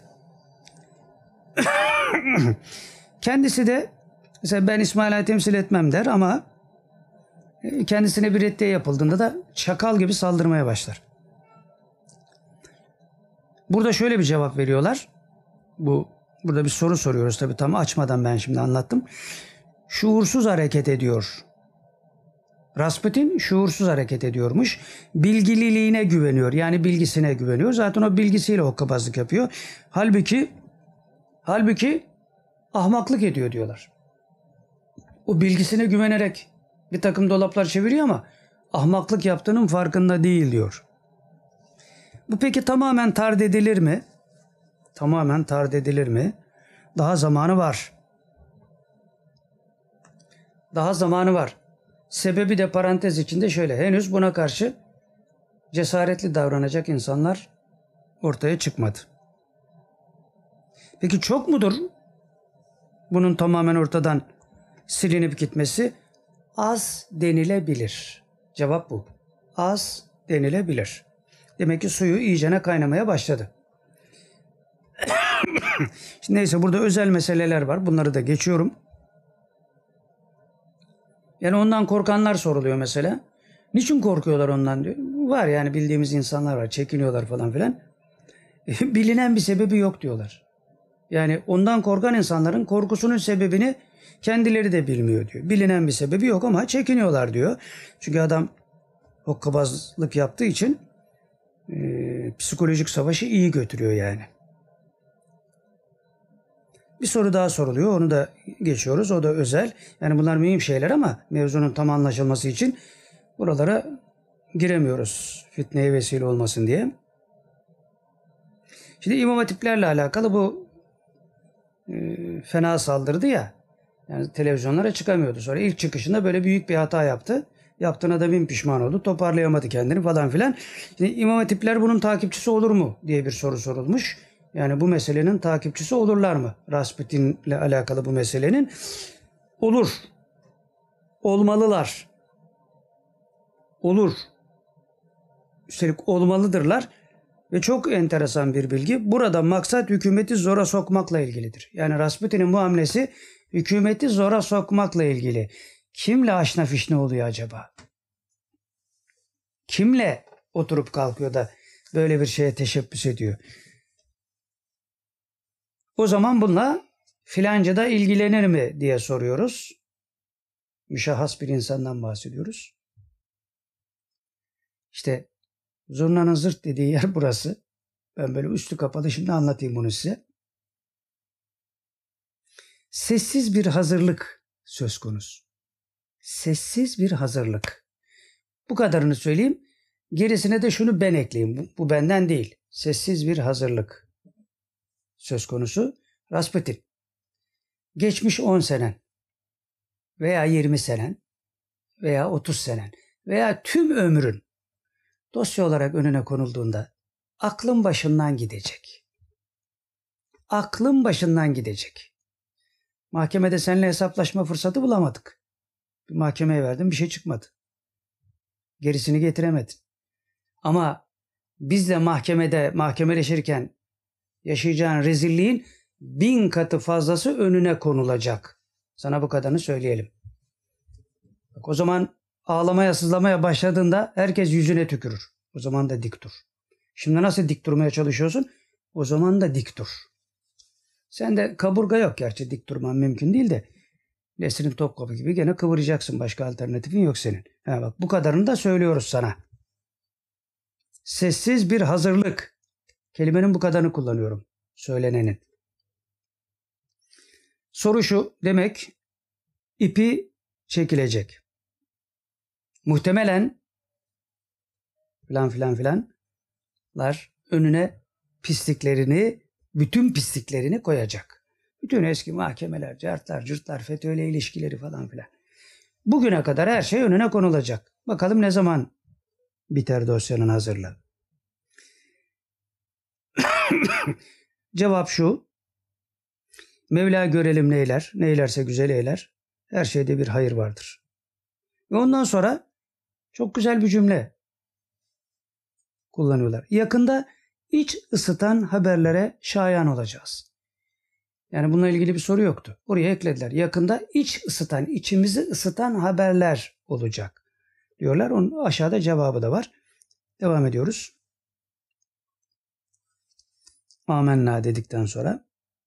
Kendisi de mesela ben İsmaila'yı temsil etmem der ama kendisine bir reddiye yapıldığında da çakal gibi saldırmaya başlar. Burada şöyle bir cevap veriyorlar. Burada bir soru soruyoruz tabii tam açmadan ben şimdi anlattım. Şuursuz hareket ediyor. Rasputin şuursuz hareket ediyormuş. Bilgililiğine güveniyor. Yani bilgisine güveniyor. Zaten o bilgisiyle hokkabazlık yapıyor. Halbuki ahmaklık ediyor diyorlar. O bilgisine güvenerek bir takım dolaplar çeviriyor ama ahmaklık yaptığının farkında değil diyor. Bu peki tamamen tard edilir mi? Tamamen tard edilir mi? Daha zamanı var. Daha zamanı var. Sebebi de parantez içinde şöyle. Henüz buna karşı cesaretli davranacak insanlar ortaya çıkmadı. Peki çok mudur bunun tamamen ortadan silinip gitmesi? Az denilebilir. Cevap bu. Az denilebilir. Demek ki suyu iyicene kaynamaya başladı. Şimdi neyse burada özel meseleler var. Bunları da geçiyorum. Yani ondan korkanlar soruluyor mesela. Niçin korkuyorlar ondan diyor. Var yani bildiğimiz insanlar var. Çekiniyorlar falan filan. Bilinen bir sebebi yok diyorlar. Yani ondan korkan insanların korkusunun sebebini kendileri de bilmiyor diyor. Bilinen bir sebebi yok ama çekiniyorlar diyor. Çünkü adam hokkabazlık yaptığı için psikolojik savaşı iyi götürüyor yani. Bir soru daha soruluyor. Onu da geçiyoruz. O da özel. Yani bunlar mühim şeyler ama mevzunun tam anlaşılması için buralara giremiyoruz. Fitneye vesile olmasın diye. Şimdi İmam Hatiplerle alakalı bu fena saldırdı ya. Yani televizyonlara çıkamıyordu. Sonra ilk çıkışında böyle büyük bir hata yaptı. Yaptığına da bin pişman oldu. Toparlayamadı kendini falan filan. Şimdi İmam Hatipler bunun takipçisi olur mu diye bir soru sorulmuş. Yani bu meselenin takipçisi olurlar mı? Rasputin'le alakalı bu meselenin. Olur. Olmalılar. Olur. Üstelik olmalıdırlar. Ve çok enteresan bir bilgi. Burada maksat hükümeti zora sokmakla ilgilidir. Yani Rasputin'in bu hamlesi hükümeti zora sokmakla ilgili. Kimle aşna fişne oluyor acaba? Kimle oturup kalkıyor da böyle bir şeye teşebbüs ediyor? O zaman bununla filanca da ilgilenir mi diye soruyoruz. Müşahhas bir insandan bahsediyoruz. İşte zurnanın zırt dediği yer burası. Ben böyle üstü kapalı şimdi anlatayım bunu size. Sessiz bir hazırlık söz konusu. Sessiz bir hazırlık. Bu kadarını söyleyeyim. Gerisine de şunu ben ekleyeyim. Bu benden değil. Sessiz bir hazırlık söz konusu. Rasputin. Geçmiş 10 senen veya 20 senen veya 30 senen veya tüm ömrün dosya olarak önüne konulduğunda aklın başından gidecek. Aklın başından gidecek. Mahkemede seninle hesaplaşma fırsatı bulamadık. Bir mahkemeye verdim, bir şey çıkmadı. Gerisini getiremedin. Ama biz de mahkemeleşirken yaşayacağın rezilliğin 1000 katı fazlası önüne konulacak. Sana bu kadarını söyleyelim. Bak, o zaman ağlamaya sızlamaya başladığında herkes yüzüne tükürür. O zaman da dik dur. Şimdi nasıl dik durmaya çalışıyorsun? O zaman da dik dur. Sende kaburga yok, gerçi dik durman mümkün değil de Nesrin Topkapı gibi gene kıvıracaksın. Başka alternatifin yok senin. Bak, bu kadarını da söylüyoruz sana. Sessiz bir hazırlık. Kelimenin bu kadarını kullanıyorum. Söylenenin. Soru şu, demek ipi çekilecek. Muhtemelen filanlar önüne bütün pisliklerini koyacak. Bütün eski mahkemeler, cırtlar, FETÖ'yle ilişkileri falan filan. Bugüne kadar her şey önüne konulacak. Bakalım ne zaman biter dosyanın hazırlığı. Cevap şu. Mevla görelim neyler, neylerse güzel eyler. Her şeyde bir hayır vardır. Ve ondan sonra çok güzel bir cümle kullanıyorlar. Yakında iç ısıtan haberlere şayan olacağız. Yani bununla ilgili bir soru yoktu. Oraya eklediler. Yakında içimizi ısıtan haberler olacak diyorlar. Onun aşağıda cevabı da var. Devam ediyoruz. Amenna dedikten sonra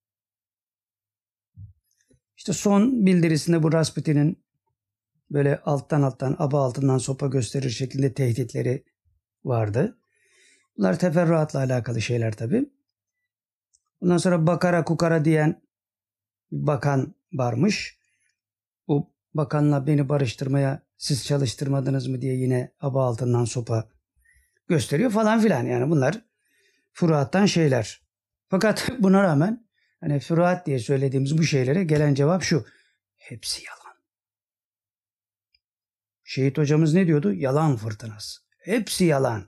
işte son bildirisinde bu Rasputin'in böyle alttan aba altından sopa gösterir şeklinde tehditleri vardı. Bunlar teferruatla alakalı şeyler tabii. Ondan sonra bakara kukara diyen bir bakan varmış. O bakanla beni barıştırmaya siz çalıştırmadınız mı diye yine aba altından sopa gösteriyor falan filan. Yani bunlar furuattan şeyler. Fakat buna rağmen hani furuat diye söylediğimiz bu şeylere gelen cevap şu. Hepsi yalan. Şehit hocamız ne diyordu? Yalan fırtınası. Hepsi yalan.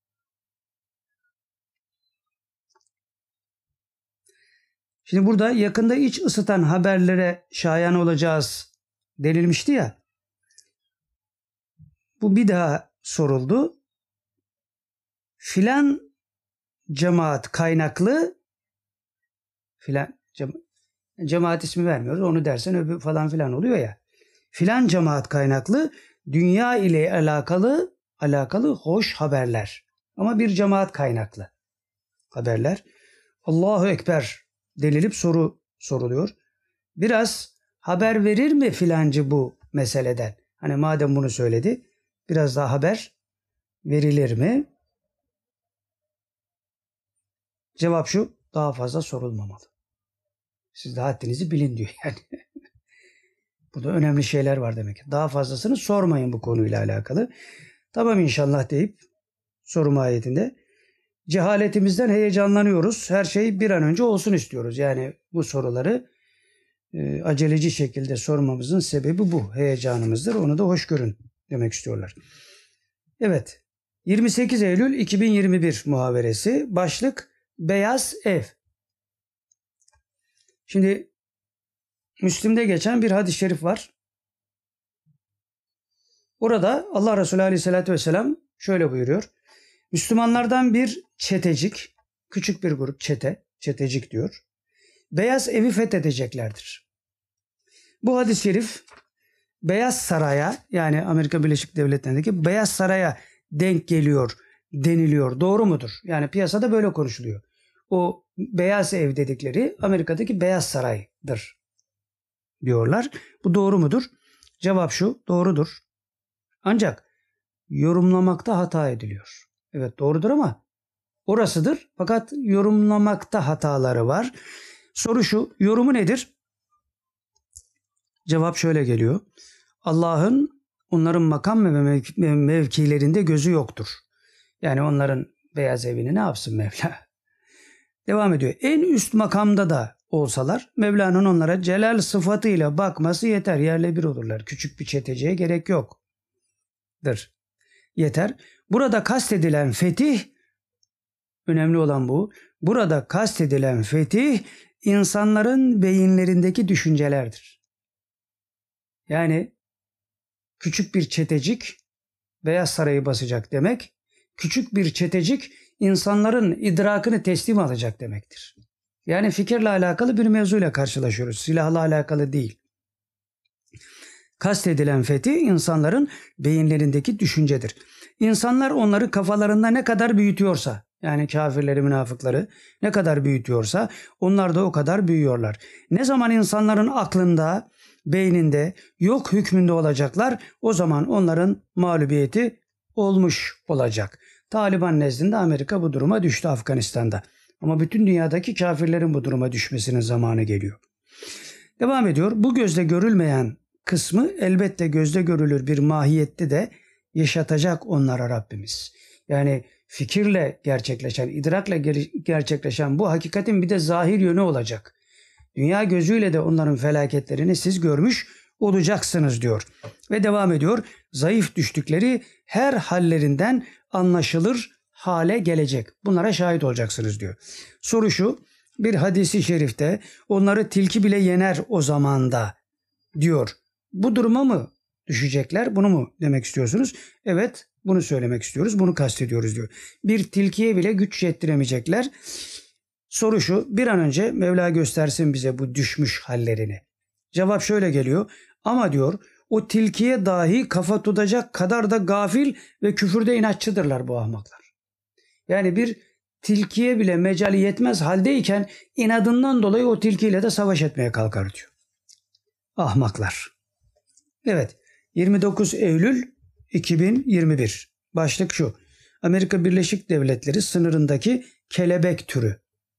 Şimdi burada yakında iç ısıtan haberlere şayan olacağız denilmişti ya. Bu bir daha soruldu. Filan cemaat kaynaklı cemaat ismi vermiyoruz. Onu dersen öbür falan filan oluyor ya. Filan cemaat kaynaklı dünya ile alakalı hoş haberler. Ama bir cemaat kaynaklı haberler. Allahu Ekber denilip soru soruluyor. Biraz haber verir mi filancı bu meseleden? Hani madem bunu söyledi, biraz daha haber verilir mi? Cevap şu, daha fazla sorulmamalı. Siz de haddinizi bilin diyor yani. Bu da önemli şeyler var demek. Daha fazlasını sormayın bu konuyla alakalı. Tamam inşallah deyip soru mahiyetinde. Cehaletimizden heyecanlanıyoruz. Her şey bir an önce olsun istiyoruz. Yani bu soruları aceleci şekilde sormamızın sebebi bu. Heyecanımızdır. Onu da hoş görün demek istiyorlar. Evet. 28 Eylül 2021 muhaberesi. Başlık Beyaz Ev. Şimdi Müslim'de geçen bir hadis-i şerif var. Orada Allah Resulü Aleyhisselatü Vesselam şöyle buyuruyor. Müslümanlardan bir çetecik, küçük bir grup çetecik diyor. Beyaz Evi fethedeceklerdir. Bu hadis-i şerif Beyaz Saray'a, yani Amerika Birleşik Devletleri'ndeki Beyaz Saray'a denk geliyor deniliyor. Doğru mudur? Yani piyasada böyle konuşuluyor. O Beyaz Ev dedikleri Amerika'daki Beyaz Saray'dır diyorlar. Bu doğru mudur? Cevap şu, doğrudur. Ancak yorumlamakta hata ediliyor. Evet doğrudur ama orasıdır. Fakat yorumlamakta hataları var. Soru şu, yorumu nedir? Cevap şöyle geliyor. Allah'ın onların makam ve mevkilerinde gözü yoktur. Yani onların beyaz evini ne yapsın Mevla? Devam ediyor. En üst makamda da olsalar Mevla'nın onlara celal sıfatıyla bakması yeter. Yerle bir olurlar. Küçük bir çeteciye gerek yoktur. Yeter. Burada kastedilen fetih önemli olan bu. Burada kastedilen fetih insanların beyinlerindeki düşüncelerdir. Yani küçük bir çetecik Beyaz Sarayı basacak demek, küçük bir çetecik insanların idrakını teslim alacak demektir. Yani fikirle alakalı bir mevzuyla karşılaşıyoruz. Silahla alakalı değil. Kastedilen fetih insanların beyinlerindeki düşüncedir. İnsanlar onları kafalarında ne kadar büyütüyorsa, yani kafirleri, münafıkları ne kadar büyütüyorsa onlar da o kadar büyüyorlar. Ne zaman insanların aklında, beyninde yok hükmünde olacaklar, o zaman onların mağlubiyeti olmuş olacak. Taliban nezdinde Amerika bu duruma düştü Afganistan'da. Ama bütün dünyadaki kafirlerin bu duruma düşmesinin zamanı geliyor. Devam ediyor. Bu gözle görülmeyen kısmı elbette gözle görülür bir mahiyette de yaşatacak onlara Rabbimiz. Yani fikirle gerçekleşen, idrakla gerçekleşen bu hakikatin bir de zahir yönü olacak. Dünya gözüyle de onların felaketlerini siz görmüş olacaksınız diyor. Ve devam ediyor. Zayıf düştükleri her hallerinden anlaşılır hale gelecek. Bunlara şahit olacaksınız diyor. Soru şu, bir hadisi şerifte onları tilki bile yener o zamanda diyor. Bu duruma mı düşecekler? Bunu mu demek istiyorsunuz? Evet, bunu söylemek istiyoruz. Bunu kastediyoruz diyor. Bir tilkiye bile güç yettiremeyecekler. Soru şu, bir an önce Mevla göstersin bize bu düşmüş hallerini. Cevap şöyle geliyor. Ama diyor, o tilkiye dahi kafa tutacak kadar da gafil ve küfürde inatçıdırlar bu ahmaklar. Yani bir tilkiye bile mecali yetmez haldeyken inadından dolayı o tilkiyle de savaş etmeye kalkar diyor. Ahmaklar. Evet, 29 Eylül 2021. Başlık şu. Amerika Birleşik Devletleri sınırındaki kelebek türü.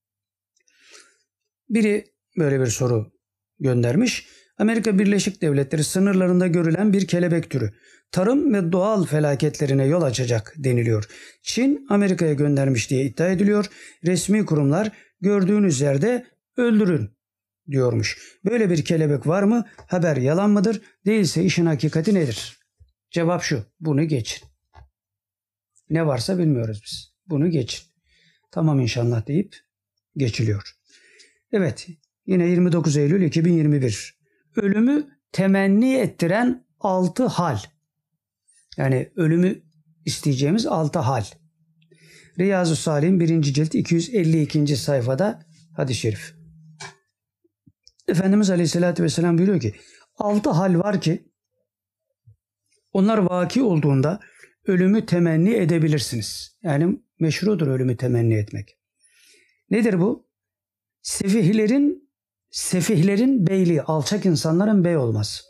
Biri böyle bir soru göndermiş. Amerika Birleşik Devletleri sınırlarında görülen bir kelebek türü. Tarım ve doğal felaketlerine yol açacak deniliyor. Çin Amerika'ya göndermiş diye iddia ediliyor. Resmi kurumlar gördüğünüz yerde öldürün diyormuş. Böyle bir kelebek var mı? Haber yalan mıdır? Değilse işin hakikati nedir? Cevap şu. Bunu geçin. Ne varsa bilmiyoruz biz. Bunu geçin. Tamam inşallah deyip geçiliyor. Evet. Yine 29 Eylül 2021. Ölümü temenni ettiren 6 hal. Yani ölümü isteyeceğimiz 6 hal. Riyazu Salih'in 1. cilt 252. sayfada hadis-i şerif. Efendimiz Aleyhisselatü Vesselam buyuruyor ki 6 hal var ki onlar vaki olduğunda ölümü temenni edebilirsiniz. Yani meşrudur ölümü temenni etmek. Nedir bu? Sefihlerin beyliği, alçak insanların bey olması.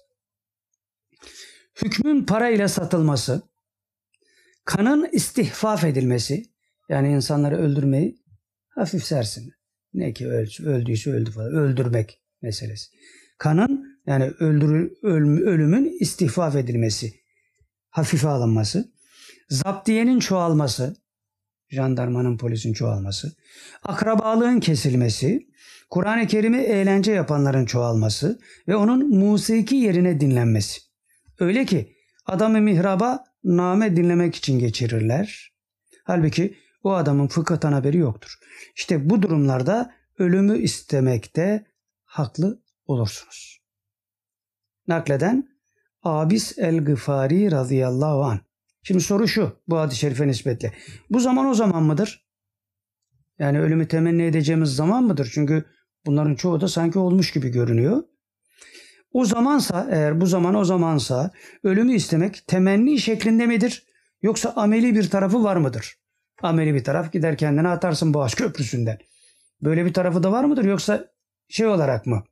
Hükmün parayla satılması. Kanın istihfaf edilmesi. Yani insanları öldürmeyi hafifsersin. Ne ki öldüyse öldü falan. Öldürmek meselesi. Kanın yani ölümün istihfaf edilmesi. Hafife alınması. Zaptiyenin çoğalması. Jandarmanın, polisin çoğalması. Akrabalığın kesilmesi. Kur'an-ı Kerim'i eğlence yapanların çoğalması ve onun musiki yerine dinlenmesi. Öyle ki adamı mihraba name dinlemek için geçirirler. Halbuki o adamın fıkıhtan haberi yoktur. İşte bu durumlarda ölümü istemekte haklı olursunuz. Nakleden Abis el-Gıfari radıyallahu anh. Şimdi soru şu bu hadis-i şerife nispetle. Bu zaman o zaman mıdır? Yani ölümü temenni edeceğimiz zaman mıdır? Çünkü bunların çoğu da sanki olmuş gibi görünüyor. O zamansa eğer bu zaman o zamansa ölümü istemek temenni şeklinde midir? Yoksa ameli bir tarafı var mıdır? Ameli bir taraf gider kendine atarsın Boğaz Köprüsü'nden. Böyle bir tarafı da var mıdır? Yoksa şey olarak mı?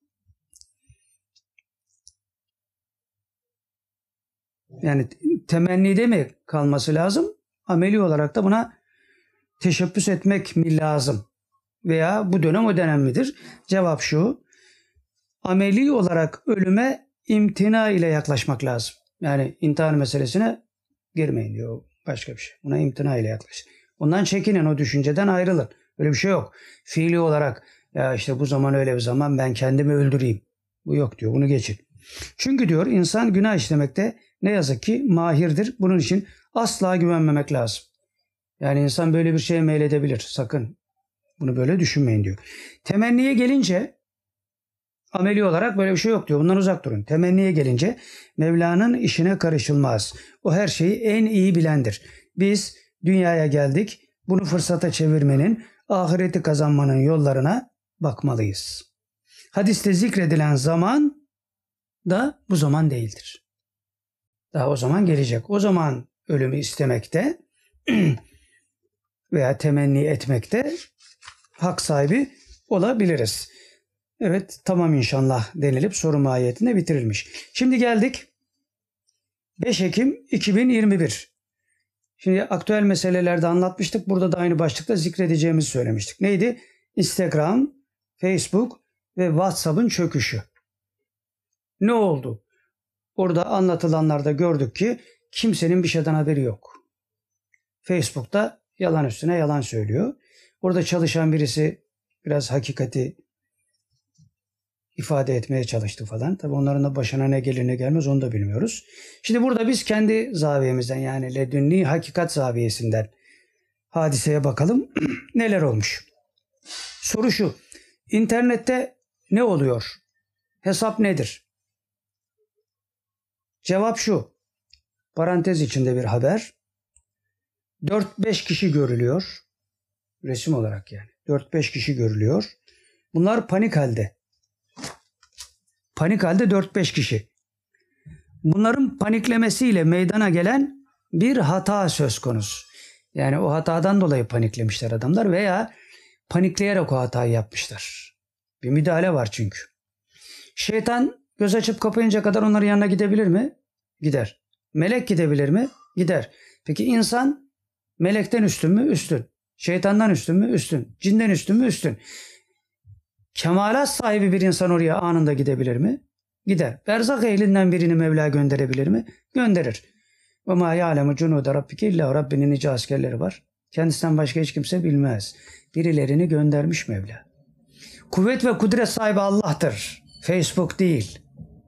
Yani temennide mi kalması lazım? Ameli olarak da buna teşebbüs etmek mi lazım? Veya bu dönem o dönem midir? Cevap şu. Ameli olarak ölüme imtina ile yaklaşmak lazım. Yani intihar meselesine girmeyin diyor. Başka bir şey. Buna imtina ile yaklaşın. Ondan çekinin, o düşünceden ayrılın. Öyle bir şey yok. Fiili olarak ya işte bu zaman öyle bir zaman ben kendimi öldüreyim. Bu yok diyor. Bunu geçin. Çünkü diyor insan günah işlemekte ne yazık ki mahirdir. Bunun için asla güvenmemek lazım. Yani insan böyle bir şeye meyledebilir. Sakın bunu böyle düşünmeyin diyor. Temenniye gelince ameli olarak böyle bir şey yok diyor. Bundan uzak durun. Temenniye gelince Mevla'nın işine karışılmaz. O her şeyi en iyi bilendir. Biz dünyaya geldik. Bunu fırsata çevirmenin, ahireti kazanmanın yollarına bakmalıyız. Hadiste zikredilen zaman da bu zaman değildir. Daha o zaman gelecek. O zaman ölümü istemekte veya temenni etmekte hak sahibi olabiliriz. Evet, tamam inşallah denilip soru mahiyetinde bitirilmiş. Şimdi geldik 5 Ekim 2021. Şimdi aktüel meselelerde anlatmıştık. Burada da aynı başlıkta zikredeceğimizi söylemiştik. Neydi? Instagram, Facebook ve WhatsApp'ın çöküşü. Ne oldu? Orada anlatılanlarda gördük ki kimsenin bir şeyden haberi yok. Facebook'ta yalan üstüne yalan söylüyor. Orada çalışan birisi biraz hakikati ifade etmeye çalıştı falan. Tabii onların da başına ne gelir ne gelmez onu da bilmiyoruz. Şimdi burada biz kendi zaviyemizden yani ledünni hakikat zaviyesinden hadiseye bakalım. Neler olmuş? Soru şu. İnternette ne oluyor? Hesap nedir? Cevap şu. Parantez içinde bir haber. 4-5 kişi görülüyor. Resim olarak yani. 4-5 kişi görülüyor. Bunlar panik halde. Panik halde 4-5 kişi. Bunların paniklemesiyle meydana gelen bir hata söz konusu. Yani o hatadan dolayı paniklemişler adamlar veya panikleyerek o hatayı yapmışlar. Bir müdahale var çünkü. Şeytan göz açıp kapayınca kadar onların yanına gidebilir mi? Gider. Melek gidebilir mi? Gider. Peki insan melekten üstün mü? Üstün. Şeytandan üstün mü? Üstün. Cinden üstün mü? Üstün. Kemalat sahibi bir insan oraya anında gidebilir mi? Gider. Berzak ehlinden birini Mevla gönderebilir mi? Gönderir. Ve ma ya'lemu cunude rabbike illa Rabbinin nice askerleri var. Kendisinden başka hiç kimse bilmez. Birilerini göndermiş Mevla. Kuvvet ve kudret sahibi Allah'tır. Facebook değil.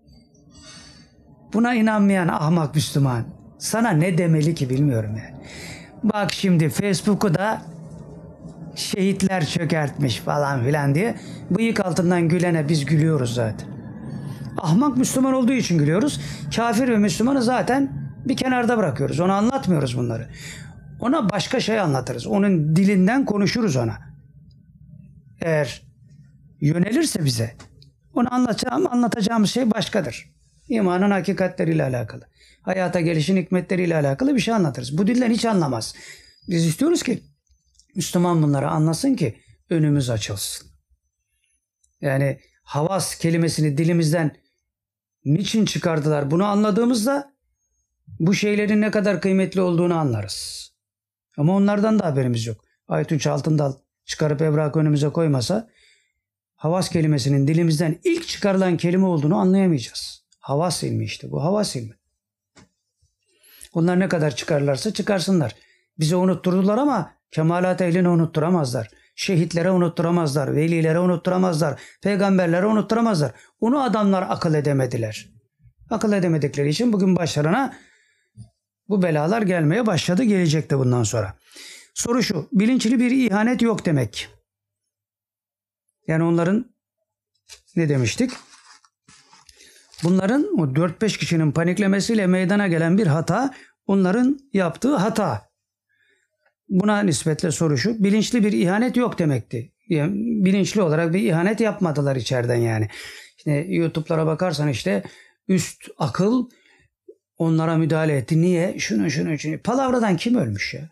Buna inanmayan ahmak Müslüman sana ne demeli ki bilmiyorum yani. Bak şimdi Facebook'u da şehitler çökertmiş falan filan diye bıyık altından gülene biz gülüyoruz zaten. Ahmak Müslüman olduğu için gülüyoruz. Kafir ve Müslümanı zaten bir kenarda bırakıyoruz. Ona anlatmıyoruz bunları. Ona başka şey anlatırız. Onun dilinden konuşuruz ona. Eğer yönelirse bize onu anlatacağımız şey başkadır. İmanın hakikatleriyle alakalı. Hayata gelişin hikmetleriyle alakalı bir şey anlatırız. Bu dilden hiç anlamaz. Biz istiyoruz ki Müslüman bunları anlasın ki önümüz açılsın. Yani havas kelimesini dilimizden niçin çıkardılar? Bunu anladığımızda bu şeylerin ne kadar kıymetli olduğunu anlarız. Ama onlardan da haberimiz yok. Aytunç Altındal çıkarıp evrak önümüze koymasa havas kelimesinin dilimizden ilk çıkarılan kelime olduğunu anlayamayacağız. Havas ilmi işte bu havas ilmi. Onlar ne kadar çıkarlarsa çıkarsınlar. Bize unutturdular ama kemalat ehlini unutturamazlar. Şehitlere unutturamazlar. Velilere unutturamazlar. Peygamberlere unutturamazlar. Onu adamlar akıl edemediler. Akıl edemedikleri için bugün başlarına bu belalar gelmeye başladı. Gelecek de bundan sonra. Soru şu. Bilinçli bir ihanet yok demek. Yani onların ne demiştik? Bunların o 4-5 kişinin paniklemesiyle meydana gelen bir hata, onların yaptığı hata. Buna nispetle soru şu, bilinçli bir ihanet yok demekti. Yani bilinçli olarak bir ihanet yapmadılar içeriden yani. İşte YouTube'lara bakarsan işte üst akıl onlara müdahale etti. Niye? Şunu. Palavradan kim ölmüş ya?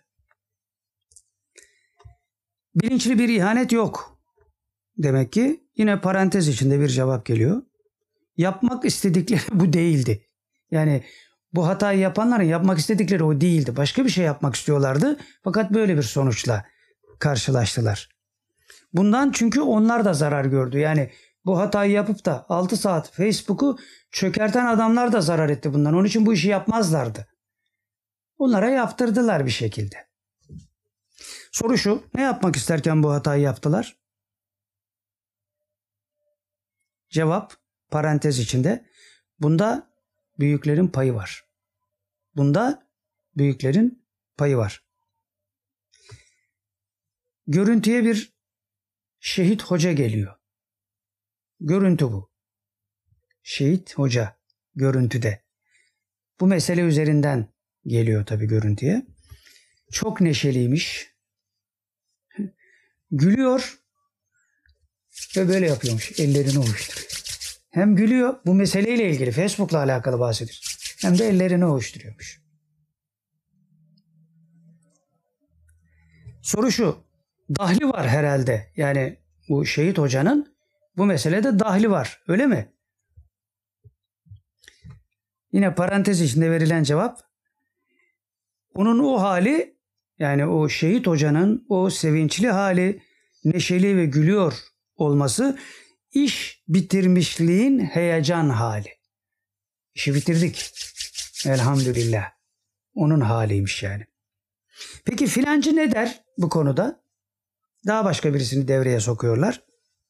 Bilinçli bir ihanet yok. Demek ki yine parantez içinde bir cevap geliyor. Yapmak istedikleri bu değildi. Yani bu hatayı yapanların yapmak istedikleri o değildi. Başka bir şey yapmak istiyorlardı. Fakat böyle bir sonuçla karşılaştılar. Bundan çünkü onlar da zarar gördü. Yani bu hatayı yapıp da 6 saat Facebook'u çökerten adamlar da zarar etti bundan. Onun için bu işi yapmazlardı. Onlara yaptırdılar bir şekilde. Soru şu, ne yapmak isterken bu hatayı yaptılar? Cevap parantez içinde. Bunda büyüklerin payı var. Bunda büyüklerin payı var. Görüntüye bir şehit hoca geliyor. Görüntü bu. Şehit hoca görüntüde. Bu mesele üzerinden geliyor tabii görüntüye. Çok neşeliymiş. Gülüyor ve böyle yapıyormuş. Ellerini ovuşturuyor. Hem gülüyor, bu meseleyle ilgili, Facebook'la alakalı bahsediyor. Hem de ellerini ovuşturuyormuş. Soru şu, dahli var herhalde. Yani bu şehit hocanın bu meselede dahli var. Öyle mi? Yine parantez içinde verilen cevap, onun o hali, yani o şehit hocanın o sevinçli hali, neşeli ve gülüyor olması, iş bitirmişliğin heyecan hali. İşi bitirdik. Elhamdülillah. Onun haliymiş yani. Peki filancı ne der bu konuda? Daha başka birisini devreye sokuyorlar.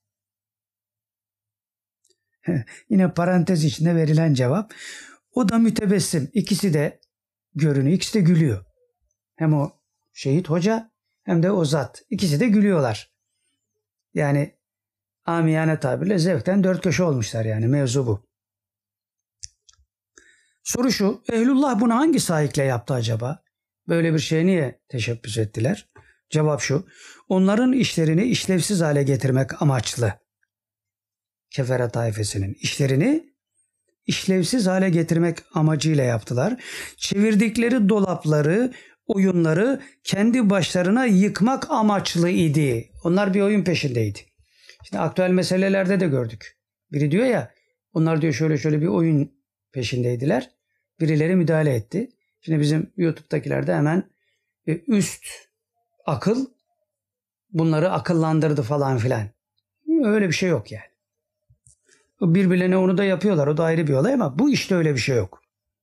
Yine parantez içinde verilen cevap. O da mütebessim. İkisi de görünüyor. İkisi de gülüyor. Hem o şehit hoca hem de o zat. İkisi de gülüyorlar. Yani amiyane tabirle zevkten dört köşe olmuşlar yani. Mevzu bu. Soru şu. Ehlullah bunu hangi sahikle yaptı acaba? Böyle bir şeye niye teşebbüs ettiler? Cevap şu. Onların işlerini işlevsiz hale getirmek amaçlı. Kefere taifesinin işlerini işlevsiz hale getirmek amacıyla yaptılar. Çevirdikleri dolapları, oyunları kendi başlarına yıkmak amaçlı idi. Onlar bir oyun peşindeydi. Şimdi aktüel meselelerde de gördük. Biri diyor ya, onlar diyor şöyle bir oyun peşindeydiler. Birileri müdahale etti. Şimdi bizim YouTube'dakilerde hemen üst akıl bunları akıllandırdı falan filan. Öyle bir şey yok yani. Birbirlerine onu da yapıyorlar. O da ayrı bir olay ama bu işte öyle bir şey yok.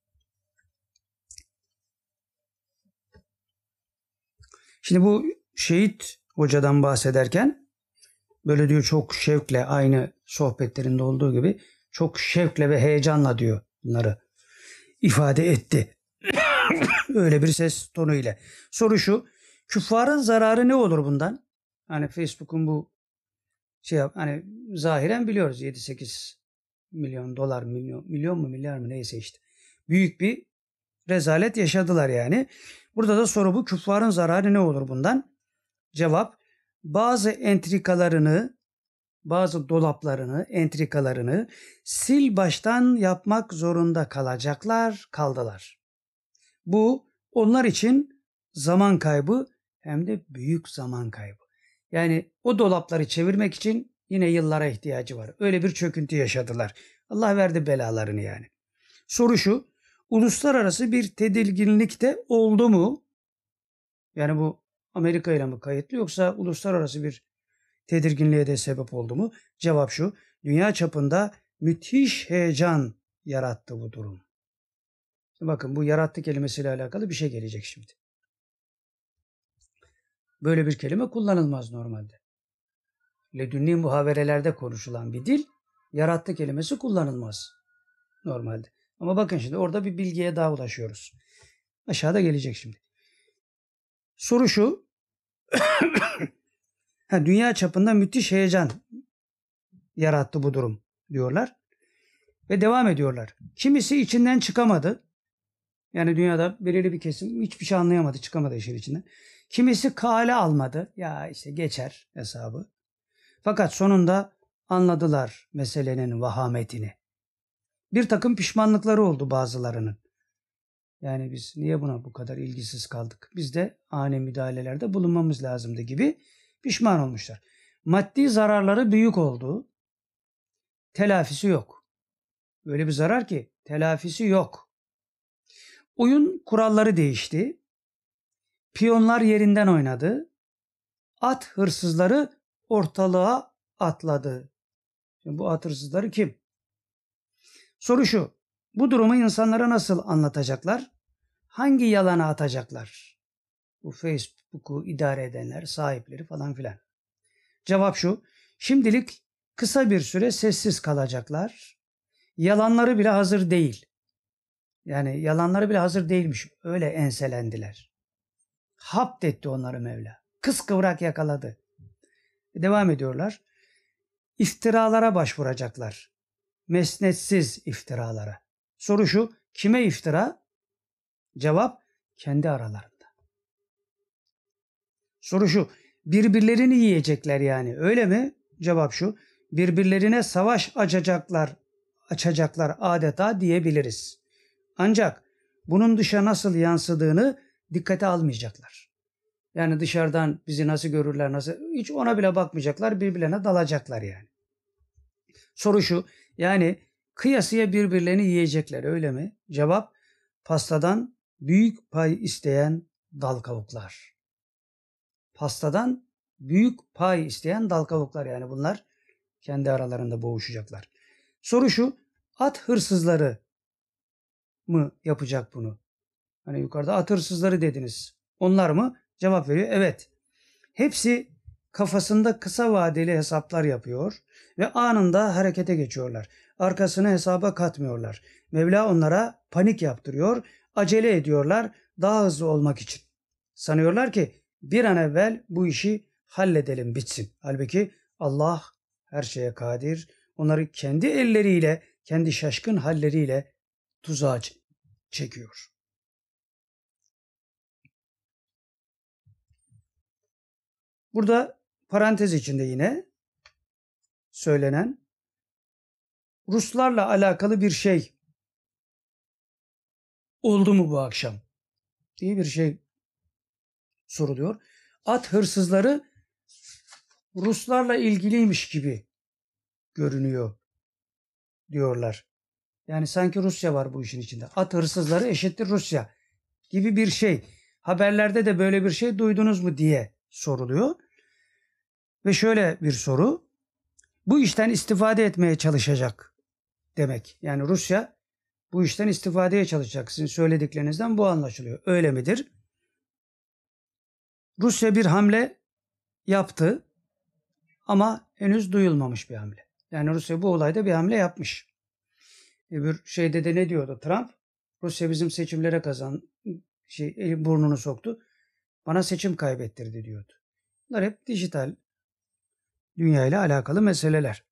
Şimdi bu şehit hocadan bahsederken böyle diyor, çok şevkle, aynı sohbetlerinde olduğu gibi çok şevkle ve heyecanla diyor bunları ifade etti. Öyle bir ses tonu ile. Soru şu. Küffarın zararı ne olur bundan? Hani Facebook'un bu hani zahiren biliyoruz 7-8 milyon dolar, milyon mu milyar mı neyse işte. Büyük bir rezalet yaşadılar yani. Burada da soru bu. Küffarın zararı ne olur bundan? Cevap, bazı entrikalarını, bazı dolaplarını, entrikalarını sil baştan yapmak zorunda kaldılar. Bu onlar için zaman kaybı, hem de büyük zaman kaybı. Yani o dolapları çevirmek için yine yıllara ihtiyacı var. Öyle bir çöküntü yaşadılar. Allah verdi belalarını yani. Soru şu, uluslararası bir tedirginlik de oldu mu? Yani bu Amerika ile mi kayıtlı, yoksa uluslararası bir tedirginliğe de sebep oldu mu? Cevap şu, dünya çapında müthiş heyecan yarattı bu durum. Bakın, bu yarattı kelimesiyle alakalı bir şey gelecek şimdi. Böyle bir kelime kullanılmaz normalde. Ledünni muhaberelerde konuşulan bir dil, yarattı kelimesi kullanılmaz normalde. Ama bakın şimdi orada bir bilgiye daha ulaşıyoruz. Aşağıda gelecek şimdi. Soru şu. Dünya çapında müthiş heyecan yarattı bu durum diyorlar. Ve devam ediyorlar. Kimisi içinden çıkamadı. Yani dünyada belirli bir kesim hiçbir şey anlayamadı, çıkamadı işin içinden. Kimisi kale almadı. Ya işte geçer hesabı. Fakat sonunda anladılar meselenin vahametini. Bir takım pişmanlıkları oldu bazılarının. Yani biz niye buna bu kadar ilgisiz kaldık? Biz de ani müdahalelerde bulunmamız lazımdı gibi pişman olmuşlar. Maddi zararları büyük oldu. Telafisi yok. Böyle bir zarar ki telafisi yok. Oyun kuralları değişti. Piyonlar yerinden oynadı. At hırsızları ortalığa atladı. Şimdi bu at hırsızları kim? Soru şu. Bu durumu insanlara nasıl anlatacaklar? Hangi yalana atacaklar? Bu Facebook'u idare edenler, sahipleri falan filan. Cevap şu. Şimdilik kısa bir süre sessiz kalacaklar. Yalanları bile hazır değil. Yani yalanları bile hazır değilmiş. Öyle enselendiler. Hapt etti onları Mevla. Kıskıvrak yakaladı. Devam ediyorlar. İftiralara başvuracaklar. Mesnetsiz iftiralara. Soru şu, kime iftira? Cevap, kendi aralarında. Soru şu, birbirlerini yiyecekler yani, öyle mi? Cevap şu, birbirlerine savaş açacaklar adeta diyebiliriz. Ancak bunun dışa nasıl yansıdığını dikkate almayacaklar. Yani dışarıdan bizi nasıl görürler, nasıl, hiç ona bile bakmayacaklar, birbirlerine dalacaklar yani. Soru şu, yani kıyasıya birbirlerini yiyecekler, öyle mi? Cevap, pastadan büyük pay isteyen dal kavuklar. Pastadan büyük pay isteyen dal kavuklar, yani bunlar kendi aralarında boğuşacaklar. Soru şu, at hırsızları mı yapacak bunu? Hani yukarıda at hırsızları dediniz. Onlar mı? Cevap veriyor, evet. Hepsi kafasında kısa vadeli hesaplar yapıyor ve anında harekete geçiyorlar. Arkasını hesaba katmıyorlar. Mevla onlara panik yaptırıyor, acele ediyorlar daha hızlı olmak için. Sanıyorlar ki bir an evvel bu işi halledelim, bitsin. Halbuki Allah her şeye kadir. Onları kendi elleriyle, kendi şaşkın halleriyle tuzağa çekiyor. Burada parantez içinde yine söylenen Ruslarla alakalı bir şey oldu mu bu akşam diye bir şey soruluyor. At hırsızları Ruslarla ilgiliymiş gibi görünüyor diyorlar. Yani sanki Rusya var bu işin içinde. At hırsızları eşittir Rusya gibi bir şey. Haberlerde de böyle bir şey duydunuz mu diye soruluyor. Ve şöyle bir soru. Bu işten istifade etmeye çalışacak demek. Yani Rusya bu işten istifadeye çalışacak. Sizin söylediklerinizden bu anlaşılıyor. Öyle midir? Rusya bir hamle yaptı ama henüz duyulmamış bir hamle. Yani Rusya bu olayda bir hamle yapmış. Bir şeyde de ne diyordu Trump? Rusya bizim seçimlere burnunu soktu. Bana seçim kaybettirdi diyordu. Bunlar hep dijital dünya ile alakalı meseleler.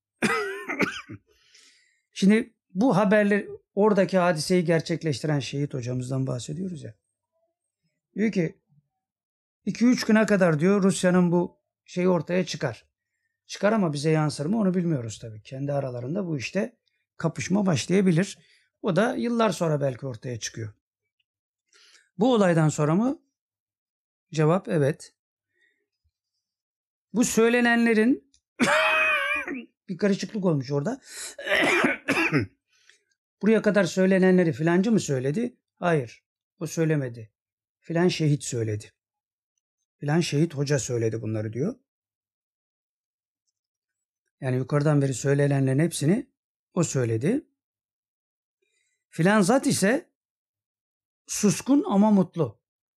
Şimdi bu haberler, oradaki hadiseyi gerçekleştiren şehit hocamızdan bahsediyoruz ya. Diyor ki 2-3 güne kadar diyor Rusya'nın bu şeyi ortaya çıkar. Çıkar ama bize yansır mı onu bilmiyoruz tabii. Kendi aralarında bu işte kapışma başlayabilir. O da yıllar sonra belki ortaya çıkıyor. Bu olaydan sonra mı? Cevap evet. Bu söylenenlerin bir karışıklık olmuş orada. Buraya kadar söylenenleri filancı mı söyledi? Hayır. O söylemedi. Filan şehit söyledi. Filan şehit hoca söyledi bunları diyor. Yani yukarıdan beri söylenenlerin hepsini o söyledi. Filan zat ise suskun ama mutlu.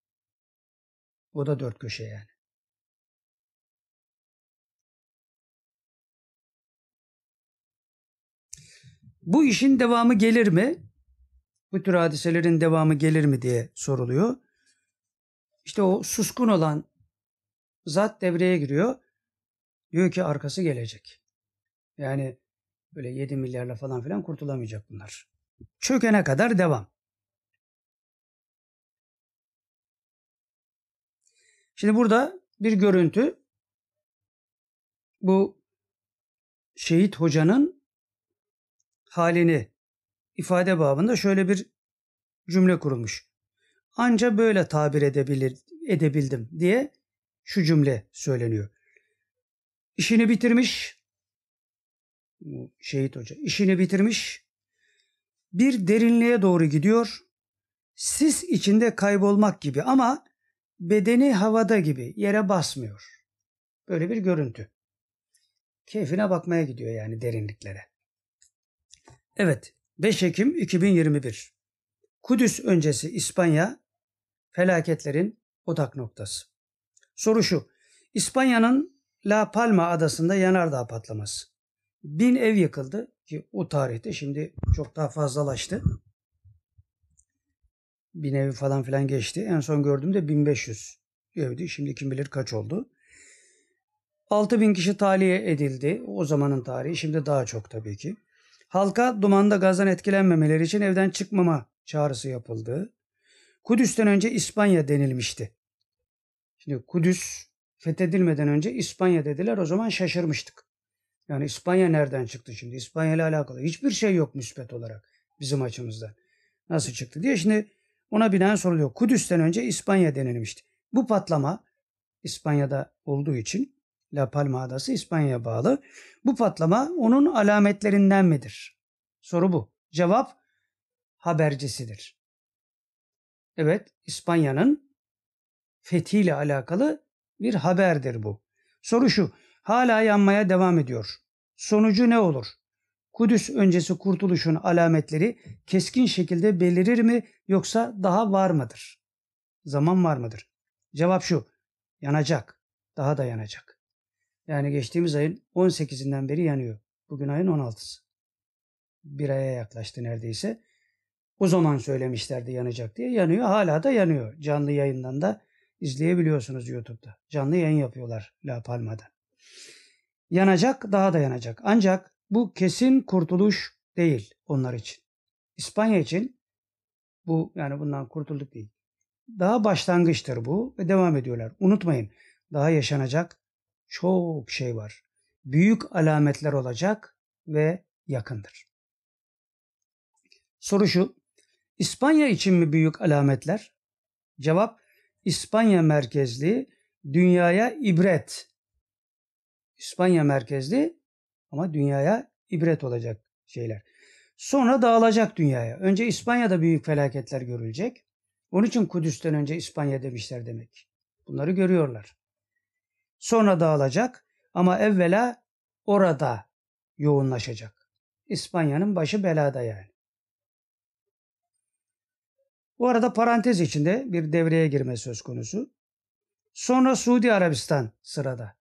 O da dört köşe yani. Bu işin devamı gelir mi? Bu tür hadiselerin devamı gelir mi diye soruluyor. İşte o suskun olan zat devreye giriyor. Diyor ki arkası gelecek. Yani böyle 7 milyarla falan filan kurtulamayacak bunlar. Çökene kadar devam. Şimdi burada bir görüntü. Bu şehit hocanın halini ifade babında şöyle bir cümle kurulmuş. Anca böyle tabir edebildim diye şu cümle söyleniyor. İşini bitirmiş, bu şehit hoca işini bitirmiş, bir derinliğe doğru gidiyor, sis içinde kaybolmak gibi ama bedeni havada gibi yere basmıyor. Böyle bir görüntü. Keyfine bakmaya gidiyor yani derinliklere. Evet, 5 Ekim 2021. Kudüs öncesi İspanya felaketlerin odak noktası. Soru şu, İspanya'nın La Palma adasında yanardağ patlaması. 1000 ev yıkıldı ki o tarihte şimdi çok daha fazlalaştı. 1000 ev falan filan geçti. En son gördüğümde 1500 evdi. Şimdi kim bilir kaç oldu. 6.000 kişi tahliye edildi. O zamanın tarihi. Şimdi daha çok tabii ki. Halka dumanda gazdan etkilenmemeleri için evden çıkmama çağrısı yapıldı. Kudüs'ten önce İspanya denilmişti. Şimdi Kudüs fethedilmeden önce İspanya dediler. O zaman şaşırmıştık. Yani İspanya nereden çıktı şimdi? İspanya ile alakalı hiçbir şey yok müspet olarak bizim açımızdan. Nasıl çıktı diye şimdi ona binaen soruluyor. Kudüs'ten önce İspanya denilmişti. Bu patlama İspanya'da olduğu için La Palma adası İspanya'ya bağlı. Bu patlama onun alametlerinden midir? Soru bu. Cevap habercisidir. Evet, İspanya'nın fethiyle alakalı bir haberdir bu. Soru şu. Hala yanmaya devam ediyor. Sonucu ne olur? Kudüs öncesi kurtuluşun alametleri keskin şekilde belirir mi yoksa daha var mıdır? Zaman var mıdır? Cevap şu. Yanacak. Daha da yanacak. Yani geçtiğimiz ayın 18'inden beri yanıyor. Bugün ayın 16'sı. Bir aya yaklaştı neredeyse. O zaman söylemişlerdi yanacak diye. Yanıyor. Hala da yanıyor. Canlı yayından da izleyebiliyorsunuz YouTube'da. Canlı yayın yapıyorlar La Palma'da. Yanacak, daha da yanacak. Ancak bu kesin kurtuluş değil onlar için. İspanya için bu yani bundan kurtulduk değil. Daha başlangıçtır bu ve devam ediyorlar. Unutmayın daha yaşanacak çok şey var. Büyük alametler olacak ve yakındır. Soru şu. İspanya için mi büyük alametler? Cevap İspanya merkezli dünyaya ibret. İspanya merkezli ama dünyaya ibret olacak şeyler. Sonra dağılacak dünyaya. Önce İspanya'da büyük felaketler görülecek. Onun için Kudüs'ten önce İspanya demişler demek. Bunları görüyorlar. Sonra dağılacak ama evvela orada yoğunlaşacak. İspanya'nın başı belada yani. Bu arada parantez içinde bir devreye girme söz konusu. Sonra Suudi Arabistan sırada.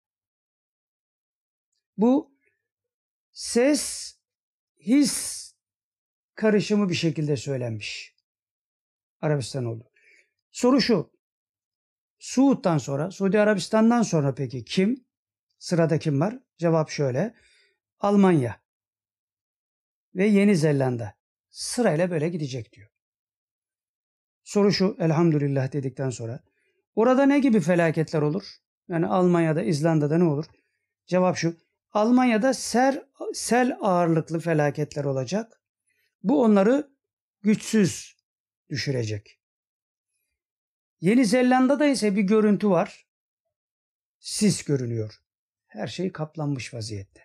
Bu ses, his karışımı bir şekilde söylenmiş. Arabistan oldu. Soru şu. Suud'dan sonra, Suudi Arabistan'dan sonra peki kim? Sırada kim var? Cevap şöyle. Almanya ve Yeni Zelanda. Sırayla böyle gidecek diyor. Soru şu. Elhamdülillah dedikten sonra. Orada ne gibi felaketler olur? Yani Almanya'da, İzlanda'da ne olur? Cevap şu. Almanya'da sel ağırlıklı felaketler olacak. Bu onları güçsüz düşürecek. Yeni Zelanda'da ise bir görüntü var. Sis görünüyor. Her şey kaplanmış vaziyette.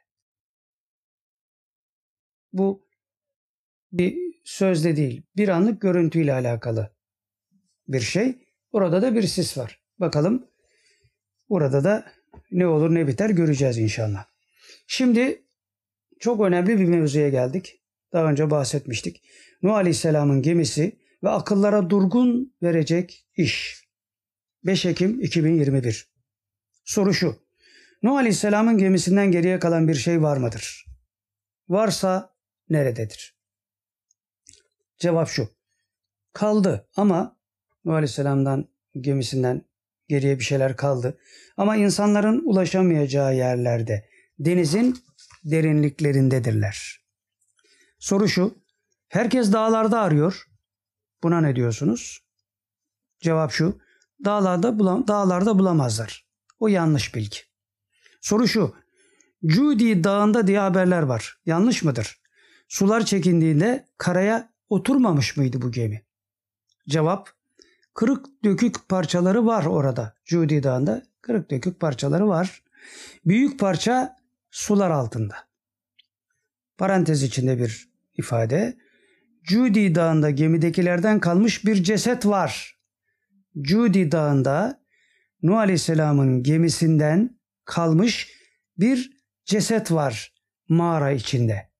Bu bir sözde değil, bir anlık görüntüyle alakalı bir şey. Orada da bir sis var. Bakalım orada da ne olur ne biter göreceğiz inşallah. Şimdi çok önemli bir mevzuya geldik. Daha önce bahsetmiştik. Nuh Aleyhisselam'ın gemisi ve akıllara durgun verecek iş. 5 Ekim 2021. Soru şu. Nuh Aleyhisselam'ın gemisinden geriye kalan bir şey var mıdır? Varsa nerededir? Cevap şu. Kaldı ama Nuh Aleyhisselam'dan gemisinden geriye bir şeyler kaldı. Ama insanların ulaşamayacağı yerlerde, denizin derinliklerindedirler. Soru şu. Herkes dağlarda arıyor. Buna ne diyorsunuz? Cevap şu. Dağlarda bulamazlar. O yanlış bilgi. Soru şu. Cudi Dağı'nda diye haberler var. Yanlış mıdır? Sular çekindiğinde karaya oturmamış mıydı bu gemi? Cevap. Kırık dökük parçaları var orada. Cudi Dağı'nda kırık dökük parçaları var. Büyük parça sular altında. Parantez içinde bir ifade. Cudi Dağı'nda gemidekilerden kalmış bir ceset var. Cudi Dağı'nda Nuh Aleyhisselam'ın gemisinden kalmış bir ceset var mağara içinde.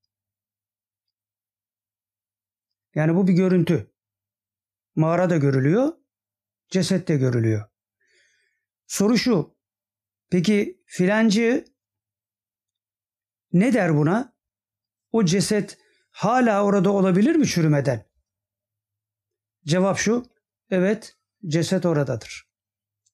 Yani bu bir görüntü. Mağara da görülüyor, ceset de görülüyor. Soru şu. Peki filancı ne der buna? O ceset hala orada olabilir mi çürümeden? Cevap şu. Evet, ceset oradadır.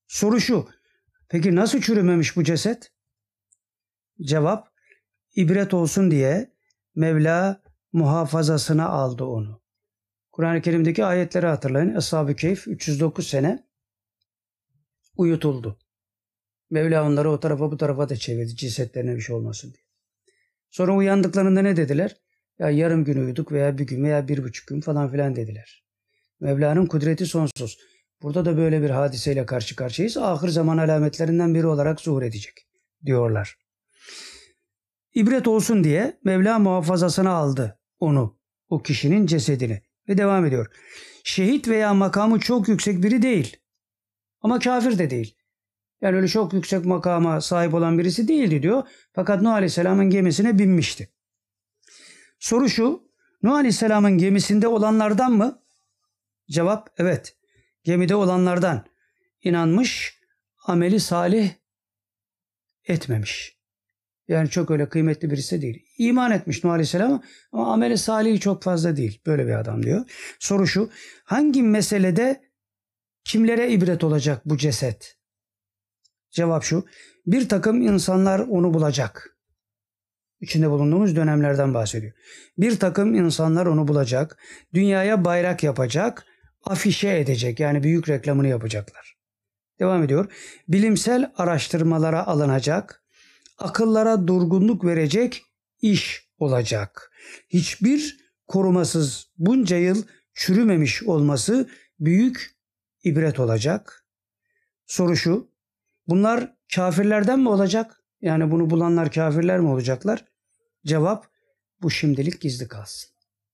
Soru şu. Peki nasıl çürümemiş bu ceset? Cevap, ibret olsun diye Mevla muhafazasına aldı onu. Kur'an-ı Kerim'deki ayetleri hatırlayın. Ashab-ı Kehf 309 sene uyutuldu. Mevla onları o tarafa bu tarafa da çevirdi cesetlerine bir şey olmasın diye. Sonra uyandıklarında ne dediler? Ya yarım gün uyuduk veya bir gün veya 1,5 gün falan filan dediler. Mevla'nın kudreti sonsuz. Burada da böyle bir hadiseyle karşı karşıyayız. Ahir zaman alametlerinden biri olarak zuhur edecek diyorlar. İbret olsun diye Mevla muhafazasına aldı onu, o kişinin cesedini ve devam ediyor. Şehit veya makamı çok yüksek biri değil ama kafir de değil. Yani öyle çok yüksek makama sahip olan birisi değildi diyor. Fakat Nuh Aleyhisselam'ın gemisine binmişti. Soru şu, Nuh Aleyhisselam'ın gemisinde olanlardan mı? Cevap, evet. Gemide olanlardan. İnanmış, ameli salih etmemiş. Yani çok öyle kıymetli birisi değil. İman etmiş Nuh Aleyhisselam ama ameli salihi çok fazla değil. Böyle bir adam diyor. Soru şu, hangi meselede kimlere ibret olacak bu ceset? Cevap şu, bir takım insanlar onu bulacak. İçinde bulunduğumuz dönemlerden bahsediyor. Bir takım insanlar onu bulacak, dünyaya bayrak yapacak, afişe edecek, yani büyük reklamını yapacaklar. Devam ediyor. Bilimsel araştırmalara alınacak, akıllara durgunluk verecek iş olacak. Hiçbir korumasız bunca yıl çürümemiş olması büyük ibret olacak. Soru şu, bunlar kafirlerden mi olacak? Yani bunu bulanlar kafirler mi olacaklar? Cevap, bu şimdilik gizli kalsın.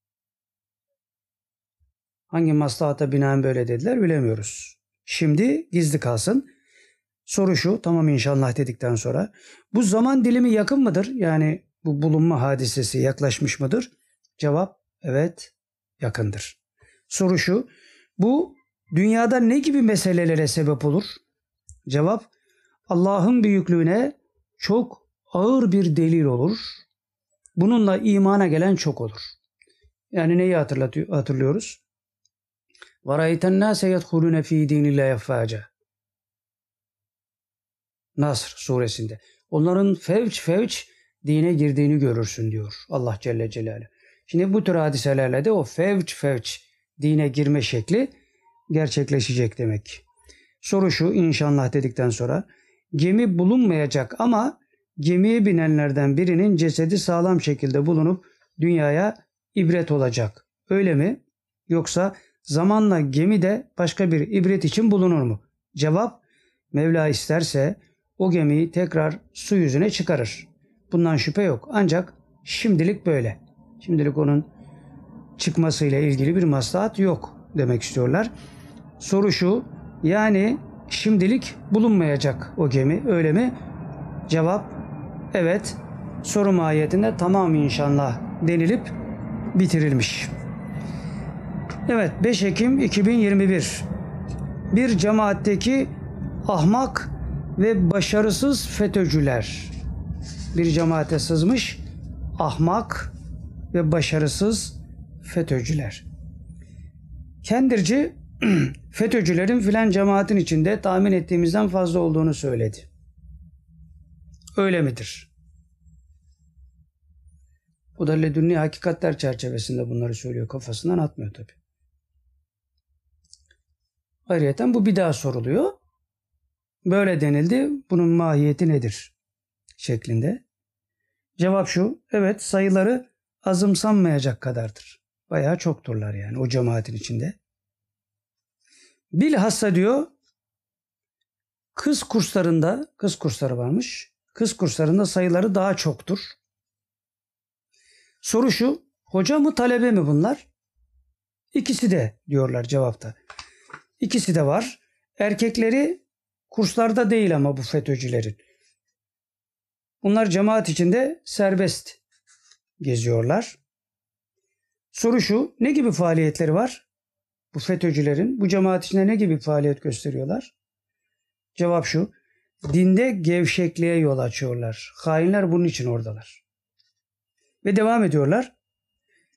Hangi maslahata binaen böyle dediler bilemiyoruz. Şimdi gizli kalsın. Soru şu, tamam inşallah dedikten sonra, bu zaman dilimi yakın mıdır? Yani bu bulunma hadisesi yaklaşmış mıdır? Cevap, evet yakındır. Soru şu, bu dünyada ne gibi meselelere sebep olur? Cevap, Allah'ın büyüklüğüne çok ağır bir delil olur. Bununla imana gelen çok olur. Yani neyi hatırlıyoruz? وَرَيْتَ النَّاسَ يَدْخُلُونَ ف۪ي دِينِ اللّٰهِ اَفْوَاجًا. Nasr suresinde. Onların fevç dine girdiğini görürsün diyor Allah Celle Celaluhu. Şimdi bu tür hadiselerle de o fevç dine girme şekli gerçekleşecek demek. Soru şu, inşallah dedikten sonra, gemi bulunmayacak ama gemiye binenlerden birinin cesedi sağlam şekilde bulunup dünyaya ibret olacak. Öyle mi? Yoksa zamanla gemi de başka bir ibret için bulunur mu? Cevap, Mevla isterse o gemiyi tekrar su yüzüne çıkarır. Bundan şüphe yok. Ancak şimdilik böyle. Şimdilik onun çıkmasıyla ilgili bir maslahat yok demek istiyorlar. Soru şu, yani şimdilik bulunmayacak o gemi, öyle mi? Cevap, evet. Soru mahiyetinde tamam inşallah denilip bitirilmiş. Evet, 5 Ekim 2021. Bir cemaatteki ahmak ve başarısız FETÖ'cüler. Bir cemaate sızmış ahmak ve başarısız FETÖ'cüler. Kendirci FETÖ'cülerin filan cemaatin içinde tahmin ettiğimizden fazla olduğunu söyledi. Öyle midir? Bu da ledünni hakikatler çerçevesinde bunları söylüyor. Kafasından atmıyor tabii. Ayrıyeten bu bir daha soruluyor. Böyle denildi. Bunun mahiyeti nedir? Şeklinde. Cevap şu. Evet, sayıları azımsanmayacak kadardır. Bayağı çokturlar yani o cemaatin içinde. Bilhassa diyor, kız kursları varmış. Kız kurslarında sayıları daha çoktur. Soru şu, hoca mı talebe mi bunlar? İkisi de diyorlar cevapta. İkisi de var. Erkekleri kurslarda değil ama bu FETÖ'cülerin. Bunlar cemaat içinde serbest geziyorlar. Soru şu, ne gibi faaliyetleri var? Bu FETÖ'cülerin bu cemaat içinde ne gibi faaliyet gösteriyorlar? Cevap şu, dinde gevşekliğe yol açıyorlar. Hainler bunun için oradalar. Ve devam ediyorlar.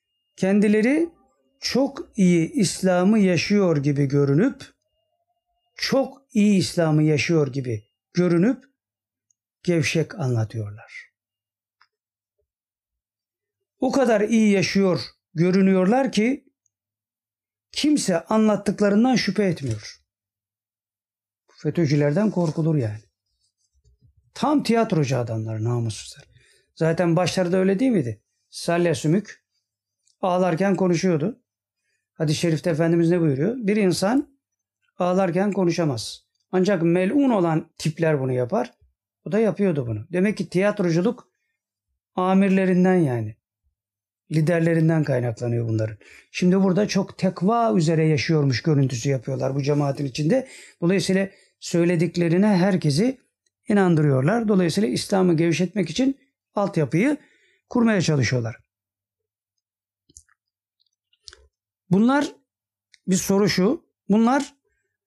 Kendileri çok iyi İslam'ı yaşıyor gibi görünüp çok iyi İslam'ı yaşıyor gibi görünüp gevşek anlatıyorlar. O kadar iyi yaşıyor görünüyorlar ki kimse anlattıklarından şüphe etmiyor. FETÖ'cülerden korkulur yani. Tam tiyatrocu adamlar, namussuzlar. Zaten başlarda öyle değil miydi? Salya Sümük ağlarken konuşuyordu. Hadis-i şerifte Efendimiz ne buyuruyor? Bir insan ağlarken konuşamaz. Ancak melun olan tipler bunu yapar. O da yapıyordu bunu. Demek ki tiyatroculuk amirlerinden, yani liderlerinden kaynaklanıyor bunların. Şimdi burada çok tekva üzere yaşıyormuş görüntüsü yapıyorlar bu cemaatin içinde. Dolayısıyla söylediklerine herkesi inandırıyorlar. Dolayısıyla İslam'ı gevşetmek için altyapıyı kurmaya çalışıyorlar. Bunlar, bir soru şu, bunlar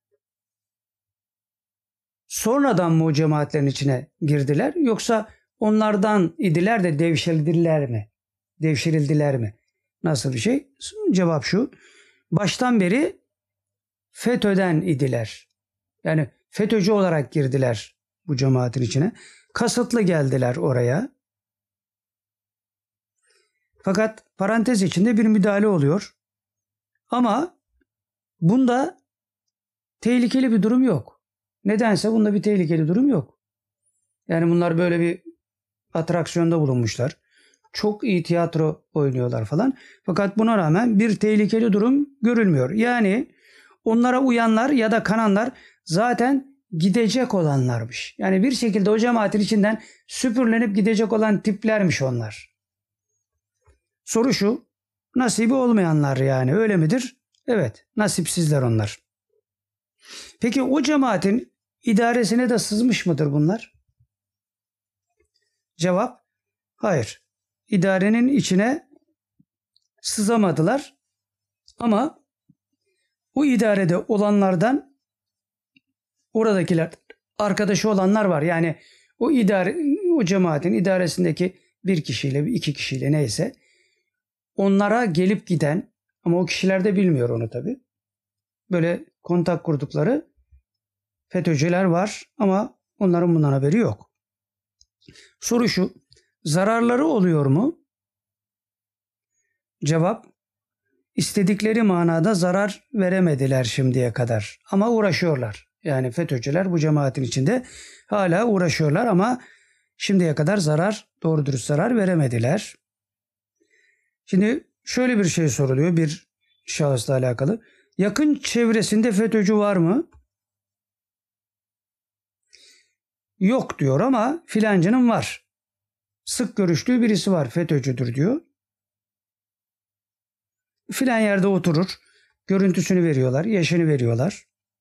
sonradan mı o cemaatlerin içine girdiler, yoksa onlardan idiler de devşirildiler mi? Devşirildiler mi? Nasıl bir şey? Cevap şu: baştan beri FETÖ'den idiler. Yani FETÖ'cü olarak girdiler bu cemaatin içine. Kasıtlı geldiler oraya. Fakat parantez içinde bir müdahale oluyor. Ama bunda tehlikeli bir durum yok. Nedense bunda bir tehlikeli durum yok. Yani bunlar böyle bir atraksiyonda bulunmuşlar. Çok iyi tiyatro oynuyorlar falan. Fakat buna rağmen bir tehlikeli durum görülmüyor. Yani onlara uyanlar ya da kananlar zaten gidecek olanlarmış. Yani bir şekilde o cemaatin içinden süpürlenip gidecek olan tiplermiş onlar. Soru şu: nasibi olmayanlar yani, öyle midir? Evet, nasipsizler onlar. Peki o cemaatin idaresine de sızmış mıdır bunlar? Cevap: hayır. İdarenin içine sızamadılar. Ama o idarede olanlardan oradakiler arkadaşı olanlar var. Yani o cemaatin idaresindeki bir kişiyle, iki kişiyle neyse, onlara gelip giden, ama o kişiler de bilmiyor onu tabii, böyle kontak kurdukları FETÖ'cüler var ama onların bundan haberi yok. Soru şu: zararları oluyor mu? Cevap: istedikleri manada zarar veremediler şimdiye kadar ama uğraşıyorlar. Yani FETÖ'cüler bu cemaatin içinde hala uğraşıyorlar ama şimdiye kadar doğru dürüst zarar veremediler. Şimdi şöyle bir şey soruluyor bir şahısla alakalı. Yakın çevresinde FETÖ'cü var mı? Yok diyor ama filancının var. Sık görüştüğü birisi var, FETÖ'cüdür diyor. Filan yerde oturur. Görüntüsünü veriyorlar, yaşını veriyorlar.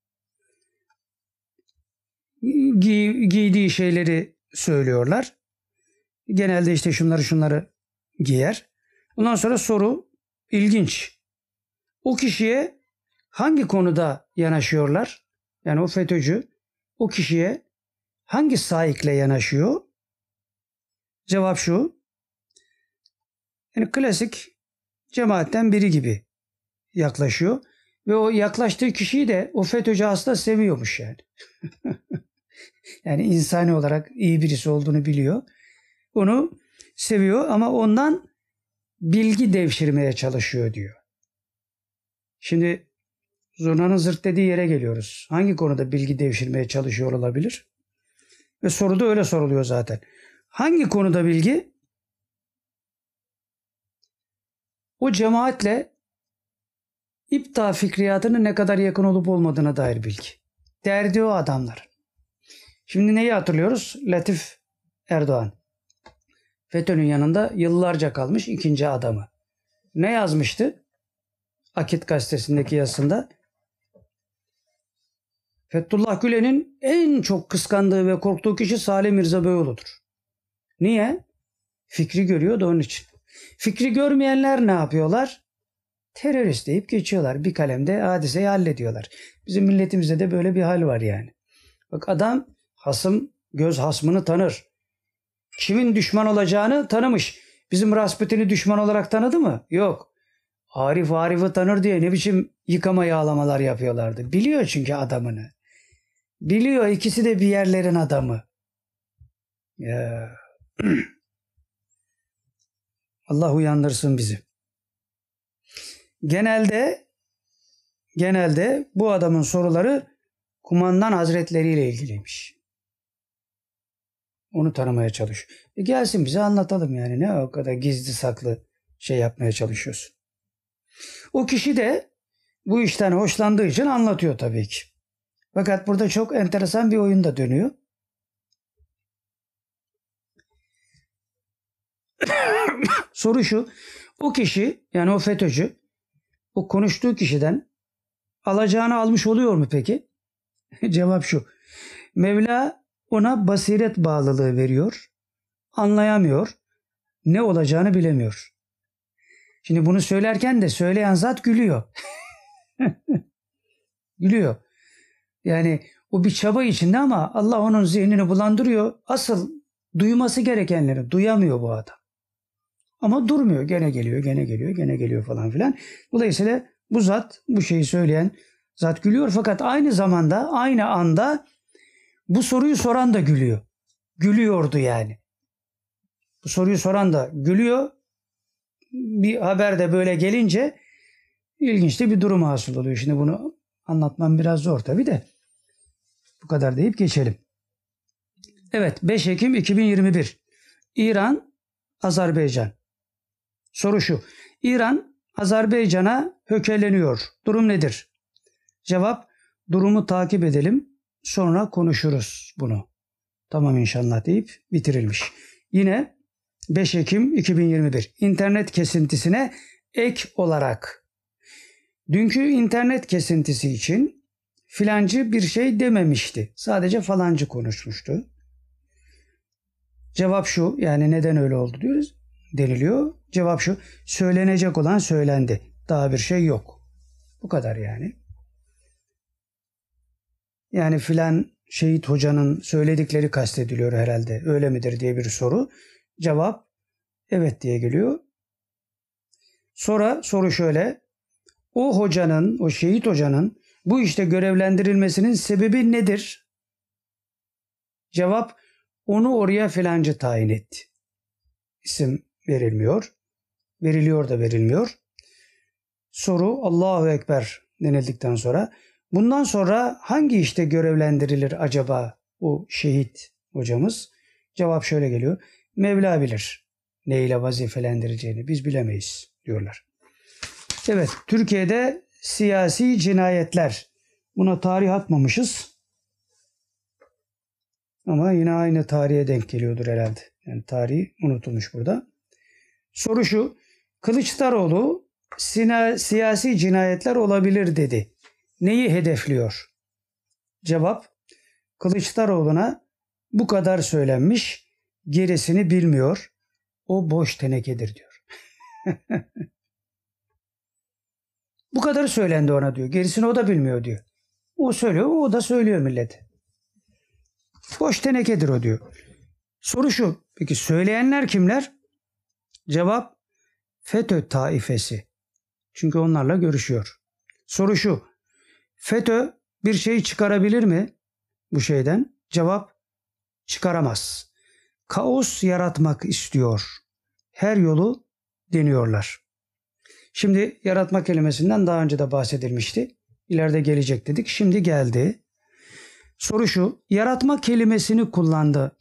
Giydiği şeyleri söylüyorlar. Genelde işte şunları giyer. Ondan sonra soru ilginç. O kişiye hangi konuda yanaşıyorlar? Yani o FETÖ'cü o kişiye hangi saikle yanaşıyor? Cevap şu: yani klasik cemaatten biri gibi yaklaşıyor. Ve o yaklaştığı kişiyi de o FETÖ'cü hasta seviyormuş yani. Yani insani olarak iyi birisi olduğunu biliyor. Onu seviyor ama ondan bilgi devşirmeye çalışıyor diyor. Şimdi zurnanın zırt dediği yere geliyoruz. Hangi konuda bilgi devşirmeye çalışıyor olabilir? Ve soru da öyle soruluyor zaten. Hangi konuda bilgi? O cemaatle İpta fikriyatının ne kadar yakın olup olmadığına dair bilgi. Derdi o adamlar. Şimdi neyi hatırlıyoruz? Latif Erdoğan. FETÖ'nün yanında yıllarca kalmış ikinci adamı. Ne yazmıştı? Akit gazetesindeki yazısında. Fethullah Gülen'in en çok kıskandığı ve korktuğu kişi Salih Mirza Beyoğlu'dur. Niye? Fikri görüyor da onun için. Fikri görmeyenler ne yapıyorlar? Terörist deyip geçiyorlar. Bir kalemde hadiseyi hallediyorlar. Bizim milletimizde de böyle bir hal var yani. Bak, adam göz hasmını tanır. Kimin düşman olacağını tanımış. Bizim Rasputin'i düşman olarak tanıdı mı? Yok. Arif'i tanır diye ne biçim yıkama yağlamalar yapıyorlardı. Biliyor çünkü adamını. Biliyor, ikisi de bir yerlerin adamı. Ya. Allah uyandırsın bizi. Genelde bu adamın soruları kumandan hazretleriyle ilgiliymiş. Onu tanımaya çalış. Gelsin bize anlatalım yani. Ne o kadar gizli saklı şey yapmaya çalışıyorsun. O kişi de bu işten hoşlandığı için anlatıyor tabii ki. Fakat burada çok enteresan bir oyun da dönüyor. Soru şu. O kişi, yani o FETÖ'cü, o konuştuğu kişiden alacağını almış oluyor mu peki? Cevap şu. Mevla ona basiret bağlılığı veriyor. Anlayamıyor. Ne olacağını bilemiyor. Şimdi bunu söylerken de söyleyen zat gülüyor. Gülüyor. Yani o bir çaba içinde ama Allah onun zihnini bulandırıyor. Asıl duyması gerekenleri duyamıyor bu adam. Ama durmuyor. Gene geliyor falan filan. Dolayısıyla bu zat, bu şeyi söyleyen zat gülüyor. Fakat aynı zamanda, aynı anda bu soruyu soran da gülüyor. Gülüyordu yani. Bu soruyu soran da gülüyor. Bir haber de böyle gelince ilginç de bir durum hasıl oluyor. Şimdi bunu anlatmam biraz zor tabii de. Bu kadar deyip geçelim. Evet, 5 Ekim 2021. İran, Azerbaycan. Soru şu. İran, Azerbaycan'a hökeleniyor. Durum nedir? Cevap, durumu takip edelim. Sonra konuşuruz bunu. Tamam inşallah deyip bitirilmiş. Yine 5 Ekim 2021. İnternet kesintisine ek olarak. Dünkü internet kesintisi için filancı bir şey dememişti. Sadece falancı konuşmuştu. Cevap şu, yani neden öyle oldu diyoruz, deniliyor. Cevap şu, söylenecek olan söylendi. Daha bir şey yok. Bu kadar yani. Yani filan şehit hocanın söyledikleri kastediliyor herhalde. Öyle midir diye bir soru. Cevap evet diye geliyor. Sonra soru şöyle. O hocanın, o şehit hocanın bu işte görevlendirilmesinin sebebi nedir? Cevap, onu oraya filancı tayin etti. İsim verilmiyor. Veriliyor da verilmiyor. Soru Allahu Ekber denildikten sonra bundan sonra hangi işte görevlendirilir acaba o şehit hocamız? Cevap şöyle geliyor. Mevla bilir neyle vazifelendireceğini, biz bilemeyiz diyorlar. Evet, Türkiye'de siyasi cinayetler. Buna tarih atmamışız. Ama yine aynı tarihe denk geliyordur herhalde. Yani tarih unutulmuş burada. Soru şu. Kılıçdaroğlu siyasi cinayetler olabilir dedi. Neyi hedefliyor? Cevap, Kılıçdaroğlu'na bu kadar söylenmiş, gerisini bilmiyor. O boş tenekedir diyor. Bu kadar söylendi ona diyor. Gerisini o da bilmiyor diyor. O söylüyor, o da söylüyor millete. Boş tenekedir o diyor. Soru şu. Peki söyleyenler kimler? Cevap, FETÖ taifesi. Çünkü onlarla görüşüyor. Soru şu. FETÖ bir şey çıkarabilir mi bu şeyden? Cevap, çıkaramaz. Kaos yaratmak istiyor. Her yolu deniyorlar. Şimdi yaratma kelimesinden daha önce de bahsedilmişti. İleride gelecek dedik. Şimdi geldi. Soru şu. Yaratma kelimesini kullandı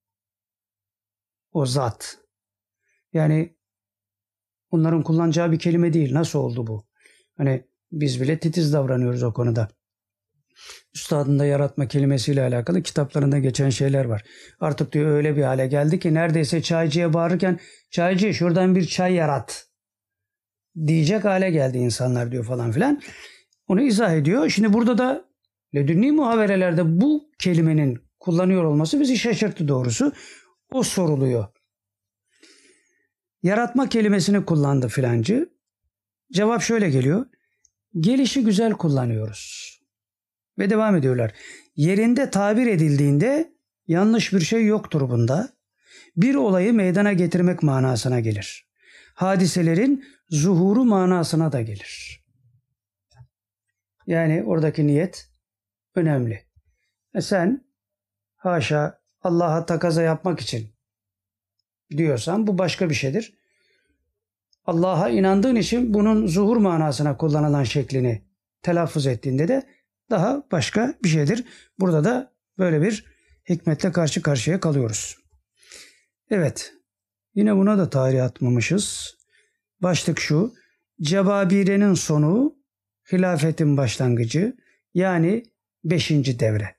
o zat. Yani onların kullanacağı bir kelime değil. Nasıl oldu bu? Hani biz bile titiz davranıyoruz o konuda. Üstadın da yaratma kelimesiyle alakalı kitaplarında geçen şeyler var. Artık diyor öyle bir hale geldi ki neredeyse çaycıya bağırırken çaycı şuradan bir çay yarat diyecek hale geldi insanlar diyor falan filan. Onu izah ediyor. Şimdi burada da ledünni muhaberelerde bu kelimenin kullanıyor olması bizi şaşırttı doğrusu. O soruluyor. Yaratma kelimesini kullandı filancı. Cevap şöyle geliyor. Gelişi güzel kullanıyoruz. Ve devam ediyorlar. Yerinde tabir edildiğinde yanlış bir şey yoktur bunda. Bir olayı meydana getirmek manasına gelir. Hadiselerin zuhuru manasına da gelir. Yani oradaki niyet önemli. Sen haşa Allah'a takaza yapmak için diyorsan bu başka bir şeydir. Allah'a inandığın için bunun zuhur manasına kullanılan şeklini telaffuz ettiğinde de daha başka bir şeydir. Burada da böyle bir hikmetle karşı karşıya kalıyoruz. Evet, yine buna da tarih atmamışız. Başlık şu: Cebabire'nin sonu, hilafetin başlangıcı, yani 5. devre.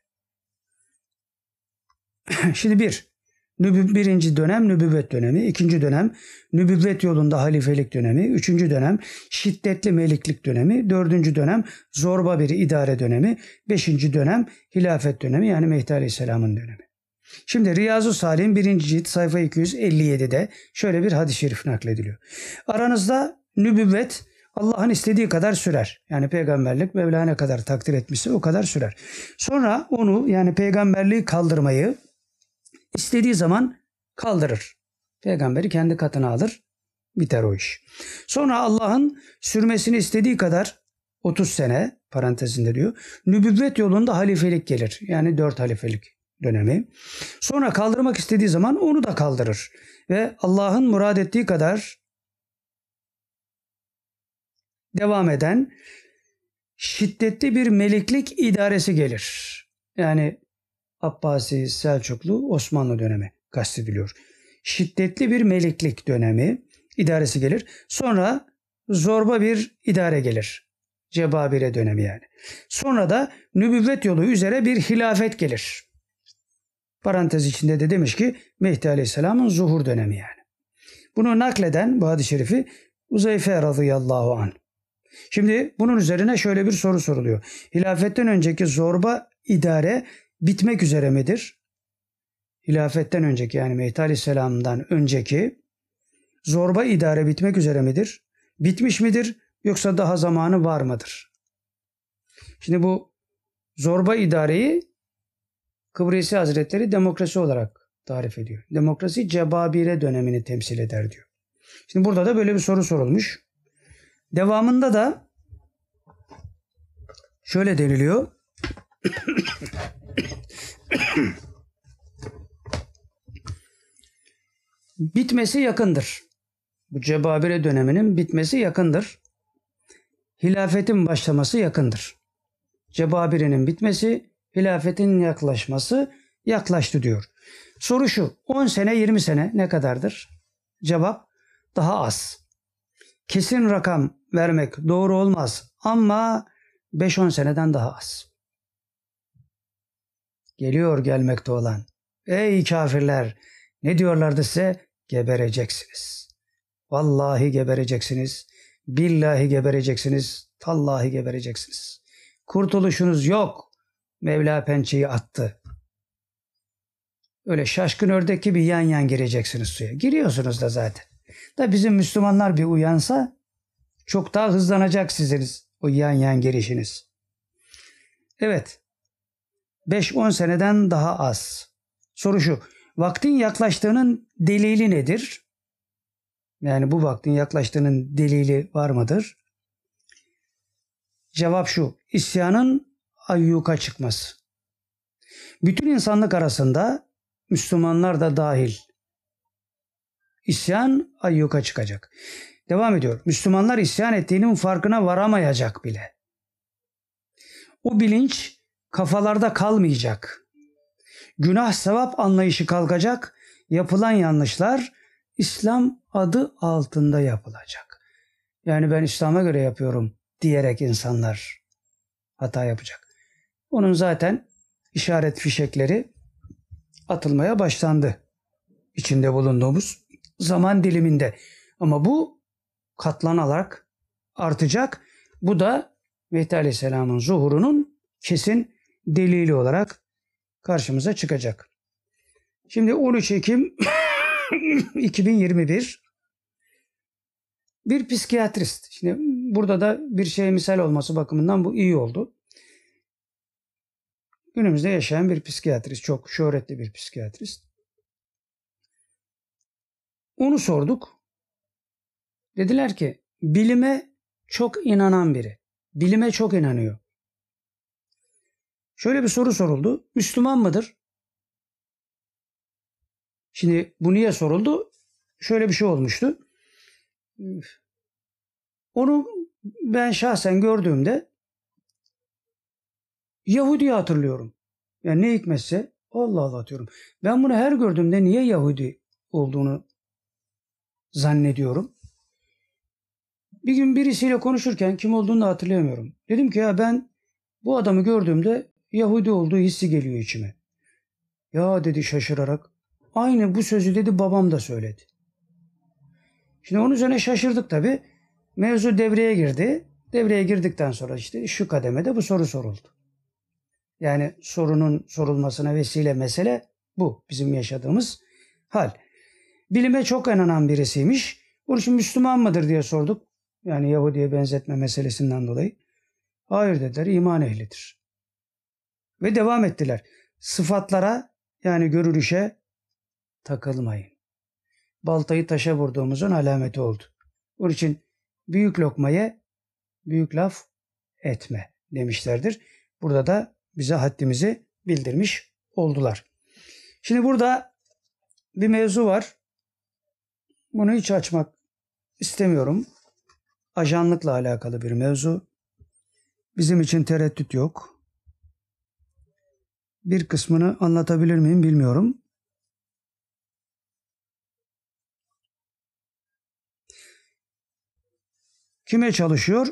Şimdi birinci dönem nübüvvet dönemi, ikinci dönem nübüvvet yolunda halifelik dönemi, üçüncü dönem şiddetli meliklik dönemi, dördüncü dönem zorba bir idare dönemi, beşinci dönem hilafet dönemi, yani Mehdi Aleyhisselam'ın dönemi. Şimdi Riyazu Salih'in 1. cilt sayfa 257'de şöyle bir hadis-i şerif naklediliyor. Aranızda nübüvvet Allah'ın istediği kadar sürer. Yani peygamberlik Mevla ne kadar takdir etmişse o kadar sürer. Sonra onu, yani peygamberliği kaldırmayı istediği zaman kaldırır. Peygamberi kendi katına alır. Biter o iş. Sonra Allah'ın sürmesini istediği kadar 30 sene parantezinde diyor. Nübüvvet yolunda halifelik gelir. Yani 4 halifelik dönemi. Sonra kaldırmak istediği zaman onu da kaldırır. Ve Allah'ın murad ettiği kadar devam eden şiddetli bir meliklik idaresi gelir. Yani Abbasi, Selçuklu, Osmanlı dönemi kastediliyor. Şiddetli bir meliklik dönemi idaresi gelir. Sonra zorba bir idare gelir. Cebabire dönemi yani. Sonra da nübüvvet yolu üzere bir hilafet gelir. Parantez içinde de demiş ki Mehdi Aleyhisselam'ın zuhur dönemi yani. Bunu nakleden bu hadis-i şerifi Uzeyfe radıyallahu anh. Şimdi bunun üzerine şöyle bir soru soruluyor. Hilafetten önceki zorba idare bitmek üzere midir? Hilafetten önceki, yani Mehdi Aleyhisselam'dan önceki zorba idare bitmek üzere midir? Bitmiş midir? Yoksa daha zamanı var mıdır? Şimdi bu zorba idareyi Kıbrisi Hazretleri demokrasi olarak tarif ediyor. Demokrasi Cebabire dönemini temsil eder diyor. Şimdi burada da böyle bir soru sorulmuş. Devamında da şöyle deniliyor. Bitmesi yakındır. Bu Cebabire döneminin bitmesi yakındır. Hilafetin başlaması yakındır. Cebabire'nin bitmesi, hilafetin yaklaşması yaklaştı diyor. Soru şu: 10 sene 20 sene ne kadardır? Cevap: daha az. Kesin rakam vermek doğru olmaz ama 5-10 seneden daha az. Geliyor gelmekte olan. Ey kafirler, ne diyorlardı size? Gebereceksiniz. Vallahi gebereceksiniz. Billahi gebereceksiniz. Tallahi gebereceksiniz. Kurtuluşunuz yok. Mevla pençeyi attı. Öyle şaşkın ördek gibi yan yan gireceksiniz suya. Giriyorsunuz da zaten. Da bizim Müslümanlar bir uyansa çok daha hızlanacak siziniz o yan yan girişiniz. Evet. 5-10 seneden daha az. Soru şu: vaktin yaklaştığının delili nedir? Yani bu vaktin yaklaştığının delili var mıdır? Cevap şu: isyanın ayyuka çıkması. Bütün insanlık arasında, Müslümanlar da dahil, isyan ayyuka çıkacak. Devam ediyor. Müslümanlar isyan ettiğinin farkına varamayacak bile. O bilinç kafalarda kalmayacak. Günah sevap anlayışı kalkacak. Yapılan yanlışlar İslam adı altında yapılacak. Yani ben İslam'a göre yapıyorum diyerek insanlar hata yapacak. Onun zaten işaret fişekleri atılmaya başlandı içinde bulunduğumuz zaman diliminde. Ama bu katlanarak artacak. Bu da Mehdi Aleyhisselam'ın zuhurunun kesin delili olarak karşımıza çıkacak. Şimdi 13 Ekim 2021 bir psikiyatrist. Şimdi burada da bir şey misal olması bakımından bu iyi oldu. Günümüzde yaşayan bir psikiyatrist, çok şöhretli bir psikiyatrist. Onu sorduk. Dediler ki bilime çok inanan biri. Bilime çok inanıyor. Şöyle bir soru soruldu. Müslüman mıdır? Şimdi bu niye soruldu? Şöyle bir şey olmuştu. Onu ben şahsen gördüğümde Yahudi hatırlıyorum. Yani ne hikmetse Allah Allah diyorum. Ben bunu her gördüğümde niye Yahudi olduğunu zannediyorum. Bir gün birisiyle konuşurken kim olduğunu da hatırlayamıyorum. Dedim ki ya ben bu adamı gördüğümde Yahudi olduğu hissi geliyor içime. Ya dedi şaşırarak. Aynı bu sözü dedi babam da söyledi. Şimdi onun üzerine şaşırdık tabii. Mevzu devreye girdi. Devreye girdikten sonra işte şu kademede bu soru soruldu. Yani sorunun sorulmasına vesile mesele bu. Bizim yaşadığımız hal. Bilime çok inanan birisiymiş. Onun için Müslüman mıdır diye sorduk. Yani Yahudi'ye benzetme meselesinden dolayı. Hayır dediler, iman ehlidir. Ve devam ettiler. Sıfatlara yani görünüşe takılmayın. Baltayı taşa vurduğumuzun alameti oldu. Onun için büyük lokmaya büyük laf etme demişlerdir. Burada da bize haddimizi bildirmiş oldular. Şimdi burada bir mevzu var. Bunu hiç açmak istemiyorum. Ajanlıkla alakalı bir mevzu. Bizim için tereddüt yok. Bir kısmını anlatabilir miyim bilmiyorum. Kime çalışıyor?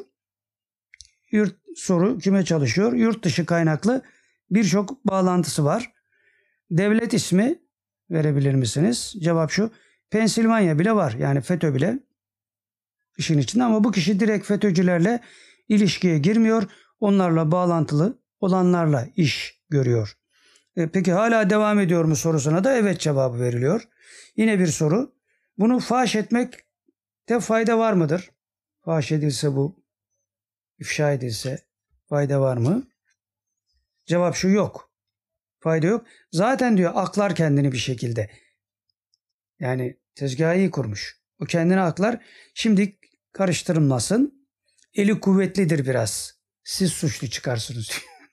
Soru kime çalışıyor? Yurt dışı kaynaklı birçok bağlantısı var. Devlet ismi verebilir misiniz? Cevap şu. Pensilvanya bile var. Yani FETÖ bile işin içinde ama bu kişi direkt FETÖ'cülerle ilişkiye girmiyor. Onlarla bağlantılı olanlarla iş görüyor. Peki hala devam ediyor mu sorusuna da evet cevabı veriliyor. Yine bir soru. Bunu faş etmekte fayda var mıdır? Faş edilse bu, ifşa edilse fayda var mı? Cevap şu, yok. Fayda yok. Zaten diyor aklar kendini bir şekilde. Yani tezgahı iyi kurmuş. O kendini aklar. Şimdi karıştırılmasın. Eli kuvvetlidir biraz. Siz suçlu çıkarsınız.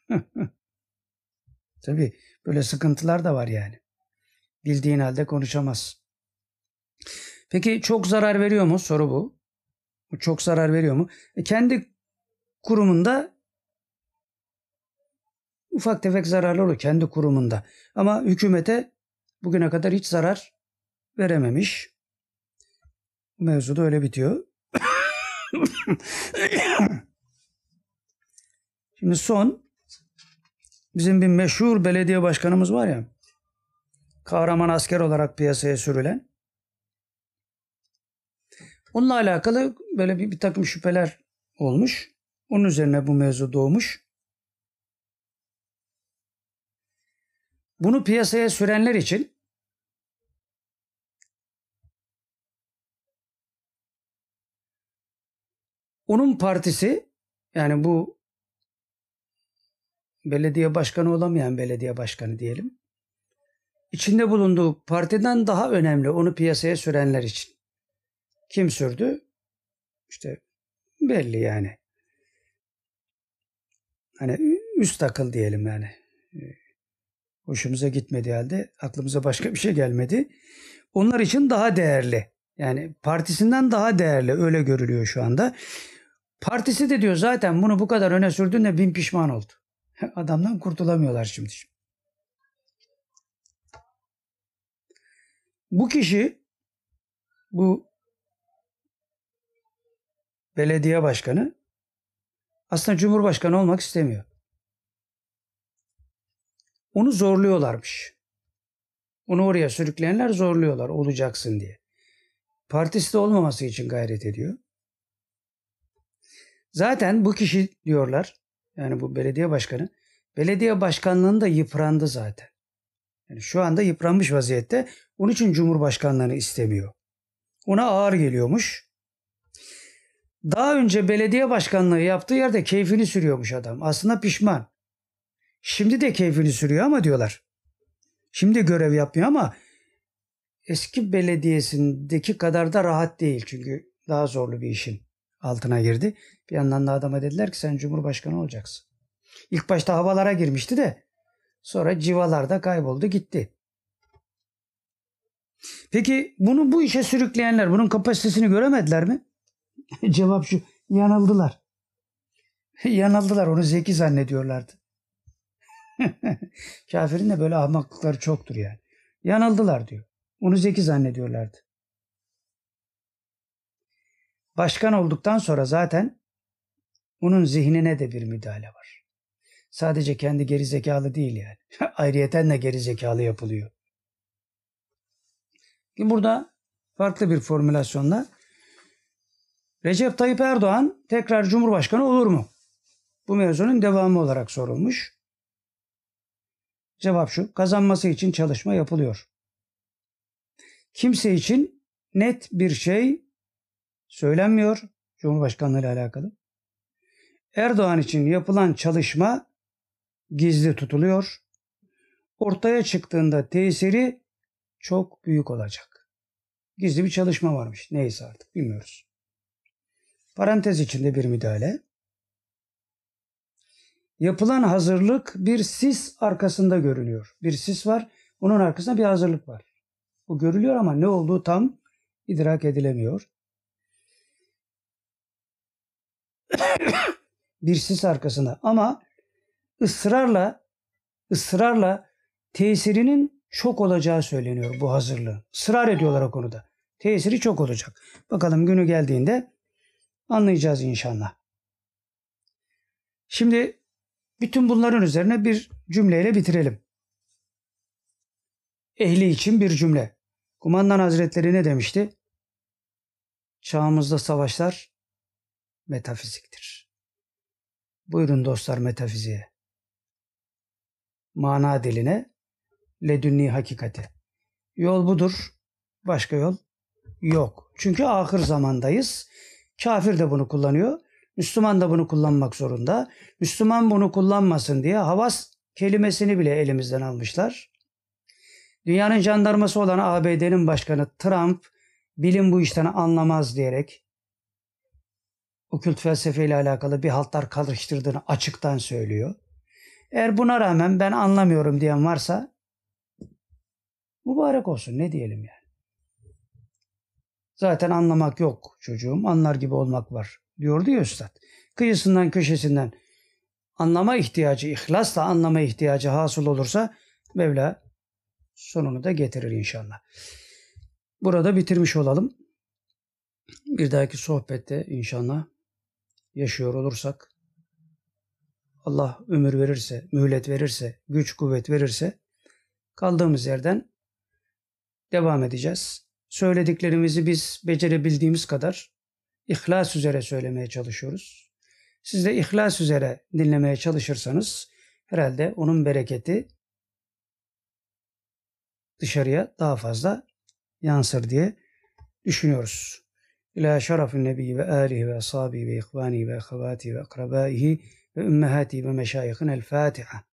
Tabii böyle sıkıntılar da var yani. Bildiğin halde konuşamaz. Peki çok zarar veriyor mu? Soru bu. Çok zarar veriyor mu? Kendi kurumunda ufak tefek zararlar olur kendi kurumunda. Ama hükümete bugüne kadar hiç zarar verememiş. Mevzu da öyle bitiyor. Şimdi son bizim bir meşhur belediye başkanımız var ya, kahraman asker olarak piyasaya sürülen. Onunla alakalı böyle bir takım şüpheler olmuş. Onun üzerine bu mevzu doğmuş. Bunu piyasaya sürenler için onun partisi, yani bu belediye başkanı olamayan belediye başkanı diyelim, içinde bulunduğu partiden daha önemli onu piyasaya sürenler için. Kim sürdü? İşte belli yani. Hani üst akıl diyelim yani. Hoşumuza gitmediği halde aklımıza başka bir şey gelmedi. Onlar için daha değerli. Yani partisinden daha değerli, öyle görülüyor şu anda. Partisi de diyor zaten bunu bu kadar öne sürdüğünde bin pişman oldu. Adamdan kurtulamıyorlar şimdi. Bu kişi, bu belediye başkanı aslında cumhurbaşkanı olmak istemiyor. Onu zorluyorlarmış. Onu oraya sürükleyenler zorluyorlar olacaksın diye. Partisi de olmaması için gayret ediyor. Zaten bu kişi diyorlar, yani bu belediye başkanı, belediye başkanlığında yıprandı zaten. Yani şu anda yıpranmış vaziyette. Onun için cumhurbaşkanlığını istemiyor. Ona ağır geliyormuş. Daha önce belediye başkanlığı yaptığı yerde keyfini sürüyormuş adam. Aslında pişman. Şimdi de keyfini sürüyor ama diyorlar. Şimdi görev yapmıyor ama eski belediyesindeki kadar da rahat değil. Çünkü daha zorlu bir işin altına girdi. Bir yandan da adama dediler ki sen cumhurbaşkanı olacaksın. İlk başta havalara girmişti de sonra civalarda kayboldu gitti. Peki bunu bu işe sürükleyenler bunun kapasitesini göremediler mi? Cevap şu: yanıldılar. Yanıldılar, onu zeki zannediyorlardı. Kafirin de böyle ahmaklıkları çoktur yani. Yanıldılar diyor. Onu zeki zannediyorlardı. Başkan olduktan sonra zaten onun zihnine de bir müdahale var. Sadece kendi gerizekalı değil yani. Ayrıyeten de gerizekalı yapılıyor. Burada farklı bir formülasyonla Recep Tayyip Erdoğan tekrar Cumhurbaşkanı olur mu? Bu mevzunun devamı olarak sorulmuş. Cevap şu: kazanması için çalışma yapılıyor. Kimse için net bir şey söylenmiyor Cumhurbaşkanlığı ile alakalı. Erdoğan için yapılan çalışma gizli tutuluyor. Ortaya çıktığında tesiri çok büyük olacak. Gizli bir çalışma varmış. Neyse artık bilmiyoruz. Parantez içinde bir müdahale. Yapılan hazırlık bir sis arkasında görünüyor. Bir sis var, onun arkasında bir hazırlık var. Bu görülüyor ama ne olduğu tam idrak edilemiyor. Bir sis arkasında ama ısrarla tesirinin çok olacağı söyleniyor bu hazırlığın. Israr ediyorlar o konuda. Tesiri çok olacak. Bakalım günü geldiğinde anlayacağız inşallah. Şimdi bütün bunların üzerine bir cümleyle bitirelim. Ehli için bir cümle. Kumandan Hazretleri ne demişti? Çağımızda savaşlar metafiziktir. Buyurun dostlar metafiziğe. Mana diline, ledünni hakikate. Yol budur. Başka yol yok. Çünkü ahir zamandayız. Kafir de bunu kullanıyor. Müslüman da bunu kullanmak zorunda. Müslüman bunu kullanmasın diye havas kelimesini bile elimizden almışlar. Dünyanın jandarması olan ABD'nin başkanı Trump, bilim bu işten anlamaz diyerek okült felsefeyle alakalı bir haltlar karıştırdığını açıktan söylüyor. Eğer buna rağmen ben anlamıyorum diyen varsa mübarek olsun, ne diyelim yani. Zaten anlamak yok çocuğum, anlar gibi olmak var diyordu ya üstad. Kıyısından köşesinden anlama ihtiyacı, ihlasla anlama ihtiyacı hasıl olursa Mevla sonunu da getirir inşallah. Burada bitirmiş olalım. Bir dahaki sohbette inşallah yaşıyor olursak, Allah ömür verirse, mühlet verirse, güç kuvvet verirse kaldığımız yerden devam edeceğiz. Söylediklerimizi biz becerebildiğimiz kadar ihlas üzere söylemeye çalışıyoruz. Siz de ihlas üzere dinlemeye çalışırsanız herhalde onun bereketi dışarıya daha fazla yansır diye düşünüyoruz. İlâ şerefin nebiyyi ve âlihi ve ashabihi ve ihvânihi ve ehevâtihi ve akrabâihi ve ümmehâtihi ve meşâyihin el Fatiha.